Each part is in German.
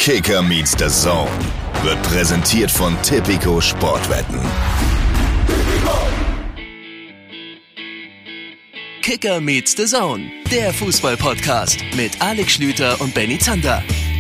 Kicker meets the Zone wird präsentiert von Tipico Sportwetten. Kicker meets the Zone, der Fußball-Podcast mit Alex Schlüter und Benny Zander.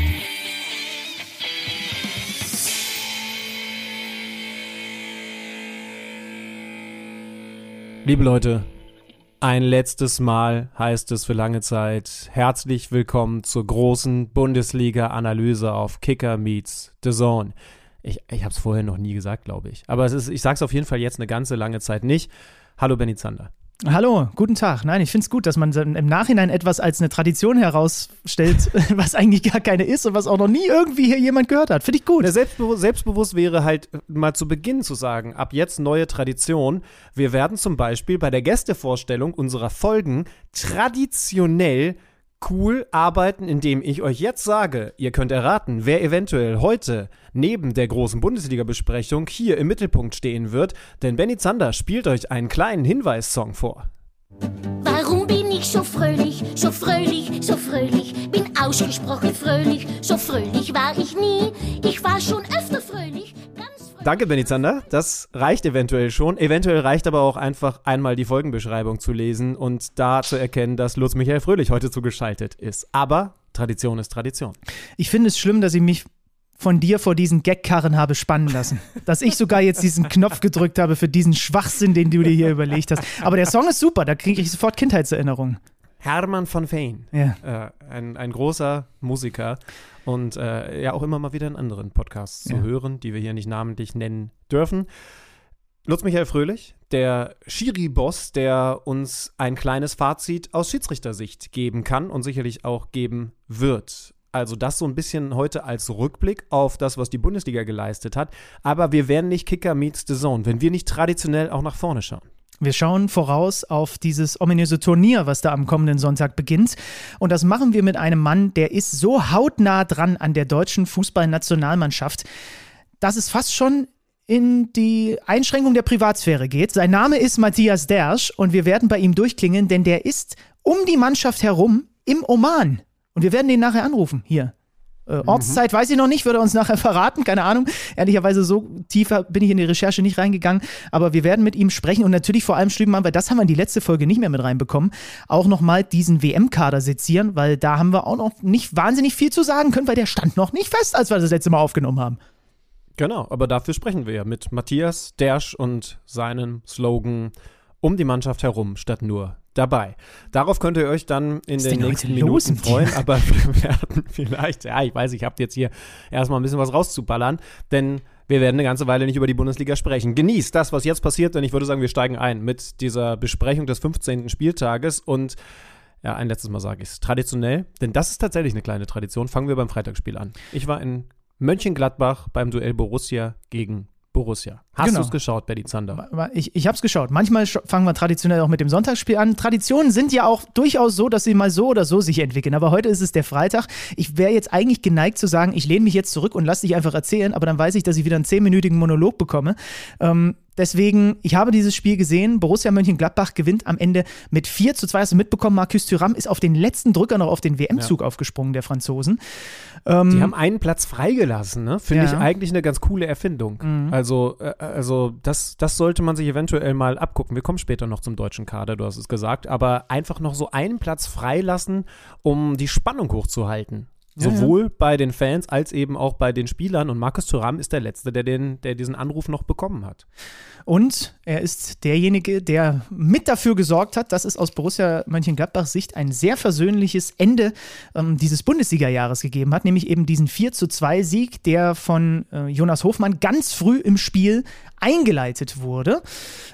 Liebe Leute, ein letztes Mal heißt es für lange Zeit, herzlich willkommen zur großen Bundesliga-Analyse auf Kicker meets the Zone. Ich habe es vorher noch nie gesagt, glaube ich. Aber ich sage es auf jeden Fall jetzt eine ganze lange Zeit nicht. Hallo Benny Zander. Hallo, guten Tag. Nein, ich finde es gut, dass man im Nachhinein etwas als eine Tradition herausstellt, was eigentlich gar keine ist und was auch noch nie irgendwie hier jemand gehört hat. Finde ich gut. Selbstbewusst wäre halt mal zu Beginn zu sagen, ab jetzt neue Tradition. Wir werden zum Beispiel bei der Gästevorstellung unserer Folgen traditionell cool arbeiten, indem ich euch jetzt sage, ihr könnt erraten, wer eventuell heute neben der großen Bundesliga-Besprechung hier im Mittelpunkt stehen wird, denn Benny Zander spielt euch einen kleinen Hinweissong vor. Warum bin ich so fröhlich, so fröhlich, so fröhlich? Bin ausgesprochen fröhlich, so fröhlich war ich nie. Ich war schon öfter fröhlich, ganz fröhlich. Danke, Benny Zander. Das reicht eventuell schon. Eventuell reicht aber auch einfach einmal die Folgenbeschreibung zu lesen und da zu erkennen, dass Lutz Michael Fröhlich heute zugeschaltet ist. Aber Tradition ist Tradition. Ich finde es schlimm, dass ich mich von dir vor diesen Gagkarren habe spannen lassen. Dass ich sogar jetzt diesen Knopf gedrückt habe für diesen Schwachsinn, den du dir hier überlegt hast. Aber der Song ist super, da kriege ich sofort Kindheitserinnerungen. Hermann von Veen, ja. ein großer Musiker und ja auch immer mal wieder in anderen Podcasts zu hören, die wir hier nicht namentlich nennen dürfen. Lutz Michael Fröhlich, der Schiri-Boss, der uns ein kleines Fazit aus Schiedsrichtersicht geben kann und sicherlich auch geben wird. Also das so ein bisschen heute als Rückblick auf das, was die Bundesliga geleistet hat. Aber wir werden nicht Kicker meets the Zone, wenn wir nicht traditionell auch nach vorne schauen. Wir schauen voraus auf dieses ominöse Turnier, was da am kommenden Sonntag beginnt. Und das machen wir mit einem Mann, der ist so hautnah dran an der deutschen Fußballnationalmannschaft, dass es fast schon in die Einschränkung der Privatsphäre geht. Sein Name ist Matthias Dersch und wir werden bei ihm durchklingeln, denn der ist um die Mannschaft herum im Oman. Und wir werden ihn nachher anrufen, hier. Ortszeit weiß ich noch nicht, würde er uns nachher verraten, keine Ahnung. Ehrlicherweise so tiefer bin ich in die Recherche nicht reingegangen, aber wir werden mit ihm sprechen und natürlich vor allem weil das haben wir in die letzte Folge nicht mehr mit reinbekommen, auch nochmal diesen WM-Kader sezieren, weil da haben wir auch noch nicht wahnsinnig viel zu sagen können, weil der stand noch nicht fest, als wir das letzte Mal aufgenommen haben. Genau, aber dafür sprechen wir ja mit Matthias Dersch und seinem Slogan um die Mannschaft herum statt nur dabei. Darauf könnt ihr euch dann in den nächsten Minuten freuen, aber wir werden vielleicht, ich weiß, ich habe jetzt hier erstmal ein bisschen was rauszuballern, denn wir werden eine ganze Weile nicht über die Bundesliga sprechen. Genießt das, was jetzt passiert, denn ich würde sagen, wir steigen ein mit dieser Besprechung des 15. Spieltages und ja, ein letztes Mal sage ich es, traditionell, denn das ist tatsächlich eine kleine Tradition, fangen wir beim Freitagsspiel an. Ich war in Mönchengladbach beim Duell Borussia gegen Borussia. Hast du es geschaut, Benny Zander? Ich habe es geschaut. Manchmal fangen wir traditionell auch mit dem Sonntagsspiel an. Traditionen sind ja auch durchaus so, dass sie mal so oder so sich entwickeln. Aber heute ist es der Freitag. Ich wäre jetzt eigentlich geneigt zu sagen, ich lehne mich jetzt zurück und lass dich einfach erzählen. Aber dann weiß ich, dass ich wieder einen 10-minütigen Monolog bekomme. Deswegen, ich habe dieses Spiel gesehen. Borussia Mönchengladbach gewinnt am Ende mit 4:2. Hast du mitbekommen, Marcus Thuram ist auf den letzten Drücker noch auf den WM-Zug aufgesprungen, der Franzosen. Die haben einen Platz freigelassen, ne? Finde ich eigentlich eine ganz coole Erfindung. Mhm. Also das sollte man sich eventuell mal abgucken. Wir kommen später noch zum deutschen Kader, du hast es gesagt. Aber einfach noch so einen Platz freilassen, um die Spannung hochzuhalten. Sowohl bei den Fans als eben auch bei den Spielern. Und Marcus Thuram ist der Letzte, der diesen Anruf noch bekommen hat. Und er ist derjenige, der mit dafür gesorgt hat, dass es aus Borussia Mönchengladbachs Sicht ein sehr versöhnliches Ende dieses Bundesliga-Jahres gegeben hat. Nämlich eben diesen 4:2-Sieg, der von Jonas Hofmann ganz früh im Spiel eingeleitet wurde.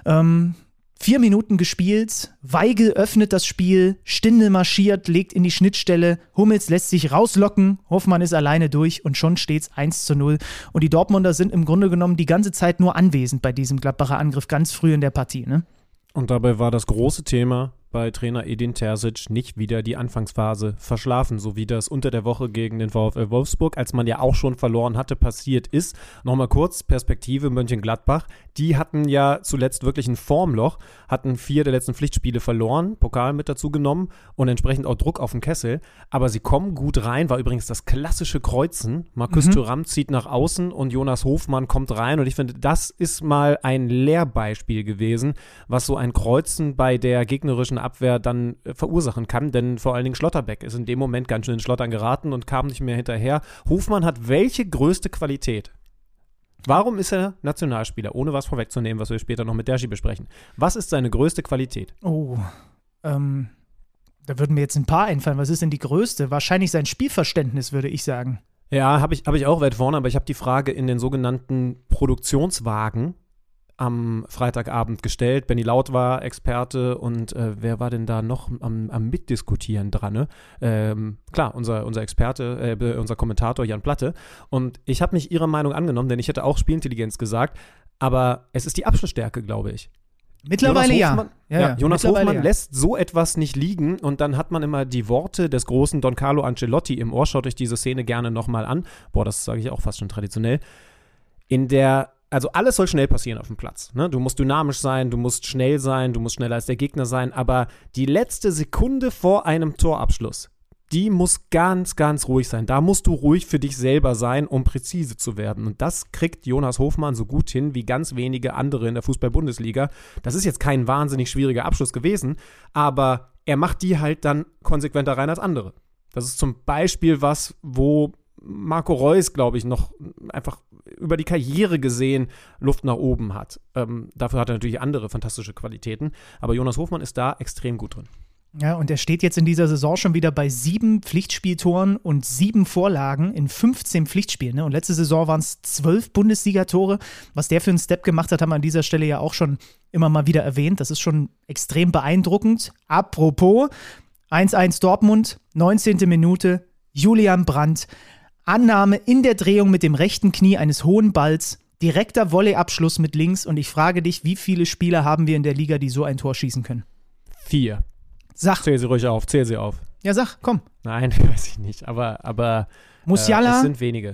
4 Minuten gespielt, Weigl öffnet das Spiel, Stindl marschiert, legt in die Schnittstelle, Hummels lässt sich rauslocken, Hoffmann ist alleine durch und schon steht's 1:0. Und die Dortmunder sind im Grunde genommen die ganze Zeit nur anwesend bei diesem Gladbacher Angriff ganz früh in der Partie, ne? Und dabei war das große Thema bei Trainer Edin Terzic nicht wieder die Anfangsphase verschlafen, so wie das unter der Woche gegen den VfL Wolfsburg, als man ja auch schon verloren hatte, passiert ist. Nochmal kurz, Perspektive Mönchengladbach, die hatten ja zuletzt wirklich ein Formloch, hatten 4 der letzten Pflichtspiele verloren, Pokal mit dazu genommen und entsprechend auch Druck auf den Kessel, aber sie kommen gut rein, war übrigens das klassische Kreuzen. Marcus Thuram zieht nach außen und Jonas Hofmann kommt rein und ich finde, das ist mal ein Lehrbeispiel gewesen, was so ein Kreuzen bei der gegnerischen Abwehr dann verursachen kann, denn vor allen Dingen Schlotterbeck ist in dem Moment ganz schön in Schlottern geraten und kam nicht mehr hinterher. Hofmann hat welche größte Qualität? Warum ist er Nationalspieler? Ohne was vorwegzunehmen, was wir später noch mit Derschi besprechen. Was ist seine größte Qualität? Da würden mir jetzt ein paar einfallen. Was ist denn die größte? Wahrscheinlich sein Spielverständnis, würde ich sagen. Ja, habe ich auch weit vorne, aber ich habe die Frage in den sogenannten Produktionswagen am Freitagabend gestellt. Benny Laut war Experte und wer war denn da noch am Mitdiskutieren dran? Ne? Klar, unser Experte, unser Kommentator Jan Platte. Und ich habe mich ihrer Meinung angenommen, denn ich hätte auch Spielintelligenz gesagt, aber es ist die Abschlussstärke, glaube ich. Mittlerweile Jonas Hofmann lässt so etwas nicht liegen und dann hat man immer die Worte des großen Don Carlo Ancelotti im Ohr. Schaut euch diese Szene gerne nochmal an. Boah, das sage ich auch fast schon traditionell. Also alles soll schnell passieren auf dem Platz. Ne? Du musst dynamisch sein, du musst schnell sein, du musst schneller als der Gegner sein, aber die letzte Sekunde vor einem Torabschluss, die muss ganz, ganz ruhig sein. Da musst du ruhig für dich selber sein, um präzise zu werden. Und das kriegt Jonas Hofmann so gut hin wie ganz wenige andere in der Fußball-Bundesliga. Das ist jetzt kein wahnsinnig schwieriger Abschluss gewesen, aber er macht die halt dann konsequenter rein als andere. Das ist zum Beispiel was, wo Marco Reus, glaube ich, noch einfach über die Karriere gesehen Luft nach oben hat. Dafür hat er natürlich andere fantastische Qualitäten, aber Jonas Hofmann ist da extrem gut drin. Ja, und er steht jetzt in dieser Saison schon wieder bei 7 Pflichtspieltoren und 7 Vorlagen in 15 Pflichtspielen. Ne? Und letzte Saison waren es 12 Bundesliga-Tore. Was der für einen Step gemacht hat, haben wir an dieser Stelle ja auch schon immer mal wieder erwähnt. Das ist schon extrem beeindruckend. Apropos, 1-1 Dortmund, 19. Minute, Julian Brandt, Annahme in der Drehung mit dem rechten Knie eines hohen Balls, direkter Volleyabschluss mit links und ich frage dich, wie viele Spieler haben wir in der Liga, die so ein Tor schießen können? 4. Sag. Zähl sie ruhig auf, zähl sie auf. Ja, sag, komm. Nein, weiß ich nicht, aber Musiala, es sind wenige.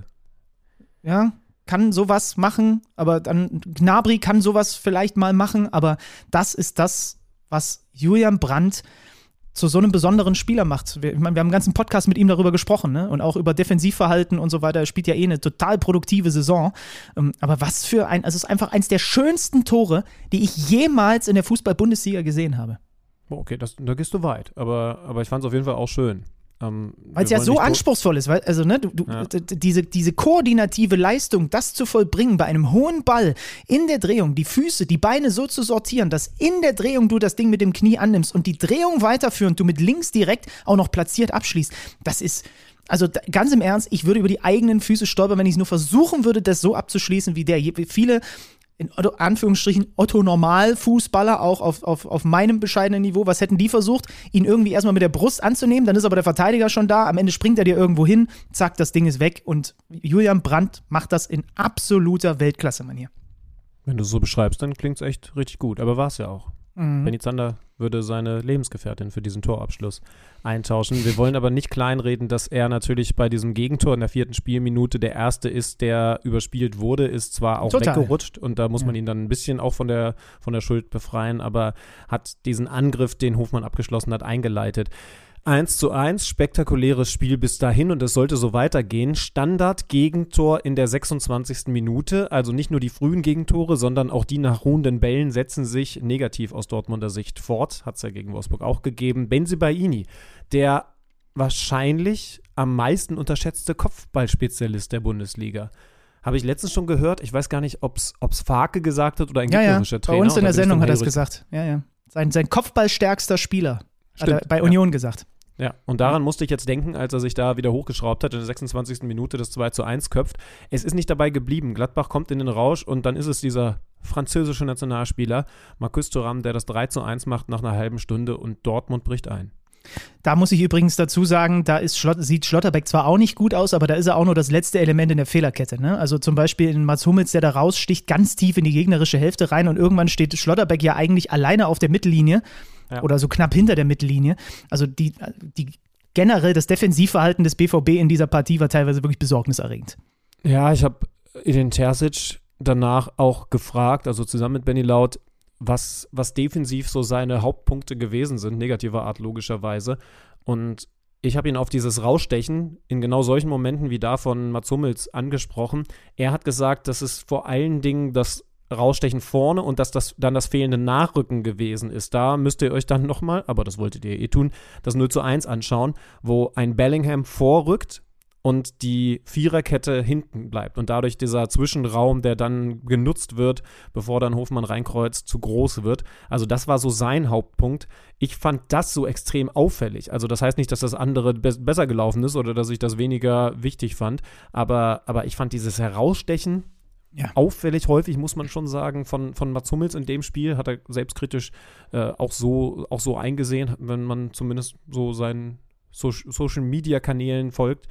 Ja, kann sowas machen, aber dann Gnabry kann sowas vielleicht mal machen, aber das ist das, was Julian Brandt zu so einem besonderen Spieler macht. Wir haben einen ganzen Podcast mit ihm darüber gesprochen, ne? Und auch über Defensivverhalten und so weiter. Er spielt ja eine total produktive Saison. Aber was für also es ist einfach eins der schönsten Tore, die ich jemals in der Fußball-Bundesliga gesehen habe. Okay, da gehst du weit. Aber ich fand es auf jeden Fall auch schön. Weil es ja so anspruchsvoll ist, weil, also ne, diese koordinative Leistung, das zu vollbringen bei einem hohen Ball in der Drehung, die Füße, die Beine so zu sortieren, dass in der Drehung du das Ding mit dem Knie annimmst und die Drehung weiterführend du mit links direkt auch noch platziert abschließt, das ist, also ganz im Ernst, ich würde über die eigenen Füße stolpern, wenn ich es nur versuchen würde, das so abzuschließen, wie viele in Anführungsstrichen Otto-Normal-Fußballer, auch auf meinem bescheidenen Niveau, was hätten die versucht? Ihn irgendwie erstmal mit der Brust anzunehmen, dann ist aber der Verteidiger schon da, am Ende springt er dir irgendwo hin, zack, das Ding ist weg und Julian Brandt macht das in absoluter Weltklasse-Manier. Wenn du es so beschreibst, dann klingt es echt richtig gut, aber war es ja auch. Benny Zander würde seine Lebensgefährtin für diesen Torabschluss eintauschen. Wir wollen aber nicht kleinreden, dass er natürlich bei diesem Gegentor in der 4. Spielminute der Erste ist, der überspielt wurde, ist zwar auch weggerutscht und da muss man ihn dann ein bisschen auch von der Schuld befreien, aber hat diesen Angriff, den Hofmann abgeschlossen hat, eingeleitet. 1:1, spektakuläres Spiel bis dahin und es sollte so weitergehen. Standard-Gegentor in der 26. Minute, also nicht nur die frühen Gegentore, sondern auch die nach ruhenden Bällen setzen sich negativ aus Dortmunder Sicht fort. Hat es ja gegen Wolfsburg auch gegeben. Bensebaini, der wahrscheinlich am meisten unterschätzte Kopfballspezialist der Bundesliga. Habe ich letztens schon gehört, ich weiß gar nicht, ob es Farke gesagt hat oder ein gegnerischer Trainer. Bei uns in der Sendung hat er es gesagt. Ja. Sein Kopfballstärkster Spieler, hat er bei Union gesagt. Ja, und daran musste ich jetzt denken, als er sich da wieder hochgeschraubt hat, in der 26. Minute das 2:1 köpft. Es ist nicht dabei geblieben. Gladbach kommt in den Rausch und dann ist es dieser französische Nationalspieler, Marcus Thuram, der das 3:1 macht nach einer halben Stunde und Dortmund bricht ein. Da muss ich übrigens dazu sagen, sieht Schlotterbeck zwar auch nicht gut aus, aber da ist er auch nur das letzte Element in der Fehlerkette. Ne? Also zum Beispiel in Mats Hummels, der da raussticht, ganz tief in die gegnerische Hälfte rein und irgendwann steht Schlotterbeck ja eigentlich alleine auf der Mittellinie oder so knapp hinter der Mittellinie. Also die generell das Defensivverhalten des BVB in dieser Partie war teilweise wirklich besorgniserregend. Ja, ich habe Edin Terzic danach auch gefragt, also zusammen mit Benny Laut, was defensiv so seine Hauptpunkte gewesen sind, negativer Art logischerweise. Und ich habe ihn auf dieses Rausstechen in genau solchen Momenten wie da von Mats Hummels angesprochen. Er hat gesagt, dass es vor allen Dingen das Rausstechen vorne und dass das dann das fehlende Nachrücken gewesen ist. Da müsst ihr euch dann nochmal, aber das wolltet ihr tun, das 0:1 anschauen, wo ein Bellingham vorrückt und die Viererkette hinten bleibt und dadurch dieser Zwischenraum, der dann genutzt wird, bevor dann Hofmann reinkreuzt, zu groß wird. Also das war so sein Hauptpunkt. Ich fand das so extrem auffällig. Also das heißt nicht, dass das andere besser gelaufen ist oder dass ich das weniger wichtig fand, aber ich fand dieses Herausstechen auffällig häufig, muss man schon sagen, von Mats Hummels in dem Spiel, hat er selbstkritisch auch so eingesehen, wenn man zumindest so seinen Social-Media-Kanälen folgt.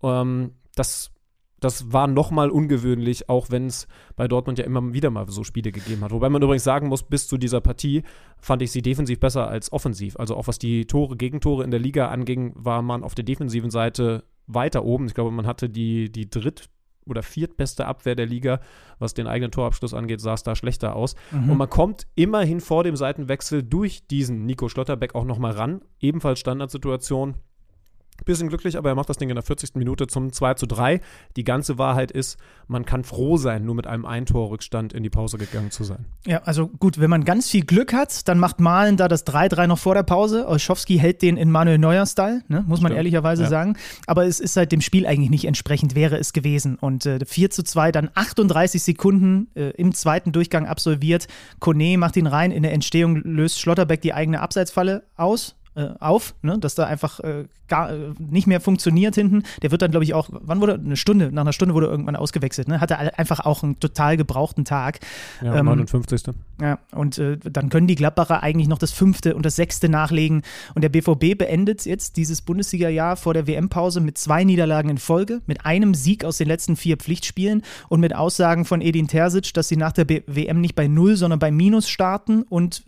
Das war nochmal ungewöhnlich, auch wenn es bei Dortmund ja immer wieder mal so Spiele gegeben hat. Wobei man übrigens sagen muss, bis zu dieser Partie fand ich sie defensiv besser als offensiv. Also auch was die Gegentore in der Liga anging, war man auf der defensiven Seite weiter oben. Ich glaube, man hatte die dritt- oder viertbeste Abwehr der Liga, was den eigenen Torabschluss angeht, sah es da schlechter aus. Und man kommt immerhin vor dem Seitenwechsel durch diesen Nico Schlotterbeck auch nochmal ran. Ebenfalls Standardsituation. Bisschen glücklich, aber er macht das Ding in der 40. Minute zum 2:3. Die ganze Wahrheit ist, man kann froh sein, nur mit einem Eintorrückstand in die Pause gegangen zu sein. Ja, also gut, wenn man ganz viel Glück hat, dann macht Malen da das 3:3 noch vor der Pause. Olschowski hält den in Manuel Neuer-Style, ne? Muss man ehrlicherweise sagen. Aber es ist seit dem Spiel eigentlich nicht entsprechend, wäre es gewesen. Und 4:2, dann 38 Sekunden im zweiten Durchgang absolviert. Kone macht ihn rein, in der Entstehung löst Schlotterbeck die eigene Abseitsfalle auf, ne, dass da einfach gar nicht mehr funktioniert hinten. Der wird dann, glaube ich, auch, nach einer Stunde wurde er irgendwann ausgewechselt, ne? Hatte einfach auch einen total gebrauchten Tag. Ja, 59. Ja, und dann können die Gladbacher eigentlich noch das 5. und das 6. nachlegen. Und der BVB beendet jetzt dieses Bundesliga-Jahr vor der WM-Pause mit 2 Niederlagen in Folge, mit einem Sieg aus den letzten 4 Pflichtspielen und mit Aussagen von Edin Terzic, dass sie nach der WM nicht bei 0, sondern bei Minus starten und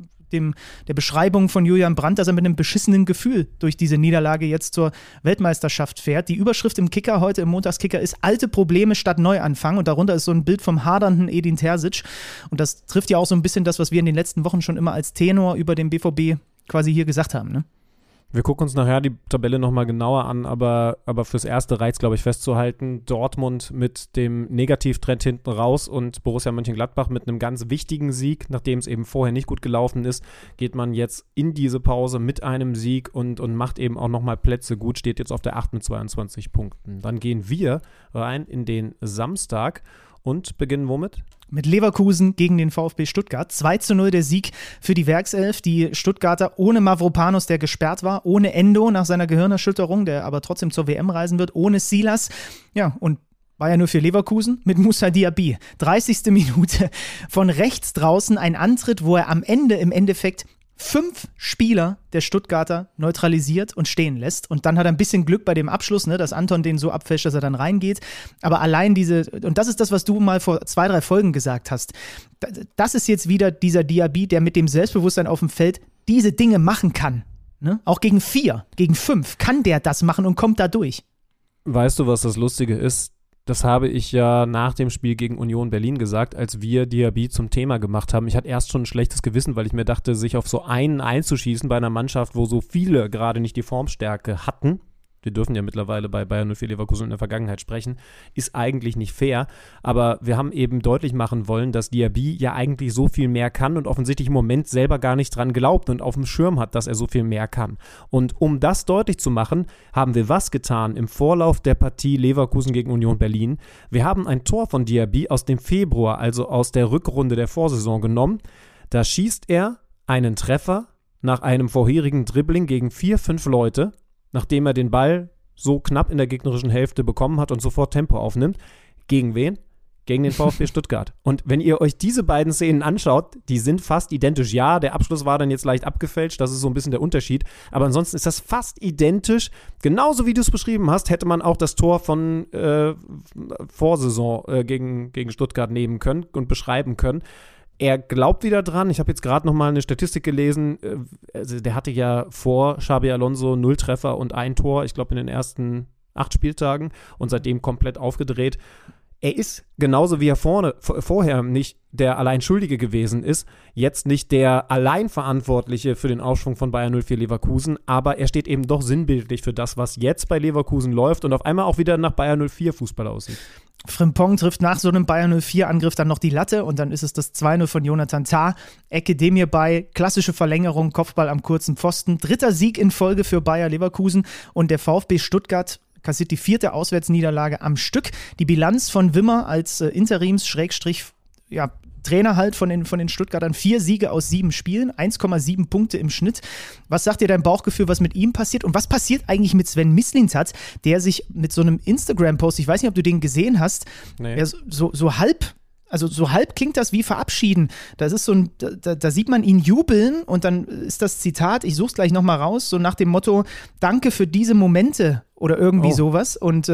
der Beschreibung von Julian Brandt, dass er mit einem beschissenen Gefühl durch diese Niederlage jetzt zur Weltmeisterschaft fährt. Die Überschrift im Kicker heute, im Montagskicker, ist alte Probleme statt Neuanfang und darunter ist so ein Bild vom hadernden Edin Terzic und das trifft ja auch so ein bisschen das, was wir in den letzten Wochen schon immer als Tenor über den BVB quasi hier gesagt haben, ne? Wir gucken uns nachher die Tabelle nochmal genauer an, aber fürs Erste reicht es, glaube ich, festzuhalten, Dortmund mit dem Negativtrend hinten raus und Borussia Mönchengladbach mit einem ganz wichtigen Sieg, nachdem es eben vorher nicht gut gelaufen ist, geht man jetzt in diese Pause mit einem Sieg und macht eben auch nochmal Plätze gut, steht jetzt auf der 8 mit 22 Punkten. Dann gehen wir rein in den Samstag und beginnen womit? Mit Leverkusen gegen den VfB Stuttgart. 2:0 der Sieg für die Werkself. Die Stuttgarter ohne Mavropanos, der gesperrt war, ohne Endo nach seiner Gehirnerschütterung, der aber trotzdem zur WM reisen wird, ohne Silas. Ja, und war ja nur für Leverkusen mit Moussa Diaby. 30. Minute von rechts draußen ein Antritt, wo er am Ende im Endeffekt 5 Spieler der Stuttgarter neutralisiert und stehen lässt. Und dann hat er ein bisschen Glück bei dem Abschluss, ne, dass Anton den so abfälscht, dass er dann reingeht. Aber allein und das ist das, was du mal vor 2, 3 Folgen gesagt hast. Das ist jetzt wieder dieser Diaby, der mit dem Selbstbewusstsein auf dem Feld diese Dinge machen kann. Ne? Auch gegen 4, gegen 5 kann der das machen und kommt da durch. Weißt du, was das Lustige ist? Das habe ich ja nach dem Spiel gegen Union Berlin gesagt, als wir Diaby zum Thema gemacht haben. Ich hatte erst schon ein schlechtes Gewissen, weil ich mir dachte, sich auf so einen einzuschießen bei einer Mannschaft, wo so viele gerade nicht die Formstärke hatten, wir dürfen ja mittlerweile bei Bayern 04 Leverkusen in der Vergangenheit sprechen, ist eigentlich nicht fair, aber wir haben eben deutlich machen wollen, dass Diaby ja eigentlich so viel mehr kann und offensichtlich im Moment selber gar nicht dran glaubt und auf dem Schirm hat, dass er so viel mehr kann. Und um das deutlich zu machen, haben wir was getan im Vorlauf der Partie Leverkusen gegen Union Berlin. Wir haben ein Tor von Diaby aus dem Februar, also aus der Rückrunde der Vorsaison genommen. Da schießt er einen Treffer nach einem vorherigen Dribbling gegen 4, 5 Leute, nachdem er den Ball so knapp in der gegnerischen Hälfte bekommen hat und sofort Tempo aufnimmt. Gegen wen? Gegen den VfB Stuttgart. Und wenn ihr euch diese beiden Szenen anschaut, die sind fast identisch. Ja, der Abschluss war dann jetzt leicht abgefälscht, das ist so ein bisschen der Unterschied. Aber ansonsten ist das fast identisch. Genauso wie du es beschrieben hast, hätte man auch das Tor von Vorsaison gegen Stuttgart nehmen können und beschreiben können. Er glaubt wieder dran. Ich habe jetzt gerade noch mal eine Statistik gelesen. Also der hatte ja vor Xabi Alonso 0 Treffer und 1 Tor, ich glaube in den ersten 8 Spieltagen und seitdem komplett aufgedreht. Er ist genauso wie er vorher nicht der Alleinschuldige gewesen ist, jetzt nicht der Alleinverantwortliche für den Aufschwung von Bayer 04 Leverkusen, aber er steht eben doch sinnbildlich für das, was jetzt bei Leverkusen läuft und auf einmal auch wieder nach Bayer 04 Fußball aussieht. Frimpong trifft nach so einem Bayer 04-Angriff dann noch die Latte und dann ist es das 2-0 von Jonathan Tah. Ecke Demir bei, klassische Verlängerung, Kopfball am kurzen Pfosten. 3. Sieg in Folge für Bayer Leverkusen und der VfB Stuttgart kassiert die 4. Auswärtsniederlage am Stück. Die Bilanz von Wimmer als Trainer halt von den Stuttgartern, 4 Siege aus 7 Spielen, 1,7 Punkte im Schnitt. Was sagt dir dein Bauchgefühl, was mit ihm passiert? Und was passiert eigentlich mit Sven Mislintat, der sich mit so einem Instagram-Post, ich weiß nicht, ob du den gesehen hast, nee. so halb klingt das wie verabschieden. Das ist da sieht man ihn jubeln und dann ist das Zitat, ich such's gleich nochmal raus, so nach dem Motto, danke für diese Momente oder irgendwie sowas. Und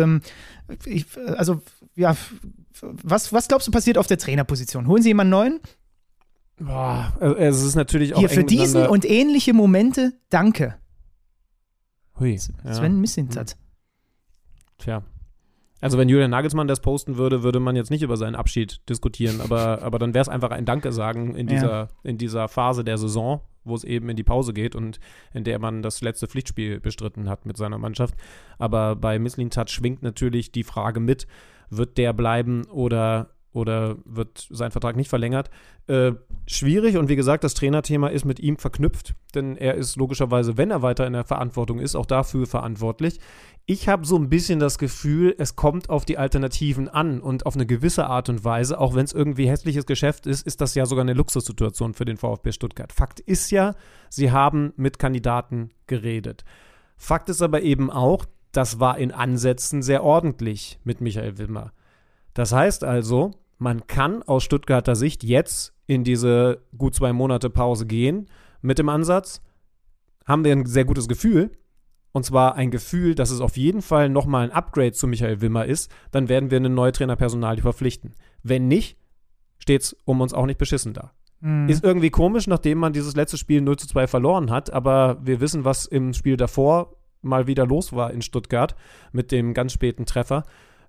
was glaubst du passiert auf der Trainerposition? Holen sie jemanden neuen? Boah, es ist natürlich auch hier für diesen und ähnliche Momente, danke. Hui, Sven Mislintat. Tja. Also wenn Julian Nagelsmann das posten würde, würde man jetzt nicht über seinen Abschied diskutieren, aber dann wäre es einfach ein Danke sagen in dieser Phase der Saison, wo es eben in die Pause geht und in der man das letzte Pflichtspiel bestritten hat mit seiner Mannschaft. Aber bei Mislintat schwingt natürlich die Frage mit, wird der bleiben oder wird sein Vertrag nicht verlängert? Schwierig und wie gesagt, das Trainerthema ist mit ihm verknüpft, denn er ist logischerweise, wenn er weiter in der Verantwortung ist, auch dafür verantwortlich. Ich habe so ein bisschen das Gefühl, es kommt auf die Alternativen an und auf eine gewisse Art und Weise, auch wenn es irgendwie hässliches Geschäft ist, ist das ja sogar eine Luxussituation für den VfB Stuttgart. Fakt ist ja, sie haben mit Kandidaten geredet. Fakt ist aber eben auch, das war in Ansätzen sehr ordentlich mit Michael Wimmer. Das heißt also, man kann aus Stuttgarter Sicht jetzt in diese gut 2 Monate Pause gehen mit dem Ansatz, haben wir ein sehr gutes Gefühl, und zwar ein Gefühl, dass es auf jeden Fall nochmal ein Upgrade zu Michael Wimmer ist, dann werden wir eine neue Trainerpersonalie verpflichten. Wenn nicht, steht es um uns auch nicht beschissen da. Ist irgendwie komisch, nachdem man dieses letzte Spiel 0-2 verloren hat, aber wir wissen, was im Spiel davor mal wieder los war in Stuttgart mit dem ganz späten Treffer.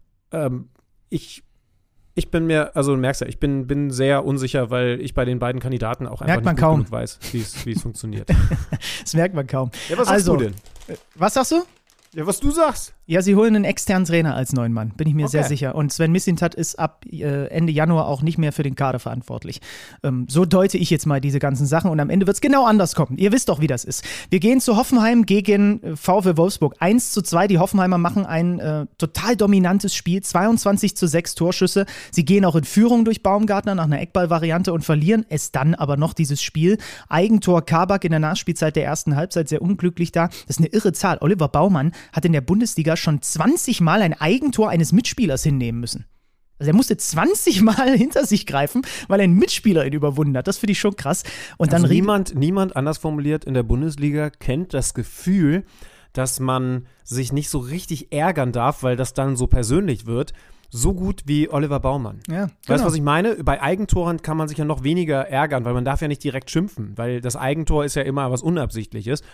Ich bin mir, also du merkst ja, ich bin sehr unsicher, weil ich bei den beiden Kandidaten auch einfach nicht gut genug weiß, wie es funktioniert. Das merkt man kaum. Ja, was sagst du denn? Was sagst du? Ja, was du sagst. Ja, sie holen einen externen Trainer als neuen Mann, bin ich mir sehr sicher. Und Sven Mislintat ist ab Ende Januar auch nicht mehr für den Kader verantwortlich. So deute ich jetzt mal diese ganzen Sachen und am Ende wird es genau anders kommen. Ihr wisst doch, wie das ist. Wir gehen zu Hoffenheim gegen VfL Wolfsburg. 1-2, die Hoffenheimer machen ein total dominantes Spiel, 22-6 Torschüsse. Sie gehen auch in Führung durch Baumgartner nach einer Eckball-Variante und verlieren es dann aber noch dieses Spiel. Eigentor Kabak in der Nachspielzeit der ersten Halbzeit, sehr unglücklich da. Das ist eine irre Zahl. Oliver Baumann hat in der Bundesliga schon 20 Mal ein Eigentor eines Mitspielers hinnehmen müssen. Also er musste 20 Mal hinter sich greifen, weil ein Mitspieler ihn überwunden hat. Das finde ich schon krass. Und also dann niemand anders formuliert in der Bundesliga kennt das Gefühl, dass man sich nicht so richtig ärgern darf, weil das dann so persönlich wird, so gut wie Oliver Baumann. Ja, Weißt du, was ich meine? Bei Eigentoren kann man sich ja noch weniger ärgern, weil man darf ja nicht direkt schimpfen, weil das Eigentor ist ja immer was Unabsichtliches.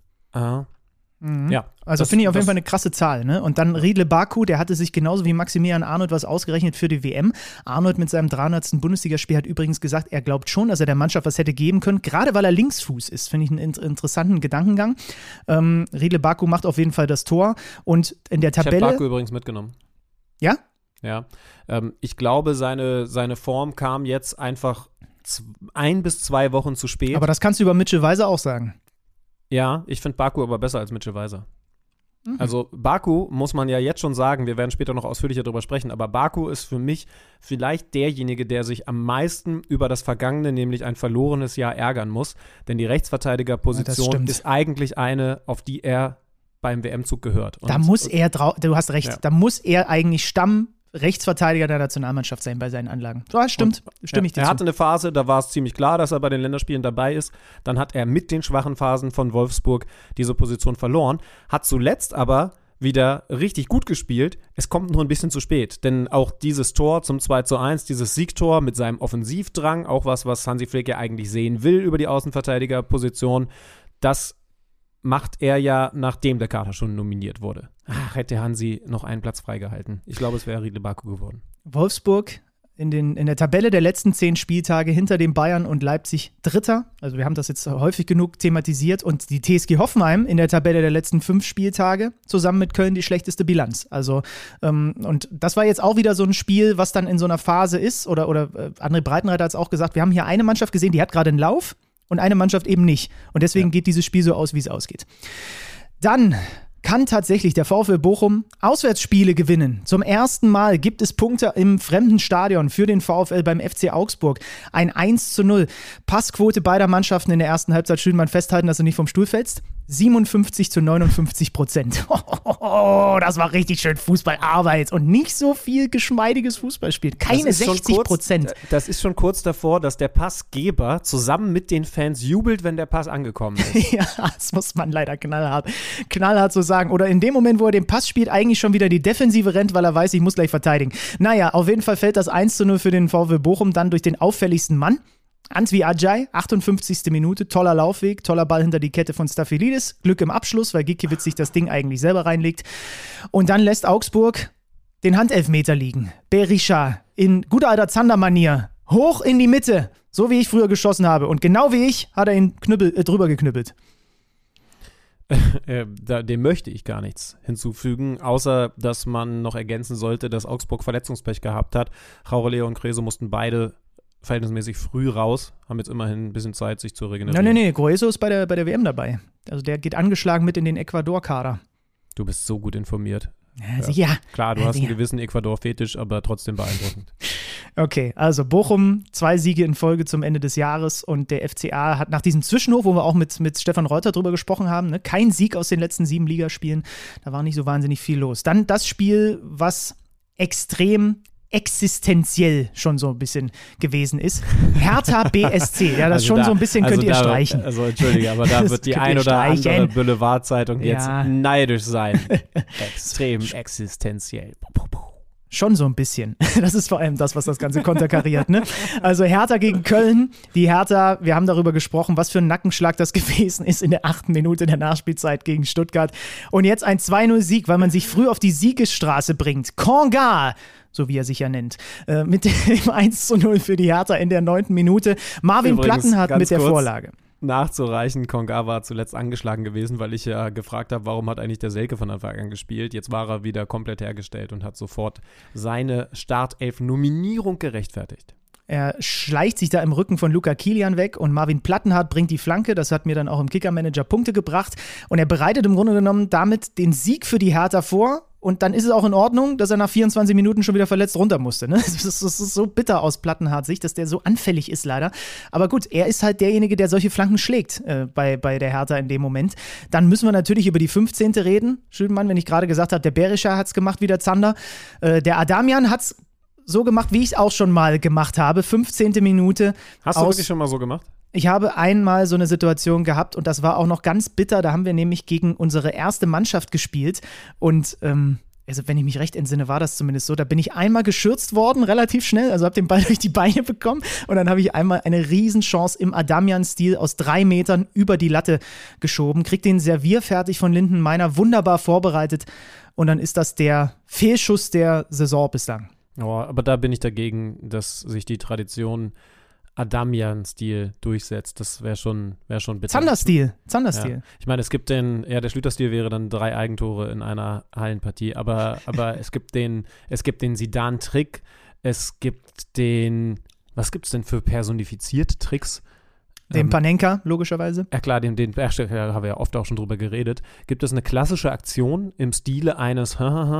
Ja, also finde ich auf jeden Fall eine krasse Zahl. Ne? Und dann Riedle Baku, der hatte sich genauso wie Maximilian Arnold was ausgerechnet für die WM. Arnold mit seinem 300. Bundesligaspiel hat übrigens gesagt, er glaubt schon, dass er der Mannschaft was hätte geben können, gerade weil er Linksfuß ist. Finde ich einen interessanten Gedankengang. Riedle Baku macht auf jeden Fall das Tor. Und in der Tabelle. Ich habe Baku übrigens mitgenommen. Ja? Ja. Ich glaube, seine Form kam jetzt einfach 1 bis 2 Wochen zu spät. Aber das kannst du über Mitchell Weiser auch sagen. Ja, ich finde Baku aber besser als Mitchell Weiser. Also Baku muss man ja jetzt schon sagen, wir werden später noch ausführlicher darüber sprechen, aber Baku ist für mich vielleicht derjenige, der sich am meisten über das Vergangene, nämlich ein verlorenes Jahr, ärgern muss. Denn die Rechtsverteidigerposition ist eigentlich eine, auf die er beim WM-Zug gehört. Da muss er du hast recht, da muss er eigentlich Rechtsverteidiger der Nationalmannschaft sein bei seinen Anlagen. So, stimmt, stimme ich dir zu. Er hatte eine Phase, da war es ziemlich klar, dass er bei den Länderspielen dabei ist. Dann hat er mit den schwachen Phasen von Wolfsburg diese Position verloren. Hat zuletzt aber wieder richtig gut gespielt. Es kommt nur ein bisschen zu spät, denn auch dieses Tor zum 2:1, dieses Siegtor mit seinem Offensivdrang, auch was Hansi Flick ja eigentlich sehen will über die Außenverteidigerposition, das macht er ja, nachdem der Kader schon nominiert wurde. Ach, hätte Hansi noch einen Platz freigehalten. Ich glaube, es wäre Riedle Baku geworden. Wolfsburg in der Tabelle der letzten 10 Spieltage hinter den Bayern und Leipzig Dritter. Also wir haben das jetzt häufig genug thematisiert. Und die TSG Hoffenheim in der Tabelle der letzten 5 Spieltage zusammen mit Köln die schlechteste Bilanz. Also und das war jetzt auch wieder so ein Spiel, was dann in so einer Phase ist. Oder André Breitenreiter hat es auch gesagt, wir haben hier eine Mannschaft gesehen, die hat gerade einen Lauf und eine Mannschaft eben nicht. Und deswegen geht dieses Spiel so aus, wie es ausgeht. Dann kann tatsächlich der VfL Bochum Auswärtsspiele gewinnen. Zum ersten Mal gibt es Punkte im fremden Stadion für den VfL beim FC Augsburg. Ein 1:0. Passquote beider Mannschaften in der ersten Halbzeit. Schön mal festhalten, dass du nicht vom Stuhl fällst. 57-59%. Das war richtig schön Fußballarbeit und nicht so viel geschmeidiges Fußballspiel. Keine 60%. Das ist schon kurz davor, dass der Passgeber zusammen mit den Fans jubelt, wenn der Pass angekommen ist. Ja, das muss man leider knallhart so sagen. Oder in dem Moment, wo er den Pass spielt, eigentlich schon wieder die Defensive rennt, weil er weiß, ich muss gleich verteidigen. Naja, auf jeden Fall fällt das 1:0 für den VfL Bochum dann durch den auffälligsten Mann. Antwi Ajay, 58. Minute, toller Laufweg, toller Ball hinter die Kette von Staphylides, Glück im Abschluss, weil Gikiewicz sich das Ding eigentlich selber reinlegt. Und dann lässt Augsburg den Handelfmeter liegen. Berisha in guter alter Zander-Manier, hoch in die Mitte, so wie ich früher geschossen habe. Und genau wie ich hat er ihn drüber geknüppelt. Dem möchte ich gar nichts hinzufügen, außer dass man noch ergänzen sollte, dass Augsburg Verletzungspech gehabt hat. Jaureleo und Krese mussten beide verhältnismäßig früh raus, haben jetzt immerhin ein bisschen Zeit, sich zu regenerieren. Nee, Grueso ist bei der WM dabei. Also der geht angeschlagen mit in den Ecuador-Kader. Du bist so gut informiert. Ja. Klar, du hast einen gewissen Ecuador-Fetisch, aber trotzdem beeindruckend. Okay, also Bochum, 2 Siege in Folge zum Ende des Jahres und der FCA hat nach diesem Zwischenhoch, wo wir auch mit Stefan Reuter drüber gesprochen haben, ne, kein Sieg aus den letzten 7 Ligaspielen, da war nicht so wahnsinnig viel los. Dann das Spiel, was extrem existenziell schon so ein bisschen gewesen ist. Hertha BSC, ja, das also schon da, so ein bisschen könnt ihr streichen. Also entschuldige, aber da wird die ein oder andere Boulevardzeitung jetzt neidisch sein. Extrem existenziell. Schon so ein bisschen. Das ist vor allem das, was das Ganze konterkariert, ne? Also Hertha gegen Köln. Die Hertha, wir haben darüber gesprochen, was für ein Nackenschlag das gewesen ist in der 8. Minute der Nachspielzeit gegen Stuttgart. Und jetzt ein 2:0-Sieg, weil man sich früh auf die Siegesstraße bringt. Konga, so wie er sich ja nennt, mit dem 1:0 für die Hertha in der 9. Minute. Marvin Plattenhardt mit der Vorlage. Nachzureichen, Konga war zuletzt angeschlagen gewesen, weil ich ja gefragt habe, warum hat eigentlich der Selke von Anfang an gespielt. Jetzt war er wieder komplett hergestellt und hat sofort seine Startelf-Nominierung gerechtfertigt. Er schleicht sich da im Rücken von Luca Kilian weg und Marvin Plattenhardt bringt die Flanke. Das hat mir dann auch im Kicker-Manager Punkte gebracht. Und er bereitet im Grunde genommen damit den Sieg für die Hertha vor. Und dann ist es auch in Ordnung, dass er nach 24 Minuten schon wieder verletzt runter musste. Ne? Das ist so bitter aus Plattenhardt Sicht, dass der so anfällig ist leider. Aber gut, er ist halt derjenige, der solche Flanken schlägt bei der Hertha in dem Moment. Dann müssen wir natürlich über die 15. reden. Schönmann, wenn ich gerade gesagt habe, der Berisha hat es gemacht wie der Zander. Der Adamian hat es so gemacht, wie ich es auch schon mal gemacht habe. 15. Minute. Hast du wirklich schon mal so gemacht? Ich habe einmal so eine Situation gehabt und das war auch noch ganz bitter. Da haben wir nämlich gegen unsere erste Mannschaft gespielt und also wenn ich mich recht entsinne, war das zumindest so. Da bin ich einmal geschürzt worden, relativ schnell, also habe den Ball durch die Beine bekommen und dann habe ich einmal eine Riesenchance im Adamian-Stil aus 3 Metern über die Latte geschoben, krieg den servierfertig von Lindenmeiner, wunderbar vorbereitet und dann ist das der Fehlschuss der Saison bislang. Oh, aber da bin ich dagegen, dass sich die Tradition Adamian-Stil durchsetzt. Das wäre schon bitter. Zander-Stil. Ja. Ich meine, es gibt der Schlüter-Stil wäre dann 3 Eigentore in einer Hallenpartie, aber es gibt den Zidane-Trick, es gibt was gibt es denn für personifizierte Tricks? Den Panenka, logischerweise. Ja klar, den haben wir ja oft auch schon drüber geredet. Gibt es eine klassische Aktion im Stile eines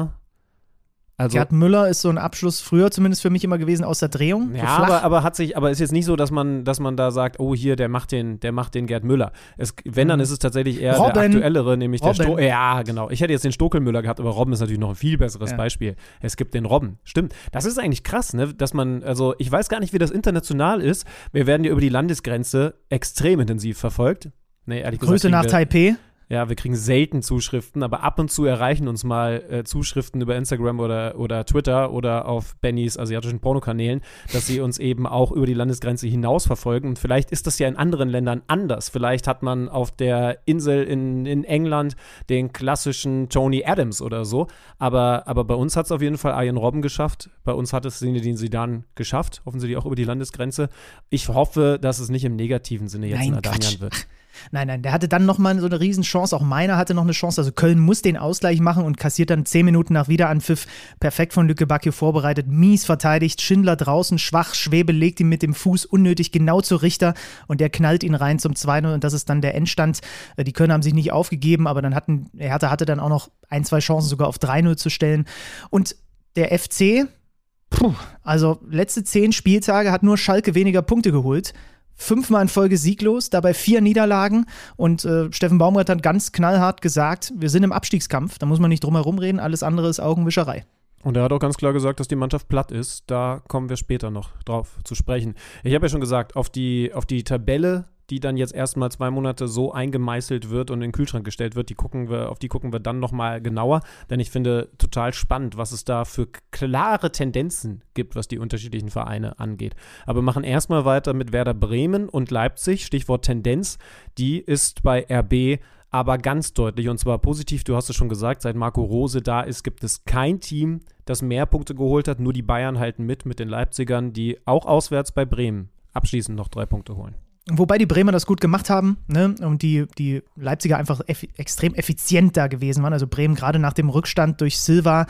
Also, Gerd Müller ist so ein Abschluss früher zumindest für mich immer gewesen aus der Drehung. Ja, aber ist jetzt nicht so, dass man da sagt, oh hier, der macht den Gerd Müller. Dann ist es tatsächlich eher Robben. Der aktuellere, nämlich Robben. der Stokel. Ja, genau. Ich hätte jetzt den Stokelmüller gehabt, aber Robben ist natürlich noch ein viel besseres Beispiel. Es gibt den Robben. Stimmt. Das ist eigentlich krass, ne? Dass man, also ich weiß gar nicht, wie das international ist. Wir werden ja über die Landesgrenze extrem intensiv verfolgt. Nee, ehrlich gesagt. Grüße nach Taipei. Ja, wir kriegen selten Zuschriften, aber ab und zu erreichen uns mal Zuschriften über Instagram oder Twitter oder auf Bennys asiatischen Pornokanälen, dass sie uns eben auch über die Landesgrenze hinaus verfolgen. Und vielleicht ist das ja in anderen Ländern anders. Vielleicht hat man auf der Insel in England den klassischen Tony Adams oder so. Aber bei uns hat es auf jeden Fall Arjen Robben geschafft. Bei uns hat es Zinedine Zidane geschafft, offensichtlich auch über die Landesgrenze. Ich hoffe, dass es nicht im negativen Sinne jetzt ein Adamian wird. Nein, der hatte dann nochmal so eine Riesenchance. Auch Meiner hatte noch eine Chance. Also Köln muss den Ausgleich machen und kassiert dann 10 Minuten nach Wiederanpfiff. Perfekt von Lücke Bacchio vorbereitet, mies verteidigt. Schindler draußen, schwach. Schwebe legt ihn mit dem Fuß unnötig genau zu Richter und der knallt ihn rein zum 2-0 und das ist dann der Endstand. Die Kölner haben sich nicht aufgegeben, aber dann Hertha hatte dann auch noch 1-2 Chancen sogar auf 3-0 zu stellen. Und der FC, also letzte 10 Spieltage hat nur Schalke weniger Punkte geholt. 5-mal in Folge sieglos, dabei 4 Niederlagen und Steffen Baumgart hat ganz knallhart gesagt, wir sind im Abstiegskampf, da muss man nicht drum herum reden, alles andere ist Augenwischerei. Und er hat auch ganz klar gesagt, dass die Mannschaft platt ist, da kommen wir später noch drauf zu sprechen. Ich habe ja schon gesagt, auf die Tabelle, die dann jetzt erstmal 2 Monate so eingemeißelt wird und in den Kühlschrank gestellt wird, auf die gucken wir dann nochmal genauer, denn ich finde total spannend, was es da für klare Tendenzen gibt, was die unterschiedlichen Vereine angeht. Aber wir machen erstmal weiter mit Werder Bremen und Leipzig, Stichwort Tendenz, die ist bei RB aber ganz deutlich und zwar positiv, du hast es schon gesagt, seit Marco Rose da ist, gibt es kein Team, das mehr Punkte geholt hat, nur die Bayern halten mit den Leipzigern, die auch auswärts bei Bremen abschließend noch 3 Punkte holen. Wobei die Bremer das gut gemacht haben, ne? Und die Leipziger einfach extrem effizient da gewesen waren. Also Bremen gerade nach dem Rückstand durch Silva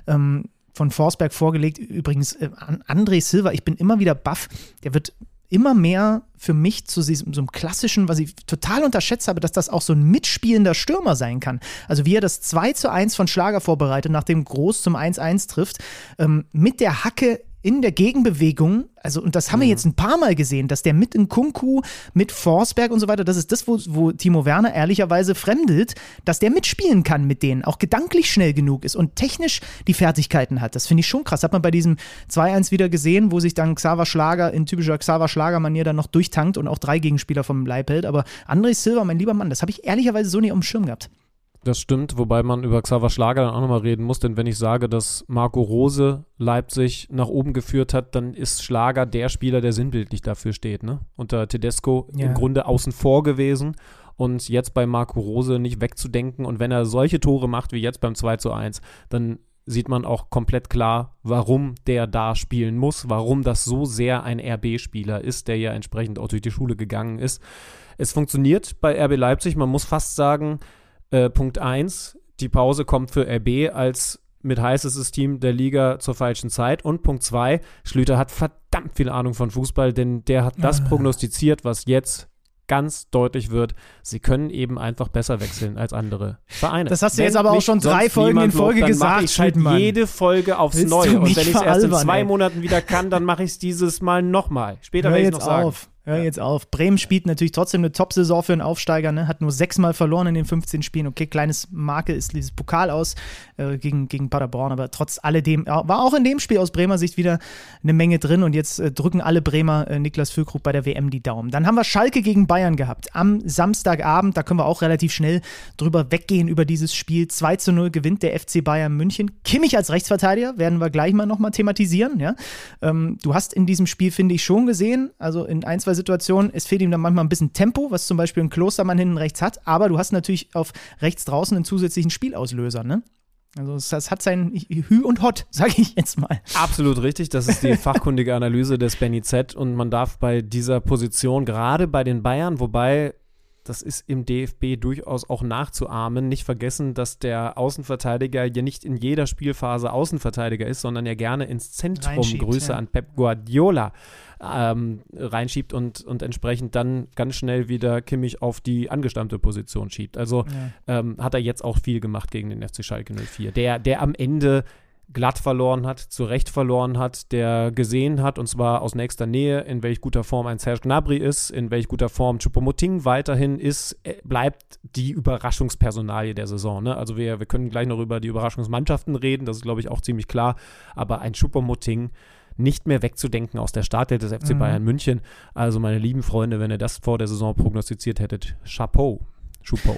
von Forsberg vorgelegt. Übrigens, André Silva, ich bin immer wieder baff, der wird immer mehr für mich zu so einem klassischen, was ich total unterschätzt habe, dass das auch so ein mitspielender Stürmer sein kann. Also wie er das 2:1 von Schlager vorbereitet, nachdem Groß zum 1:1 trifft, mit der Hacke in der Gegenbewegung, also und das haben wir jetzt ein paar Mal gesehen, dass der mit Nkunku, mit Forsberg und so weiter, das ist das, wo Timo Werner ehrlicherweise fremdelt, dass der mitspielen kann mit denen, auch gedanklich schnell genug ist und technisch die Fertigkeiten hat. Das finde ich schon krass. Hat man bei diesem 2:1 wieder gesehen, wo sich dann Xaver Schlager in typischer Xaver Schlager-Manier dann noch durchtankt und auch 3 Gegenspieler vom Leib hält. Aber André Silva, mein lieber Mann, das habe ich ehrlicherweise so nicht auf dem Schirm gehabt. Das stimmt, wobei man über Xaver Schlager dann auch nochmal reden muss, denn wenn ich sage, dass Marco Rose Leipzig nach oben geführt hat, dann ist Schlager der Spieler, der sinnbildlich dafür steht, ne? Unter Tedesco im Grunde außen vor gewesen und jetzt bei Marco Rose nicht wegzudenken und wenn er solche Tore macht wie jetzt beim 2:1, dann sieht man auch komplett klar, warum der da spielen muss, warum das so sehr ein RB-Spieler ist, der ja entsprechend auch durch die Schule gegangen ist. Es funktioniert bei RB Leipzig, man muss fast sagen, Punkt 1, die Pause kommt für RB als mit heißestes Team der Liga zur falschen Zeit. Und Punkt 2, Schlüter hat verdammt viel Ahnung von Fußball, denn der hat das prognostiziert, was jetzt ganz deutlich wird. Sie können eben einfach besser wechseln als andere Vereine. Das hast du jetzt aber auch schon 3 Folgen in Folge gesagt. Dann mache ich halt jede Folge aufs Neue. Und wenn ich es erst in 2 Monaten wieder kann, dann mache ich es dieses Mal nochmal. Später werde ich es noch sagen. Hör jetzt auf. Bremen spielt natürlich trotzdem eine Top-Saison für einen Aufsteiger, ne? Hat nur 6-mal verloren in den 15 Spielen. Okay, kleines Makel ist dieses Pokal aus gegen Paderborn, aber trotz alledem war auch in dem Spiel aus Bremer Sicht wieder eine Menge drin und jetzt drücken alle Bremer Niklas Füllkrug bei der WM die Daumen. Dann haben wir Schalke gegen Bayern gehabt am Samstagabend, da können wir auch relativ schnell drüber weggehen über dieses Spiel. 2:0 gewinnt der FC Bayern München. Kimmich als Rechtsverteidiger werden wir gleich mal nochmal thematisieren. Ja? Du hast in diesem Spiel, finde ich, schon gesehen, also in 1, 2 Situationen, es fehlt ihm dann manchmal ein bisschen Tempo, was zum Beispiel ein Klostermann hinten rechts hat, aber du hast natürlich auf rechts draußen einen zusätzlichen Spielauslöser, ne? Also das hat sein Hü und Hot, sage ich jetzt mal. Absolut richtig, das ist die fachkundige Analyse des Benny Z und man darf bei dieser Position, gerade bei den Bayern, wobei das ist im DFB durchaus auch nachzuahmen, nicht vergessen, dass der Außenverteidiger ja nicht in jeder Spielphase Außenverteidiger ist, sondern ja gerne ins Zentrum, Grüße an Pep Guardiola, reinschiebt und entsprechend dann ganz schnell wieder Kimmich auf die angestammte Position schiebt. Also hat er jetzt auch viel gemacht gegen den FC Schalke 04, der am Ende glatt verloren hat, zu Recht verloren hat, der gesehen hat, und zwar aus nächster Nähe, in welch guter Form ein Serge Gnabry ist, in welch guter Form Choupo-Moting weiterhin ist, bleibt die Überraschungspersonalie der Saison. Ne? Also wir können gleich noch über die Überraschungsmannschaften reden, das ist, glaube ich, auch ziemlich klar, aber ein Choupo-Moting nicht mehr wegzudenken aus der Startelf des FC Bayern München. Also meine lieben Freunde, wenn ihr das vor der Saison prognostiziert hättet, Chapeau, Choupo.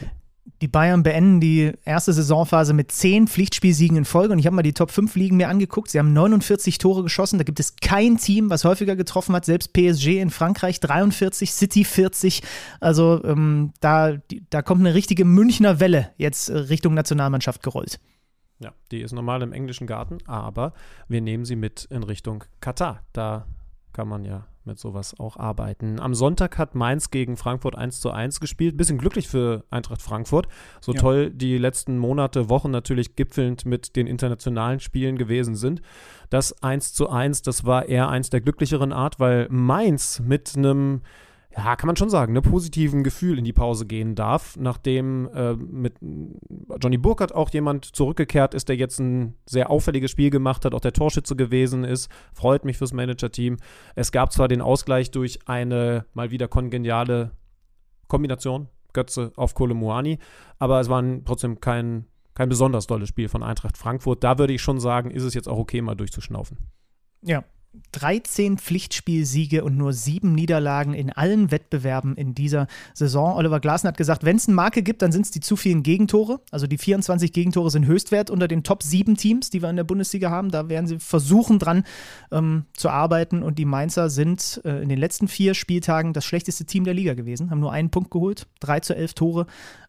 Die Bayern beenden die erste Saisonphase mit 10 Pflichtspielsiegen in Folge und ich habe mal die Top 5 Ligen mir angeguckt. Sie haben 49 Tore geschossen, da gibt es kein Team, was häufiger getroffen hat, selbst PSG in Frankreich 43, City 40. Also da kommt eine richtige Münchner Welle jetzt Richtung Nationalmannschaft gerollt. Ja, die ist normal im englischen Garten, aber wir nehmen sie mit in Richtung Katar. Da kann man ja mit sowas auch arbeiten. Am Sonntag hat Mainz gegen Frankfurt 1:1 gespielt. Bisschen glücklich für Eintracht Frankfurt. So toll die letzten Monate, Wochen natürlich gipfelnd mit den internationalen Spielen gewesen sind. Das 1:1, das war eher eins der glücklicheren Art, weil Mainz mit einem, ja, kann man schon sagen, einem positiven Gefühl in die Pause gehen darf, nachdem mit Johnny Burkhardt auch jemand zurückgekehrt ist, der jetzt ein sehr auffälliges Spiel gemacht hat, auch der Torschütze gewesen ist. Freut mich fürs Manager-Team. Es gab zwar den Ausgleich durch eine mal wieder kongeniale Kombination, Götze auf Kolo Muani, aber es war trotzdem kein besonders tolles Spiel von Eintracht Frankfurt. Da würde ich schon sagen, ist es jetzt auch okay, mal durchzuschnaufen. Ja. 13 Pflichtspielsiege und nur 7 Niederlagen in allen Wettbewerben in dieser Saison. Oliver Glasner hat gesagt, wenn es eine Marke gibt, dann sind es die zu vielen Gegentore. Also die 24 Gegentore sind Höchstwert unter den Top 7 Teams, die wir in der Bundesliga haben. Da werden sie versuchen, dran zu arbeiten. Und die Mainzer sind in den letzten 4 Spieltagen das schlechteste Team der Liga gewesen, haben nur einen Punkt geholt, 3:11 Tore.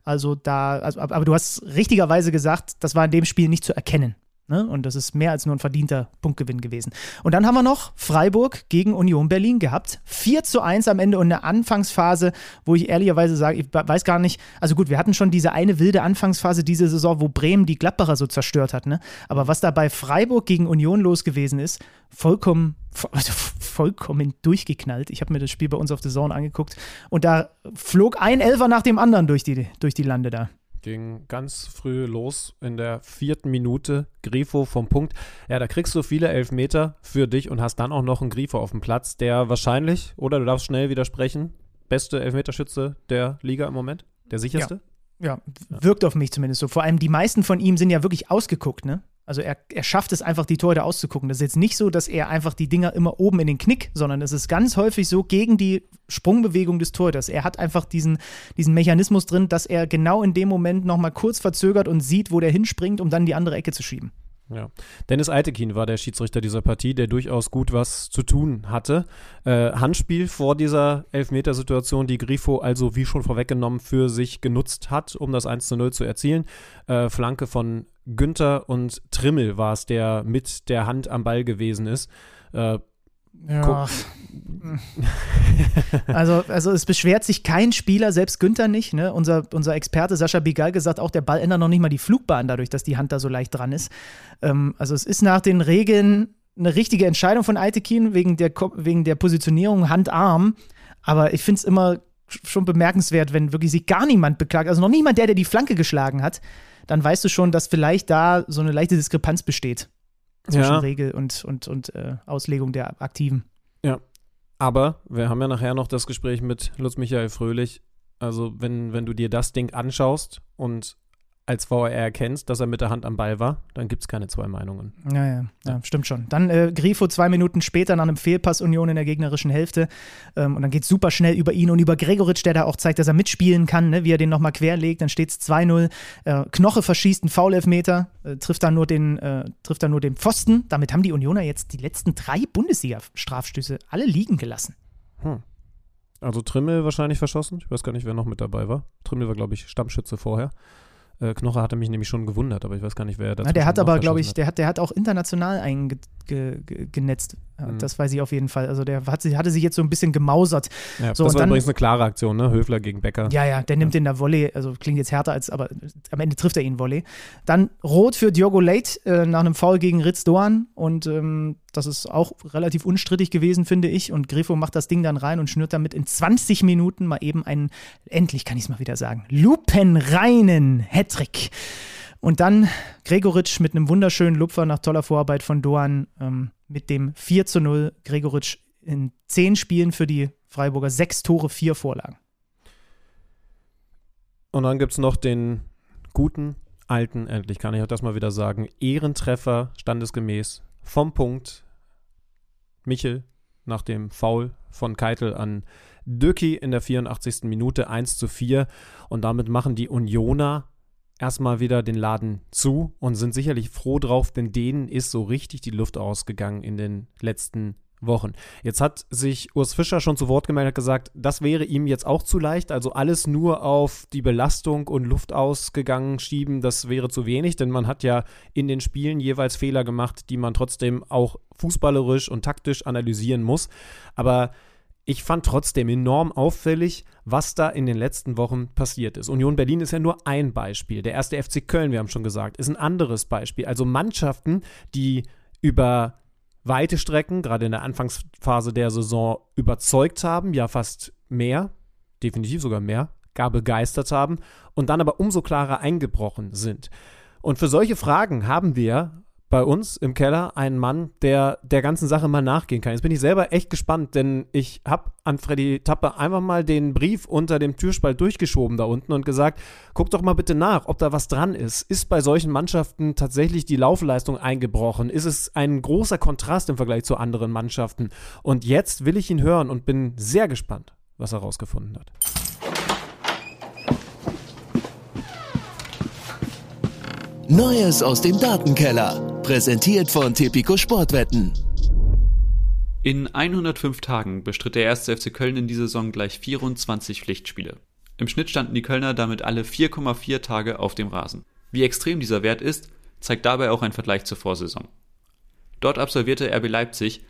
Aber du hast richtigerweise gesagt, das war in dem Spiel nicht zu erkennen. Ne? Und das ist mehr als nur ein verdienter Punktgewinn gewesen. Und dann haben wir noch Freiburg gegen Union Berlin gehabt. 4:1 am Ende und eine Anfangsphase, wo ich ehrlicherweise sage, ich weiß gar nicht, also gut, wir hatten schon diese eine wilde Anfangsphase diese Saison, wo Bremen die Gladbacher so zerstört hat. Ne? Aber was da bei Freiburg gegen Union los gewesen ist, vollkommen durchgeknallt. Ich habe mir das Spiel bei uns auf The Zone angeguckt und da flog ein Elfer nach dem anderen durch die Lande da. Ging ganz früh los in der 4. Minute. Grifo vom Punkt. Ja, da kriegst du viele Elfmeter für dich und hast dann auch noch einen Grifo auf dem Platz, der wahrscheinlich, oder du darfst schnell widersprechen, beste Elfmeterschütze der Liga im Moment, der sicherste. Ja, wirkt auf mich zumindest so. Vor allem die meisten von ihm sind ja wirklich ausgeguckt, ne? Also er schafft es einfach, die Torhüter auszugucken. Das ist jetzt nicht so, dass er einfach die Dinger immer oben in den Knick, sondern es ist ganz häufig so gegen die Sprungbewegung des Torhüters. Er hat einfach diesen Mechanismus drin, dass er genau in dem Moment nochmal kurz verzögert und sieht, wo der hinspringt, um dann die andere Ecke zu schieben. Ja. Dennis Eitekin war der Schiedsrichter dieser Partie, der durchaus gut was zu tun hatte. Handspiel vor dieser Elfmetersituation, die Grifo also wie schon vorweggenommen für sich genutzt hat, um das 1:0 zu erzielen. Flanke von Günther und Trimmel war es, der mit der Hand am Ball gewesen ist. Also es beschwert sich kein Spieler, selbst Günther nicht. Ne? Unser Experte Sascha Bigal gesagt, auch der Ball ändert noch nicht mal die Flugbahn dadurch, dass die Hand da so leicht dran ist. Also es ist nach den Regeln eine richtige Entscheidung von Eitekin wegen der Positionierung Hand-Arm. Aber ich finde es immer schon bemerkenswert, wenn wirklich sich gar niemand beklagt. Also noch niemand der die Flanke geschlagen hat. Dann weißt du schon, dass vielleicht da so eine leichte Diskrepanz besteht zwischen Regel und Auslegung der Aktiven. Ja, aber wir haben ja nachher noch das Gespräch mit Lutz Michael Fröhlich. Also wenn du dir das Ding anschaust und als VAR erkennst, dass er mit der Hand am Ball war, dann gibt es keine zwei Meinungen. Ja, stimmt schon. Dann Grifo 2 Minuten später nach einem Fehlpass Union in der gegnerischen Hälfte und dann geht es super schnell über ihn und über Gregoritsch, der da auch zeigt, dass er mitspielen kann, ne, wie er den nochmal querlegt, dann steht es 2:0. Knoche verschießt einen Foul-Elfmeter, trifft dann nur den Pfosten. Damit haben die Unioner jetzt die letzten 3 Bundesliga-Strafstöße alle liegen gelassen. Also Trimmel wahrscheinlich verschossen. Ich weiß gar nicht, wer noch mit dabei war. Trimmel war, glaube ich, Stammschütze vorher. Knoche hatte mich nämlich schon gewundert, aber ich weiß gar nicht, wer dazu. Der hat aber, glaube ich, der hat auch international eingenetzt. Das weiß ich auf jeden Fall. Also der hatte sich jetzt so ein bisschen gemausert. Ja, so, das war übrigens eine klare Aktion, ne? Höfler gegen Becker. Ja, der nimmt den da Volley, also klingt jetzt härter aber am Ende trifft er ihn Volley. Dann Rot für Diogo Leite nach einem Foul gegen Ritz Doan und das ist auch relativ unstrittig gewesen, finde ich. Und Grifo macht das Ding dann rein und schnürt damit in 20 Minuten mal eben einen, endlich kann ich es mal wieder sagen, lupenreinen Hattrick. Und dann Gregoritsch mit einem wunderschönen Lupfer nach toller Vorarbeit von Doan mit dem 4:0. Gregoritsch in 10 Spielen für die Freiburger, 6 Tore, 4 Vorlagen. Und dann gibt es noch den guten, alten, endlich kann ich auch das mal wieder sagen, Ehrentreffer, standesgemäß, vom Punkt. Michel nach dem Foul von Keitel an Döcki in der 84. Minute 1:4 und damit machen die Unioner erstmal wieder den Laden zu und sind sicherlich froh drauf, denn denen ist so richtig die Luft ausgegangen in den letzten Wochen. Jetzt hat sich Urs Fischer schon zu Wort gemeldet und gesagt, das wäre ihm jetzt auch zu leicht, also alles nur auf die Belastung und Luft ausgegangen schieben, das wäre zu wenig, denn man hat ja in den Spielen jeweils Fehler gemacht, die man trotzdem auch fußballerisch und taktisch analysieren muss, aber ich fand trotzdem enorm auffällig, was da in den letzten Wochen passiert ist. Union Berlin ist ja nur ein Beispiel. Der 1. FC Köln, wir haben schon gesagt, ist ein anderes Beispiel. Also Mannschaften, die über weite Strecken, gerade in der Anfangsphase der Saison, überzeugt haben, ja fast mehr, definitiv sogar mehr, gar begeistert haben und dann aber umso klarer eingebrochen sind. Und für solche Fragen haben wir bei uns im Keller einen Mann, der ganzen Sache mal nachgehen kann. Jetzt bin ich selber echt gespannt, denn ich habe an Freddy Tappe einfach mal den Brief unter dem Türspalt durchgeschoben da unten und gesagt, guck doch mal bitte nach, ob da was dran ist. Ist bei solchen Mannschaften tatsächlich die Laufleistung eingebrochen? Ist es ein großer Kontrast im Vergleich zu anderen Mannschaften? Und jetzt will ich ihn hören und bin sehr gespannt, was er rausgefunden hat. Neues aus dem Datenkeller. Präsentiert von Tipico Sportwetten. In 105 Tagen bestritt der 1. FC Köln in dieser Saison gleich 24 Pflichtspiele. Im Schnitt standen die Kölner damit alle 4,4 Tage auf dem Rasen. Wie extrem dieser Wert ist, zeigt dabei auch ein Vergleich zur Vorsaison. Dort absolvierte RB Leipzig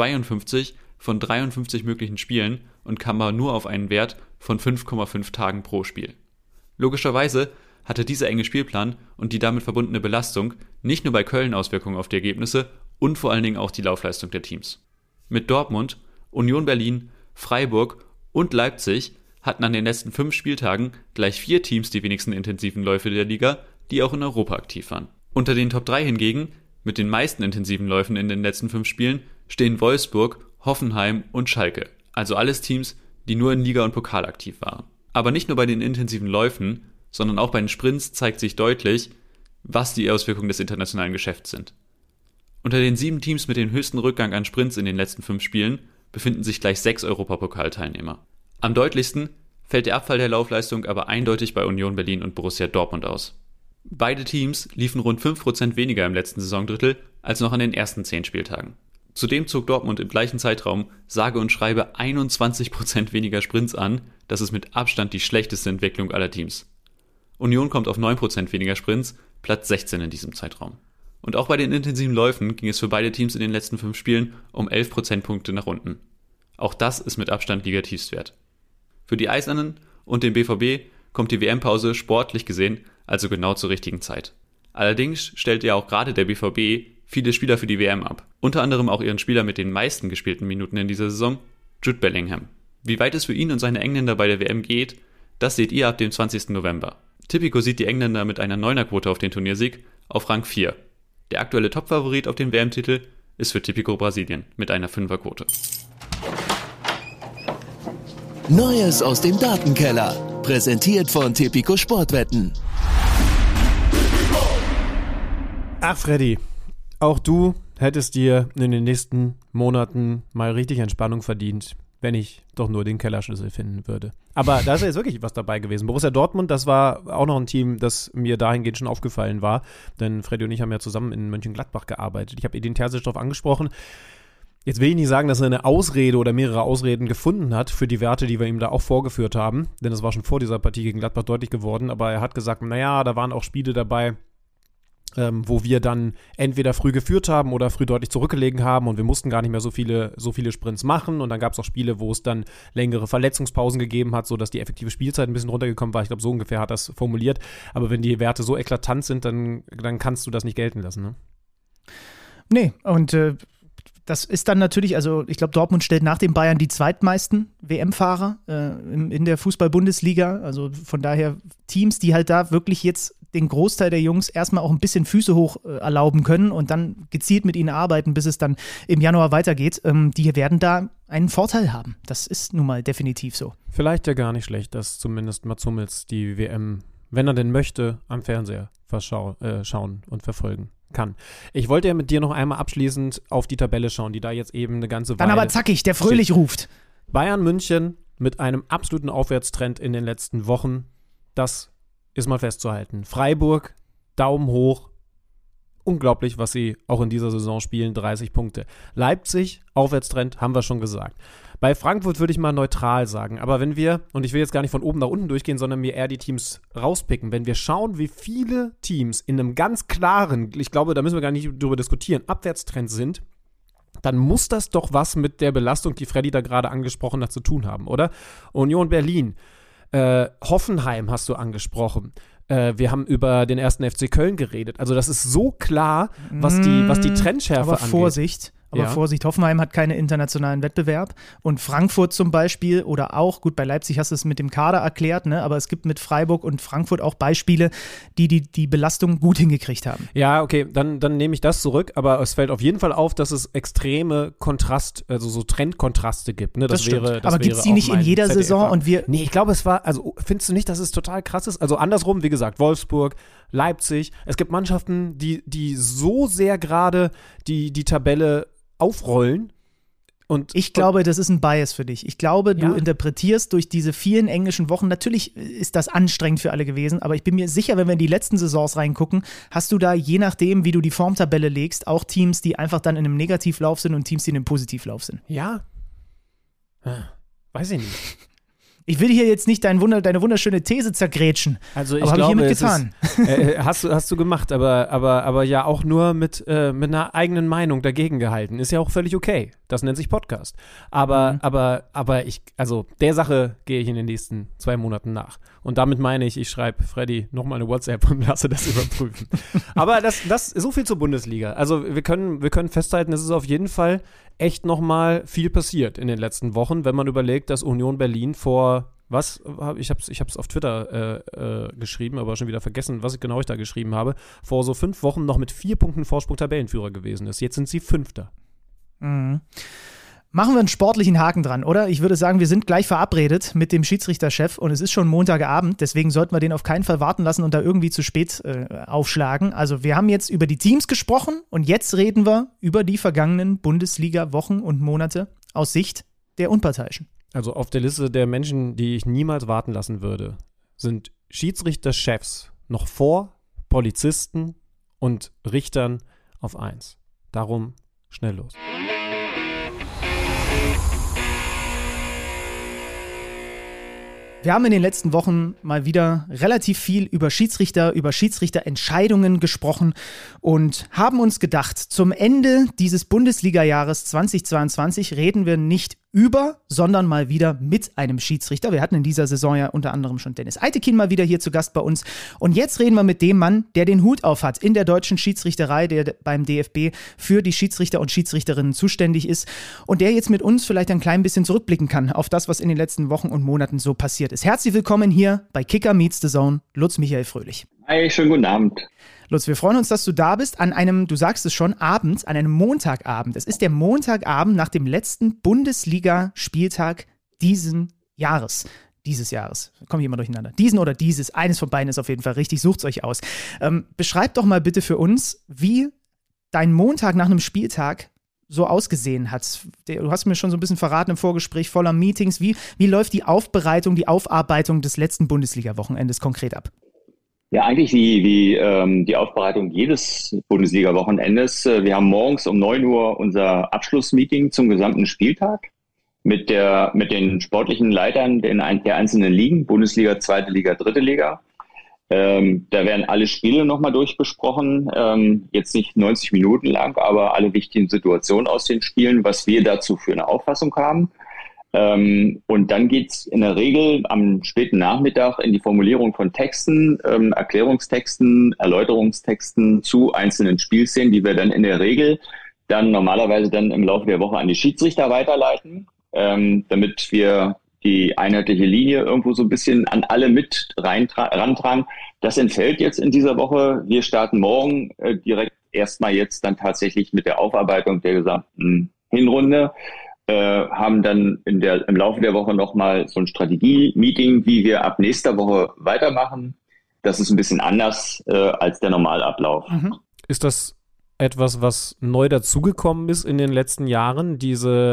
52 von 53 möglichen Spielen und kam aber nur auf einen Wert von 5,5 Tagen pro Spiel. Logischerweise hatte dieser enge Spielplan und die damit verbundene Belastung nicht nur bei Köln Auswirkungen auf die Ergebnisse und vor allen Dingen auch die Laufleistung der Teams. Mit Dortmund, Union Berlin, Freiburg und Leipzig hatten an den letzten 5 Spieltagen gleich 4 Teams die wenigsten intensiven Läufe der Liga, die auch in Europa aktiv waren. Unter den Top 3 hingegen, mit den meisten intensiven Läufen in den letzten 5 Spielen, stehen Wolfsburg, Hoffenheim und Schalke, also alles Teams, die nur in Liga und Pokal aktiv waren. Aber nicht nur bei den intensiven Läufen, sondern auch bei den Sprints zeigt sich deutlich, was die Auswirkungen des internationalen Geschäfts sind. Unter den 7 Teams mit dem höchsten Rückgang an Sprints in den letzten 5 Spielen befinden sich gleich 6 Europapokalteilnehmer. Am deutlichsten fällt der Abfall der Laufleistung aber eindeutig bei Union Berlin und Borussia Dortmund aus. Beide Teams liefen rund 5% weniger im letzten Saisondrittel als noch an den ersten 10 Spieltagen. Zudem zog Dortmund im gleichen Zeitraum sage und schreibe 21% weniger Sprints an, das ist mit Abstand die schlechteste Entwicklung aller Teams. Union kommt auf 9% weniger Sprints, Platz 16 in diesem Zeitraum. Und auch bei den intensiven Läufen ging es für beide Teams in den letzten 5 Spielen um 11 Prozentpunkte nach unten. Auch das ist mit Abstand Liga-Tiefstwert. Für die Eisernen und den BVB kommt die WM-Pause sportlich gesehen also genau zur richtigen Zeit. Allerdings stellt ja auch gerade der BVB viele Spieler für die WM ab. Unter anderem auch ihren Spieler mit den meisten gespielten Minuten in dieser Saison, Jude Bellingham. Wie weit es für ihn und seine Engländer bei der WM geht, das seht ihr ab dem 20. November. Tipico sieht die Engländer mit einer 9er-Quote auf den Turniersieg auf Rang 4. Der aktuelle Topfavorit auf den WM-Titel ist für Tipico Brasilien mit einer 5er-Quote. Neues aus dem Datenkeller. Präsentiert von Tipico Sportwetten. Ach Freddy, auch du hättest dir in den nächsten Monaten mal richtig Entspannung verdient, wenn ich doch nur den Kellerschlüssel finden würde. Aber da ist ja jetzt wirklich was dabei gewesen. Borussia Dortmund, das war auch noch ein Team, das mir dahingehend schon aufgefallen war, denn Freddy und ich haben ja zusammen in Mönchengladbach gearbeitet. Ich habe Edin Terzic darauf angesprochen. Jetzt will ich nicht sagen, dass er eine Ausrede oder mehrere Ausreden gefunden hat für die Werte, die wir ihm da auch vorgeführt haben, denn das war schon vor dieser Partie gegen Gladbach deutlich geworden, aber er hat gesagt, naja, da waren auch Spiele dabei, wo wir dann entweder früh geführt haben oder früh deutlich zurückgelegen haben und wir mussten gar nicht mehr so viele Sprints machen und dann gab es auch Spiele, wo es dann längere Verletzungspausen gegeben hat, sodass die effektive Spielzeit ein bisschen runtergekommen war. Ich glaube, so ungefähr hat das formuliert. Aber wenn die Werte so eklatant sind, dann kannst du das nicht gelten lassen, ne? Nee, und das ist dann natürlich, also ich glaube, Dortmund stellt nach den Bayern die zweitmeisten WM-Fahrer in der Fußball-Bundesliga. Also von daher Teams, die halt da wirklich jetzt den Großteil der Jungs erstmal auch ein bisschen Füße hoch erlauben können und dann gezielt mit ihnen arbeiten, bis es dann im Januar weitergeht, die werden da einen Vorteil haben. Das ist nun mal definitiv so. Vielleicht ja gar nicht schlecht, dass zumindest Mats Hummels die WM, wenn er denn möchte, am Fernseher schauen und verfolgen kann. Ich wollte ja mit dir noch einmal abschließend auf die Tabelle schauen, die da jetzt eben eine ganze Weile... Dann aber zackig, der Fröhlich ruft. Bayern München mit einem absoluten Aufwärtstrend in den letzten Wochen. Das ist mal festzuhalten. Freiburg, Daumen hoch. Unglaublich, was sie auch in dieser Saison spielen, 30 Punkte. Leipzig, Aufwärtstrend, haben wir schon gesagt. Bei Frankfurt würde ich mal neutral sagen, aber wenn wir, und ich will jetzt gar nicht von oben nach unten durchgehen, sondern mir eher die Teams rauspicken, wenn wir schauen, wie viele Teams in einem ganz klaren, ich glaube, da müssen wir gar nicht drüber diskutieren, Abwärtstrend sind, dann muss das doch was mit der Belastung, die Freddy da gerade angesprochen hat, zu tun haben, oder? Union Berlin, Hoffenheim hast du angesprochen. Wir haben über den 1. FC Köln geredet. Also das ist so klar, was die Trendschärfe angeht. Aber Vorsicht, Hoffenheim hat keinen internationalen Wettbewerb und Frankfurt zum Beispiel oder auch, gut, bei Leipzig hast du es mit dem Kader erklärt, ne? Aber es gibt mit Freiburg und Frankfurt auch Beispiele, die Belastung gut hingekriegt haben. Ja, okay, dann nehme ich das zurück, aber es fällt auf jeden Fall auf, dass es extreme so Trendkontraste gibt. Ne? Das stimmt. Aber gibt es die nicht in jeder Saison? Nee, ich glaube, findest du nicht, dass es total krass ist? Also andersrum, wie gesagt, Wolfsburg, Leipzig, es gibt Mannschaften, die so sehr gerade die Tabelle aufrollen. Ich glaube, das ist ein Bias für dich. Ich glaube, du interpretierst durch diese vielen englischen Wochen, natürlich ist das anstrengend für alle gewesen, aber ich bin mir sicher, wenn wir in die letzten Saisons reingucken, hast du da, je nachdem, wie du die Formtabelle legst, auch Teams, die einfach dann in einem Negativlauf sind und Teams, die in einem Positivlauf sind. Ja. Weiß ich nicht. Ich will hier jetzt nicht deine wunderschöne These zergrätschen. Also ich aber glaube, habe ich hiermit getan. Hast du gemacht, aber ja auch nur mit einer eigenen Meinung dagegen gehalten. Ist ja auch völlig okay. Das nennt sich Podcast. Aber der Sache gehe ich in den nächsten 2 Monaten nach. Und damit meine ich schreibe Freddy nochmal eine WhatsApp und lasse das überprüfen. Aber das so viel zur Bundesliga. Also wir können festhalten, es ist auf jeden Fall echt nochmal viel passiert in den letzten Wochen, wenn man überlegt, dass Union Berlin ich hab's auf Twitter geschrieben, aber schon wieder vergessen, was ich da geschrieben habe, vor so 5 Wochen noch mit 4 Punkten Vorsprung Tabellenführer gewesen ist. Jetzt sind sie 5. Mhm. Machen wir einen sportlichen Haken dran, oder? Ich würde sagen, wir sind gleich verabredet mit dem Schiedsrichterchef und es ist schon Montagabend, deswegen sollten wir den auf keinen Fall warten lassen und da irgendwie zu spät aufschlagen. Also wir haben jetzt über die Teams gesprochen und jetzt reden wir über die vergangenen Bundesliga-Wochen und Monate aus Sicht der Unparteiischen. Also auf der Liste der Menschen, die ich niemals warten lassen würde, sind Schiedsrichterchefs noch vor Polizisten und Richtern auf 1. Darum schnell los. Wir haben in den letzten Wochen mal wieder relativ viel über Schiedsrichterentscheidungen gesprochen und haben uns gedacht, zum Ende dieses Bundesliga-Jahres 2022 reden wir nicht über, sondern mal wieder mit einem Schiedsrichter. Wir hatten in dieser Saison ja unter anderem schon Dennis Eitekin mal wieder hier zu Gast bei uns. Und jetzt reden wir mit dem Mann, der den Hut auf hat in der deutschen Schiedsrichterei, der beim DFB für die Schiedsrichter und Schiedsrichterinnen zuständig ist und der jetzt mit uns vielleicht ein klein bisschen zurückblicken kann auf das, was in den letzten Wochen und Monaten so passiert ist. Herzlich willkommen hier bei Kicker meets the Zone, Lutz Michael Fröhlich. Hi, schönen guten Abend. Lutz, wir freuen uns, dass du da bist an einem, du sagst es schon, Abend, an einem Montagabend. Es ist der Montagabend nach dem letzten Bundesliga-Spieltag dieses Jahres. Komme ich immer durcheinander. Diesen oder dieses, eines von beiden ist auf jeden Fall richtig, sucht's euch aus. Beschreib doch mal bitte für uns, wie dein Montag nach einem Spieltag so ausgesehen hat. Du hast mir schon so ein bisschen verraten im Vorgespräch, voller Meetings. Wie läuft die Aufbereitung, die Aufarbeitung des letzten Bundesliga-Wochenendes konkret ab? Ja, eigentlich die Aufbereitung jedes Bundesliga-Wochenendes. Wir haben morgens um 9 Uhr unser Abschlussmeeting zum gesamten Spieltag mit den sportlichen Leitern der einzelnen Ligen, Bundesliga, 2. Liga, 3. Liga. Da werden alle Spiele nochmal durchbesprochen, jetzt nicht 90 Minuten lang, aber alle wichtigen Situationen aus den Spielen, was wir dazu für eine Auffassung haben. Und dann geht's in der Regel am späten Nachmittag in die Formulierung von Texten, Erklärungstexten, Erläuterungstexten zu einzelnen Spielszenen, die wir dann in der Regel dann normalerweise dann im Laufe der Woche an die Schiedsrichter weiterleiten, damit wir die einheitliche Linie irgendwo so ein bisschen an alle mit rantragen. Das entfällt jetzt in dieser Woche. Wir starten morgen direkt erstmal jetzt dann tatsächlich mit der Aufarbeitung der gesamten Hinrunde. Haben dann im Laufe der Woche nochmal so ein Strategie-Meeting, wie wir ab nächster Woche weitermachen. Das ist ein bisschen anders als der Normalablauf. Mhm. Ist das etwas, was neu dazugekommen ist in den letzten Jahren, diese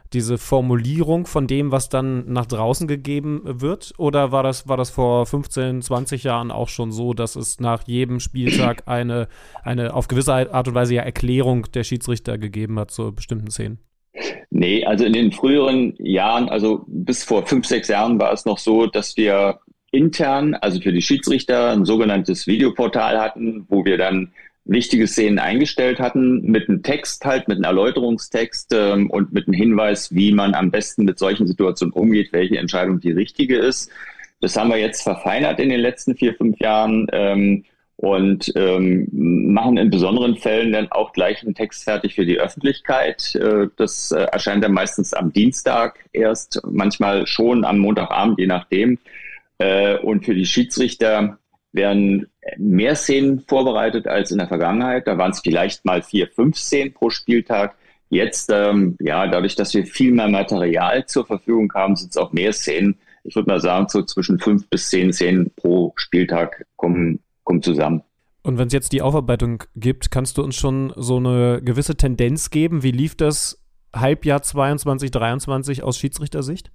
diese Formulierung von dem, was dann nach draußen gegeben wird? Oder war das vor 15, 20 Jahren auch schon so, dass es nach jedem Spieltag eine auf gewisse Art und Weise ja Erklärung der Schiedsrichter gegeben hat zu bestimmten Szenen? Nee, also in den früheren Jahren, also bis vor 5, 6 Jahren war es noch so, dass wir intern, also für die Schiedsrichter, ein sogenanntes Videoportal hatten, wo wir dann wichtige Szenen eingestellt hatten, mit einem Text halt, mit einem Erläuterungstext und mit einem Hinweis, wie man am besten mit solchen Situationen umgeht, welche Entscheidung die richtige ist. Das haben wir jetzt verfeinert in den letzten 4, 5 Jahren und machen in besonderen Fällen dann auch gleich einen Text fertig für die Öffentlichkeit. Das erscheint dann meistens am Dienstag erst, manchmal schon am Montagabend, je nachdem. Und für die Schiedsrichter werden mehr Szenen vorbereitet als in der Vergangenheit. Da waren es vielleicht mal 4, 5 Szenen pro Spieltag. Jetzt, dadurch, dass wir viel mehr Material zur Verfügung haben, sind es auch mehr Szenen. Ich würde mal sagen, so zwischen 5 bis 10 Szenen pro Spieltag kommen zusammen. Und wenn es jetzt die Aufarbeitung gibt, kannst du uns schon so eine gewisse Tendenz geben? Wie lief das Halbjahr 22, 23 aus Schiedsrichtersicht?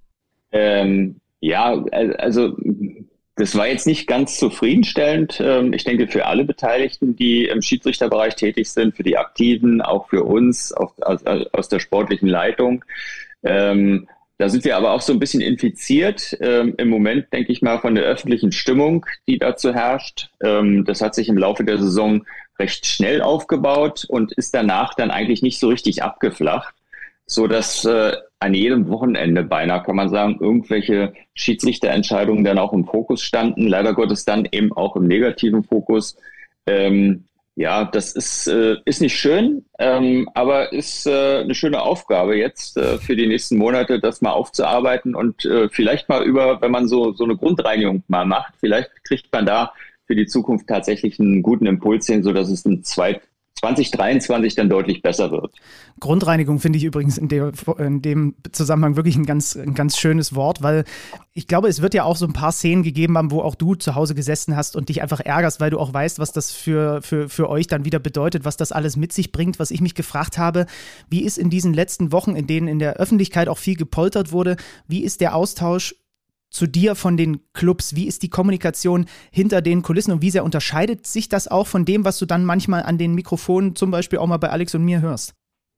Also das war jetzt nicht ganz zufriedenstellend. Ich denke, für alle Beteiligten, die im Schiedsrichterbereich tätig sind, für die Aktiven, auch für uns aus der sportlichen Leitung. Da sind wir aber auch so ein bisschen infiziert. Im Moment, denke ich mal, von der öffentlichen Stimmung, die dazu herrscht. Das hat sich im Laufe der Saison recht schnell aufgebaut und ist danach dann eigentlich nicht so richtig abgeflacht, so dass an jedem Wochenende beinahe, kann man sagen, irgendwelche Schiedsrichterentscheidungen dann auch im Fokus standen. Leider Gottes dann eben auch im negativen Fokus. Das ist nicht schön, aber ist eine schöne Aufgabe jetzt für die nächsten Monate, das mal aufzuarbeiten und vielleicht mal wenn man so eine Grundreinigung mal macht, vielleicht kriegt man da für die Zukunft tatsächlich einen guten Impuls hin, sodass es im 2023 dann deutlich besser wird. Grundreinigung finde ich übrigens in dem Zusammenhang wirklich ein ganz schönes Wort, weil ich glaube, es wird ja auch so ein paar Szenen gegeben haben, wo auch du zu Hause gesessen hast und dich einfach ärgerst, weil du auch weißt, was das für euch dann wieder bedeutet, was das alles mit sich bringt. Was ich mich gefragt habe, wie ist in diesen letzten Wochen, in denen in der Öffentlichkeit auch viel gepoltert wurde, wie ist der Austausch zu dir von den Clubs? Wie ist die Kommunikation hinter den Kulissen und wie sehr unterscheidet sich das auch von dem, was du dann manchmal an den Mikrofonen zum Beispiel auch mal bei Alex und mir hörst?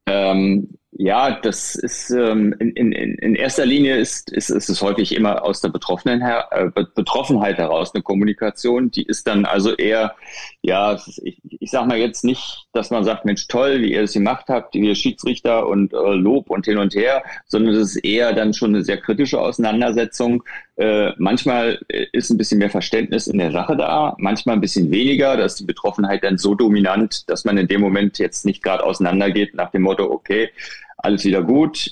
Das ist in erster Linie ist es häufig immer aus der Betroffenheit heraus eine Kommunikation, die ist dann also eher, ich sag mal jetzt nicht, dass man sagt, Mensch, toll, wie ihr es gemacht habt, ihr Schiedsrichter und Lob und hin und her, sondern es ist eher dann schon eine sehr kritische Auseinandersetzung. Manchmal ist ein bisschen mehr Verständnis in der Sache da, manchmal ein bisschen weniger. Da ist die Betroffenheit dann so dominant, dass man in dem Moment jetzt nicht gerade auseinandergeht nach dem Motto, okay, alles wieder gut.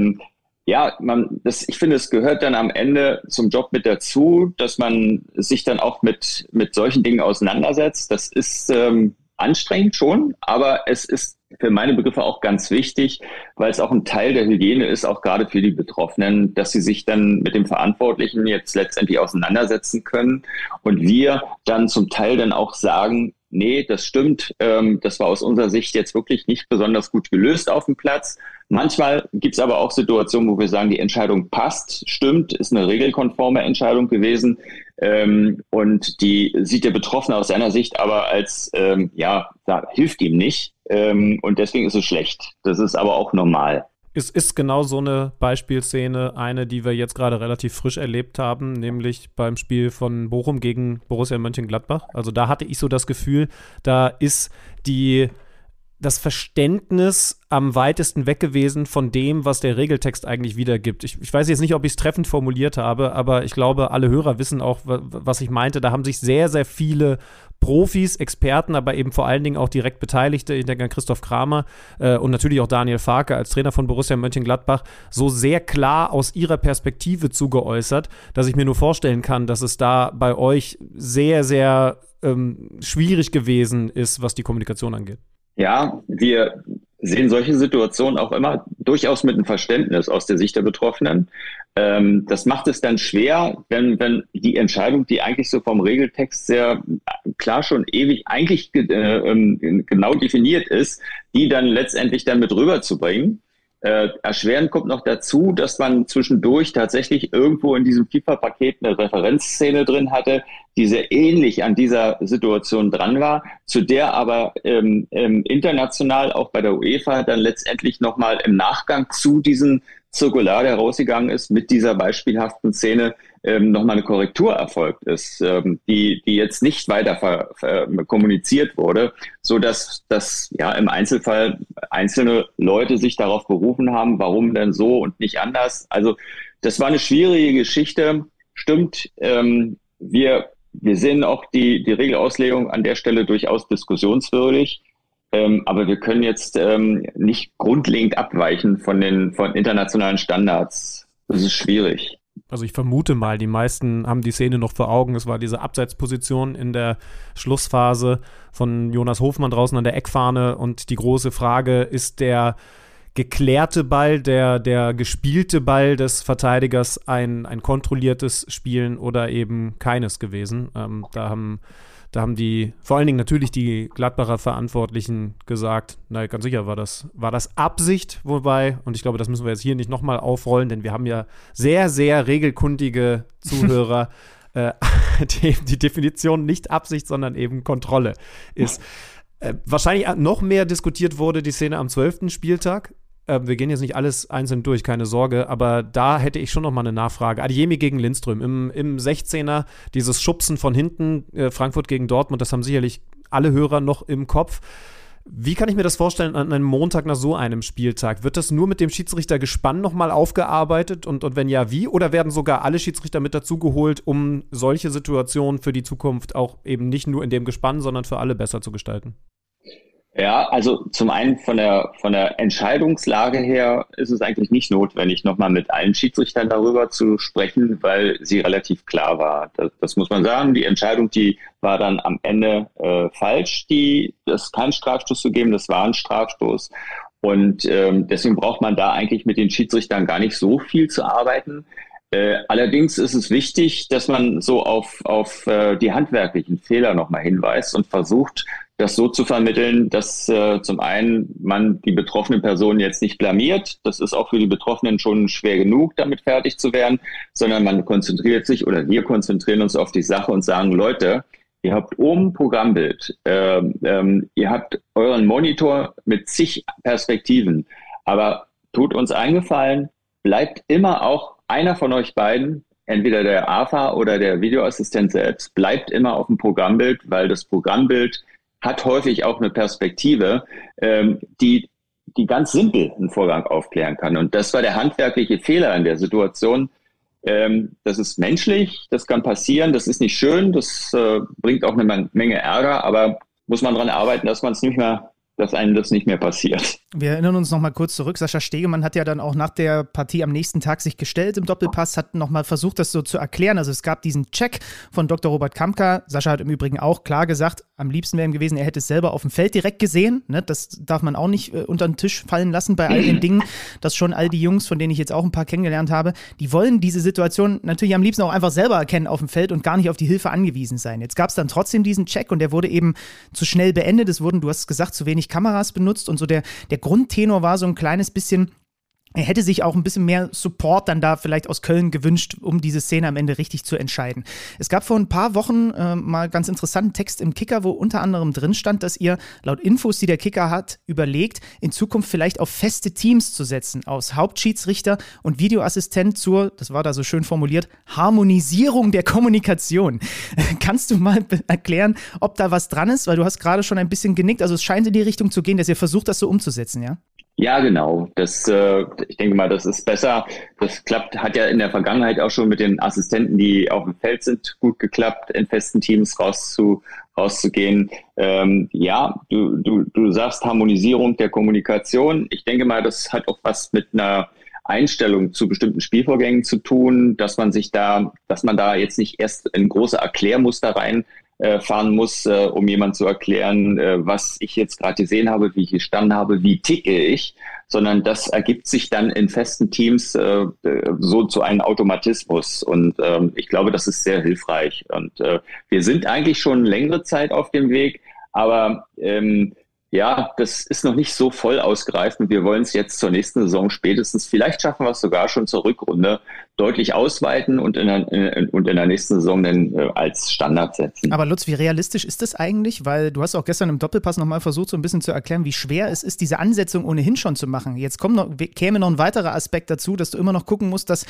Ich finde, es gehört dann am Ende zum Job mit dazu, dass man sich dann auch mit solchen Dingen auseinandersetzt. Das ist anstrengend schon, aber es ist für meine Begriffe auch ganz wichtig, weil es auch ein Teil der Hygiene ist, auch gerade für die Betroffenen, dass sie sich dann mit dem Verantwortlichen jetzt letztendlich auseinandersetzen können und wir dann zum Teil dann auch sagen, nee, das stimmt, das war aus unserer Sicht jetzt wirklich nicht besonders gut gelöst auf dem Platz. Manchmal gibt es aber auch Situationen, wo wir sagen, die Entscheidung passt, stimmt, ist eine regelkonforme Entscheidung gewesen und die sieht der Betroffene aus seiner Sicht aber als, hilft ihm nicht und deswegen ist es schlecht. Das ist aber auch normal. Es ist genau so eine Beispielszene, eine, die wir jetzt gerade relativ frisch erlebt haben, nämlich beim Spiel von Bochum gegen Borussia Mönchengladbach. Also da hatte ich so das Gefühl, da ist das Verständnis am weitesten weg gewesen von dem, was der Regeltext eigentlich wiedergibt. Ich weiß jetzt nicht, ob ich es treffend formuliert habe, aber ich glaube, alle Hörer wissen auch, was ich meinte. Da haben sich sehr, sehr viele Profis, Experten, aber eben vor allen Dingen auch direkt Beteiligte, ich denke an Christoph Kramer und natürlich auch Daniel Farke als Trainer von Borussia Mönchengladbach, so sehr klar aus ihrer Perspektive zugeäußert, dass ich mir nur vorstellen kann, dass es da bei euch sehr, sehr schwierig gewesen ist, was die Kommunikation angeht. Ja, wir sehen solche Situationen auch immer durchaus mit einem Verständnis aus der Sicht der Betroffenen. Das macht es dann schwer, wenn die Entscheidung, die eigentlich so vom Regeltext sehr klar schon ewig eigentlich genau definiert ist, die dann letztendlich dann mit rüberzubringen. Erschwerend kommt noch dazu, dass man zwischendurch tatsächlich irgendwo in diesem FIFA-Paket eine Referenzszene drin hatte, die sehr ähnlich an dieser Situation dran war, zu der aber international auch bei der UEFA dann letztendlich nochmal im Nachgang zu diesem Zirkular, der rausgegangen ist, mit dieser beispielhaften Szene nochmal eine Korrektur erfolgt ist, die jetzt nicht weiter kommuniziert wurde, so dass im Einzelfall einzelne Leute sich darauf berufen haben, warum denn so und nicht anders. Also das war eine schwierige Geschichte. Stimmt, wir sehen auch die Regelauslegung an der Stelle durchaus diskussionswürdig. Aber wir können jetzt nicht grundlegend abweichen von internationalen Standards. Das ist schwierig. Also ich vermute mal, die meisten haben die Szene noch vor Augen. Es war diese Abseitsposition in der Schlussphase von Jonas Hofmann draußen an der Eckfahne. Und die große Frage, ist der geklärte Ball, der gespielte Ball des Verteidigers ein kontrolliertes Spielen oder eben keines gewesen? Da haben die, vor allen Dingen natürlich die Gladbacher Verantwortlichen gesagt, na ganz sicher war das Absicht, wobei, und ich glaube, das müssen wir jetzt hier nicht nochmal aufrollen, denn wir haben ja sehr, sehr regelkundige Zuhörer, die Definition nicht Absicht, sondern eben Kontrolle ist. Wahrscheinlich noch mehr diskutiert wurde die Szene am 12. Spieltag. Wir gehen jetzt nicht alles einzeln durch, keine Sorge, aber da hätte ich schon noch mal eine Nachfrage. Adeyemi gegen Lindström im 16er, dieses Schubsen von hinten, Frankfurt gegen Dortmund, das haben sicherlich alle Hörer noch im Kopf. Wie kann ich mir das vorstellen an einem Montag nach so einem Spieltag? Wird das nur mit dem Schiedsrichtergespann noch mal aufgearbeitet und wenn ja, wie? Oder werden sogar alle Schiedsrichter mit dazugeholt, um solche Situationen für die Zukunft auch eben nicht nur in dem Gespann, sondern für alle besser zu gestalten? Ja, also zum einen von der Entscheidungslage her ist es eigentlich nicht notwendig, nochmal mit allen Schiedsrichtern darüber zu sprechen, weil sie relativ klar war. Das muss man sagen. Die Entscheidung, die war dann am Ende falsch, das keinen Strafstoß zu geben, das war ein Strafstoß. Und deswegen braucht man da eigentlich mit den Schiedsrichtern gar nicht so viel zu arbeiten. Allerdings ist es wichtig, dass man so auf die handwerklichen Fehler nochmal hinweist und versucht, das so zu vermitteln, dass zum einen man die betroffene Person jetzt nicht blamiert. Das ist auch für die Betroffenen schon schwer genug, damit fertig zu werden, sondern man konzentriert sich oder wir konzentrieren uns auf die Sache und sagen, Leute, ihr habt oben ein Programmbild, ihr habt euren Monitor mit zig Perspektiven, aber tut uns einen Gefallen, bleibt immer auch einer von euch beiden, entweder der AFA oder der Videoassistent selbst, bleibt immer auf dem Programmbild, weil das Programmbild hat häufig auch eine Perspektive, die ganz simpel einen Vorgang aufklären kann. Und das war der handwerkliche Fehler in der Situation. Das ist menschlich, das kann passieren, das ist nicht schön, das bringt auch eine Menge Ärger, aber muss man daran arbeiten, dass einem das nicht mehr passiert. Wir erinnern uns noch mal kurz zurück. Sascha Stegemann hat ja dann auch nach der Partie am nächsten Tag sich gestellt im Doppelpass, hat noch mal versucht, das so zu erklären. Also es gab diesen Check von Dr. Robert Kampka. Sascha hat im Übrigen auch klar gesagt, am liebsten wäre ihm gewesen, er hätte es selber auf dem Feld direkt gesehen. Ne? Das darf man auch nicht unter den Tisch fallen lassen bei all den Dingen, dass schon all die Jungs, von denen ich jetzt auch ein paar kennengelernt habe, die wollen diese Situation natürlich am liebsten auch einfach selber erkennen auf dem Feld und gar nicht auf die Hilfe angewiesen sein. Jetzt gab es dann trotzdem diesen Check und der wurde eben zu schnell beendet. Es wurden, du hast es gesagt, zu wenig Kameras benutzt und so der Grundtenor war so ein kleines bisschen, er hätte sich auch ein bisschen mehr Support dann da vielleicht aus Köln gewünscht, um diese Szene am Ende richtig zu entscheiden. Es gab vor ein paar Wochen mal ganz interessanten Text im Kicker, wo unter anderem drin stand, dass ihr laut Infos, die der Kicker hat, überlegt, in Zukunft vielleicht auf feste Teams zu setzen, aus Hauptschiedsrichter und Videoassistent zur, das war da so schön formuliert, Harmonisierung der Kommunikation. Kannst du mal erklären, ob da was dran ist? Weil du hast gerade schon ein bisschen genickt, also es scheint in die Richtung zu gehen, dass ihr versucht, das so umzusetzen, ja? Ja, genau. Ich denke mal, das ist besser. Das hat ja in der Vergangenheit auch schon mit den Assistenten, die auf dem Feld sind, gut geklappt, in festen Teams rauszugehen. Ja, du sagst Harmonisierung der Kommunikation. Ich denke mal, das hat auch was mit einer Einstellung zu bestimmten Spielvorgängen zu tun, dass man da jetzt nicht erst in große Erklärmuster fahren muss, um jemand zu erklären, was ich jetzt gerade gesehen habe, wie ich gestanden habe, wie ticke ich, sondern das ergibt sich dann in festen Teams so zu einem Automatismus und ich glaube, das ist sehr hilfreich und wir sind eigentlich schon längere Zeit auf dem Weg, aber Ja, das ist noch nicht so voll ausgereift. Wir wollen es jetzt zur nächsten Saison spätestens, vielleicht schaffen wir es sogar schon zur Rückrunde, deutlich ausweiten und in der nächsten Saison dann als Standard setzen. Aber Lutz, wie realistisch ist das eigentlich? Weil du hast auch gestern im Doppelpass nochmal versucht, so ein bisschen zu erklären, wie schwer es ist, diese Ansetzung ohnehin schon zu machen. Jetzt käme noch ein weiterer Aspekt dazu, dass du immer noch gucken musst, dass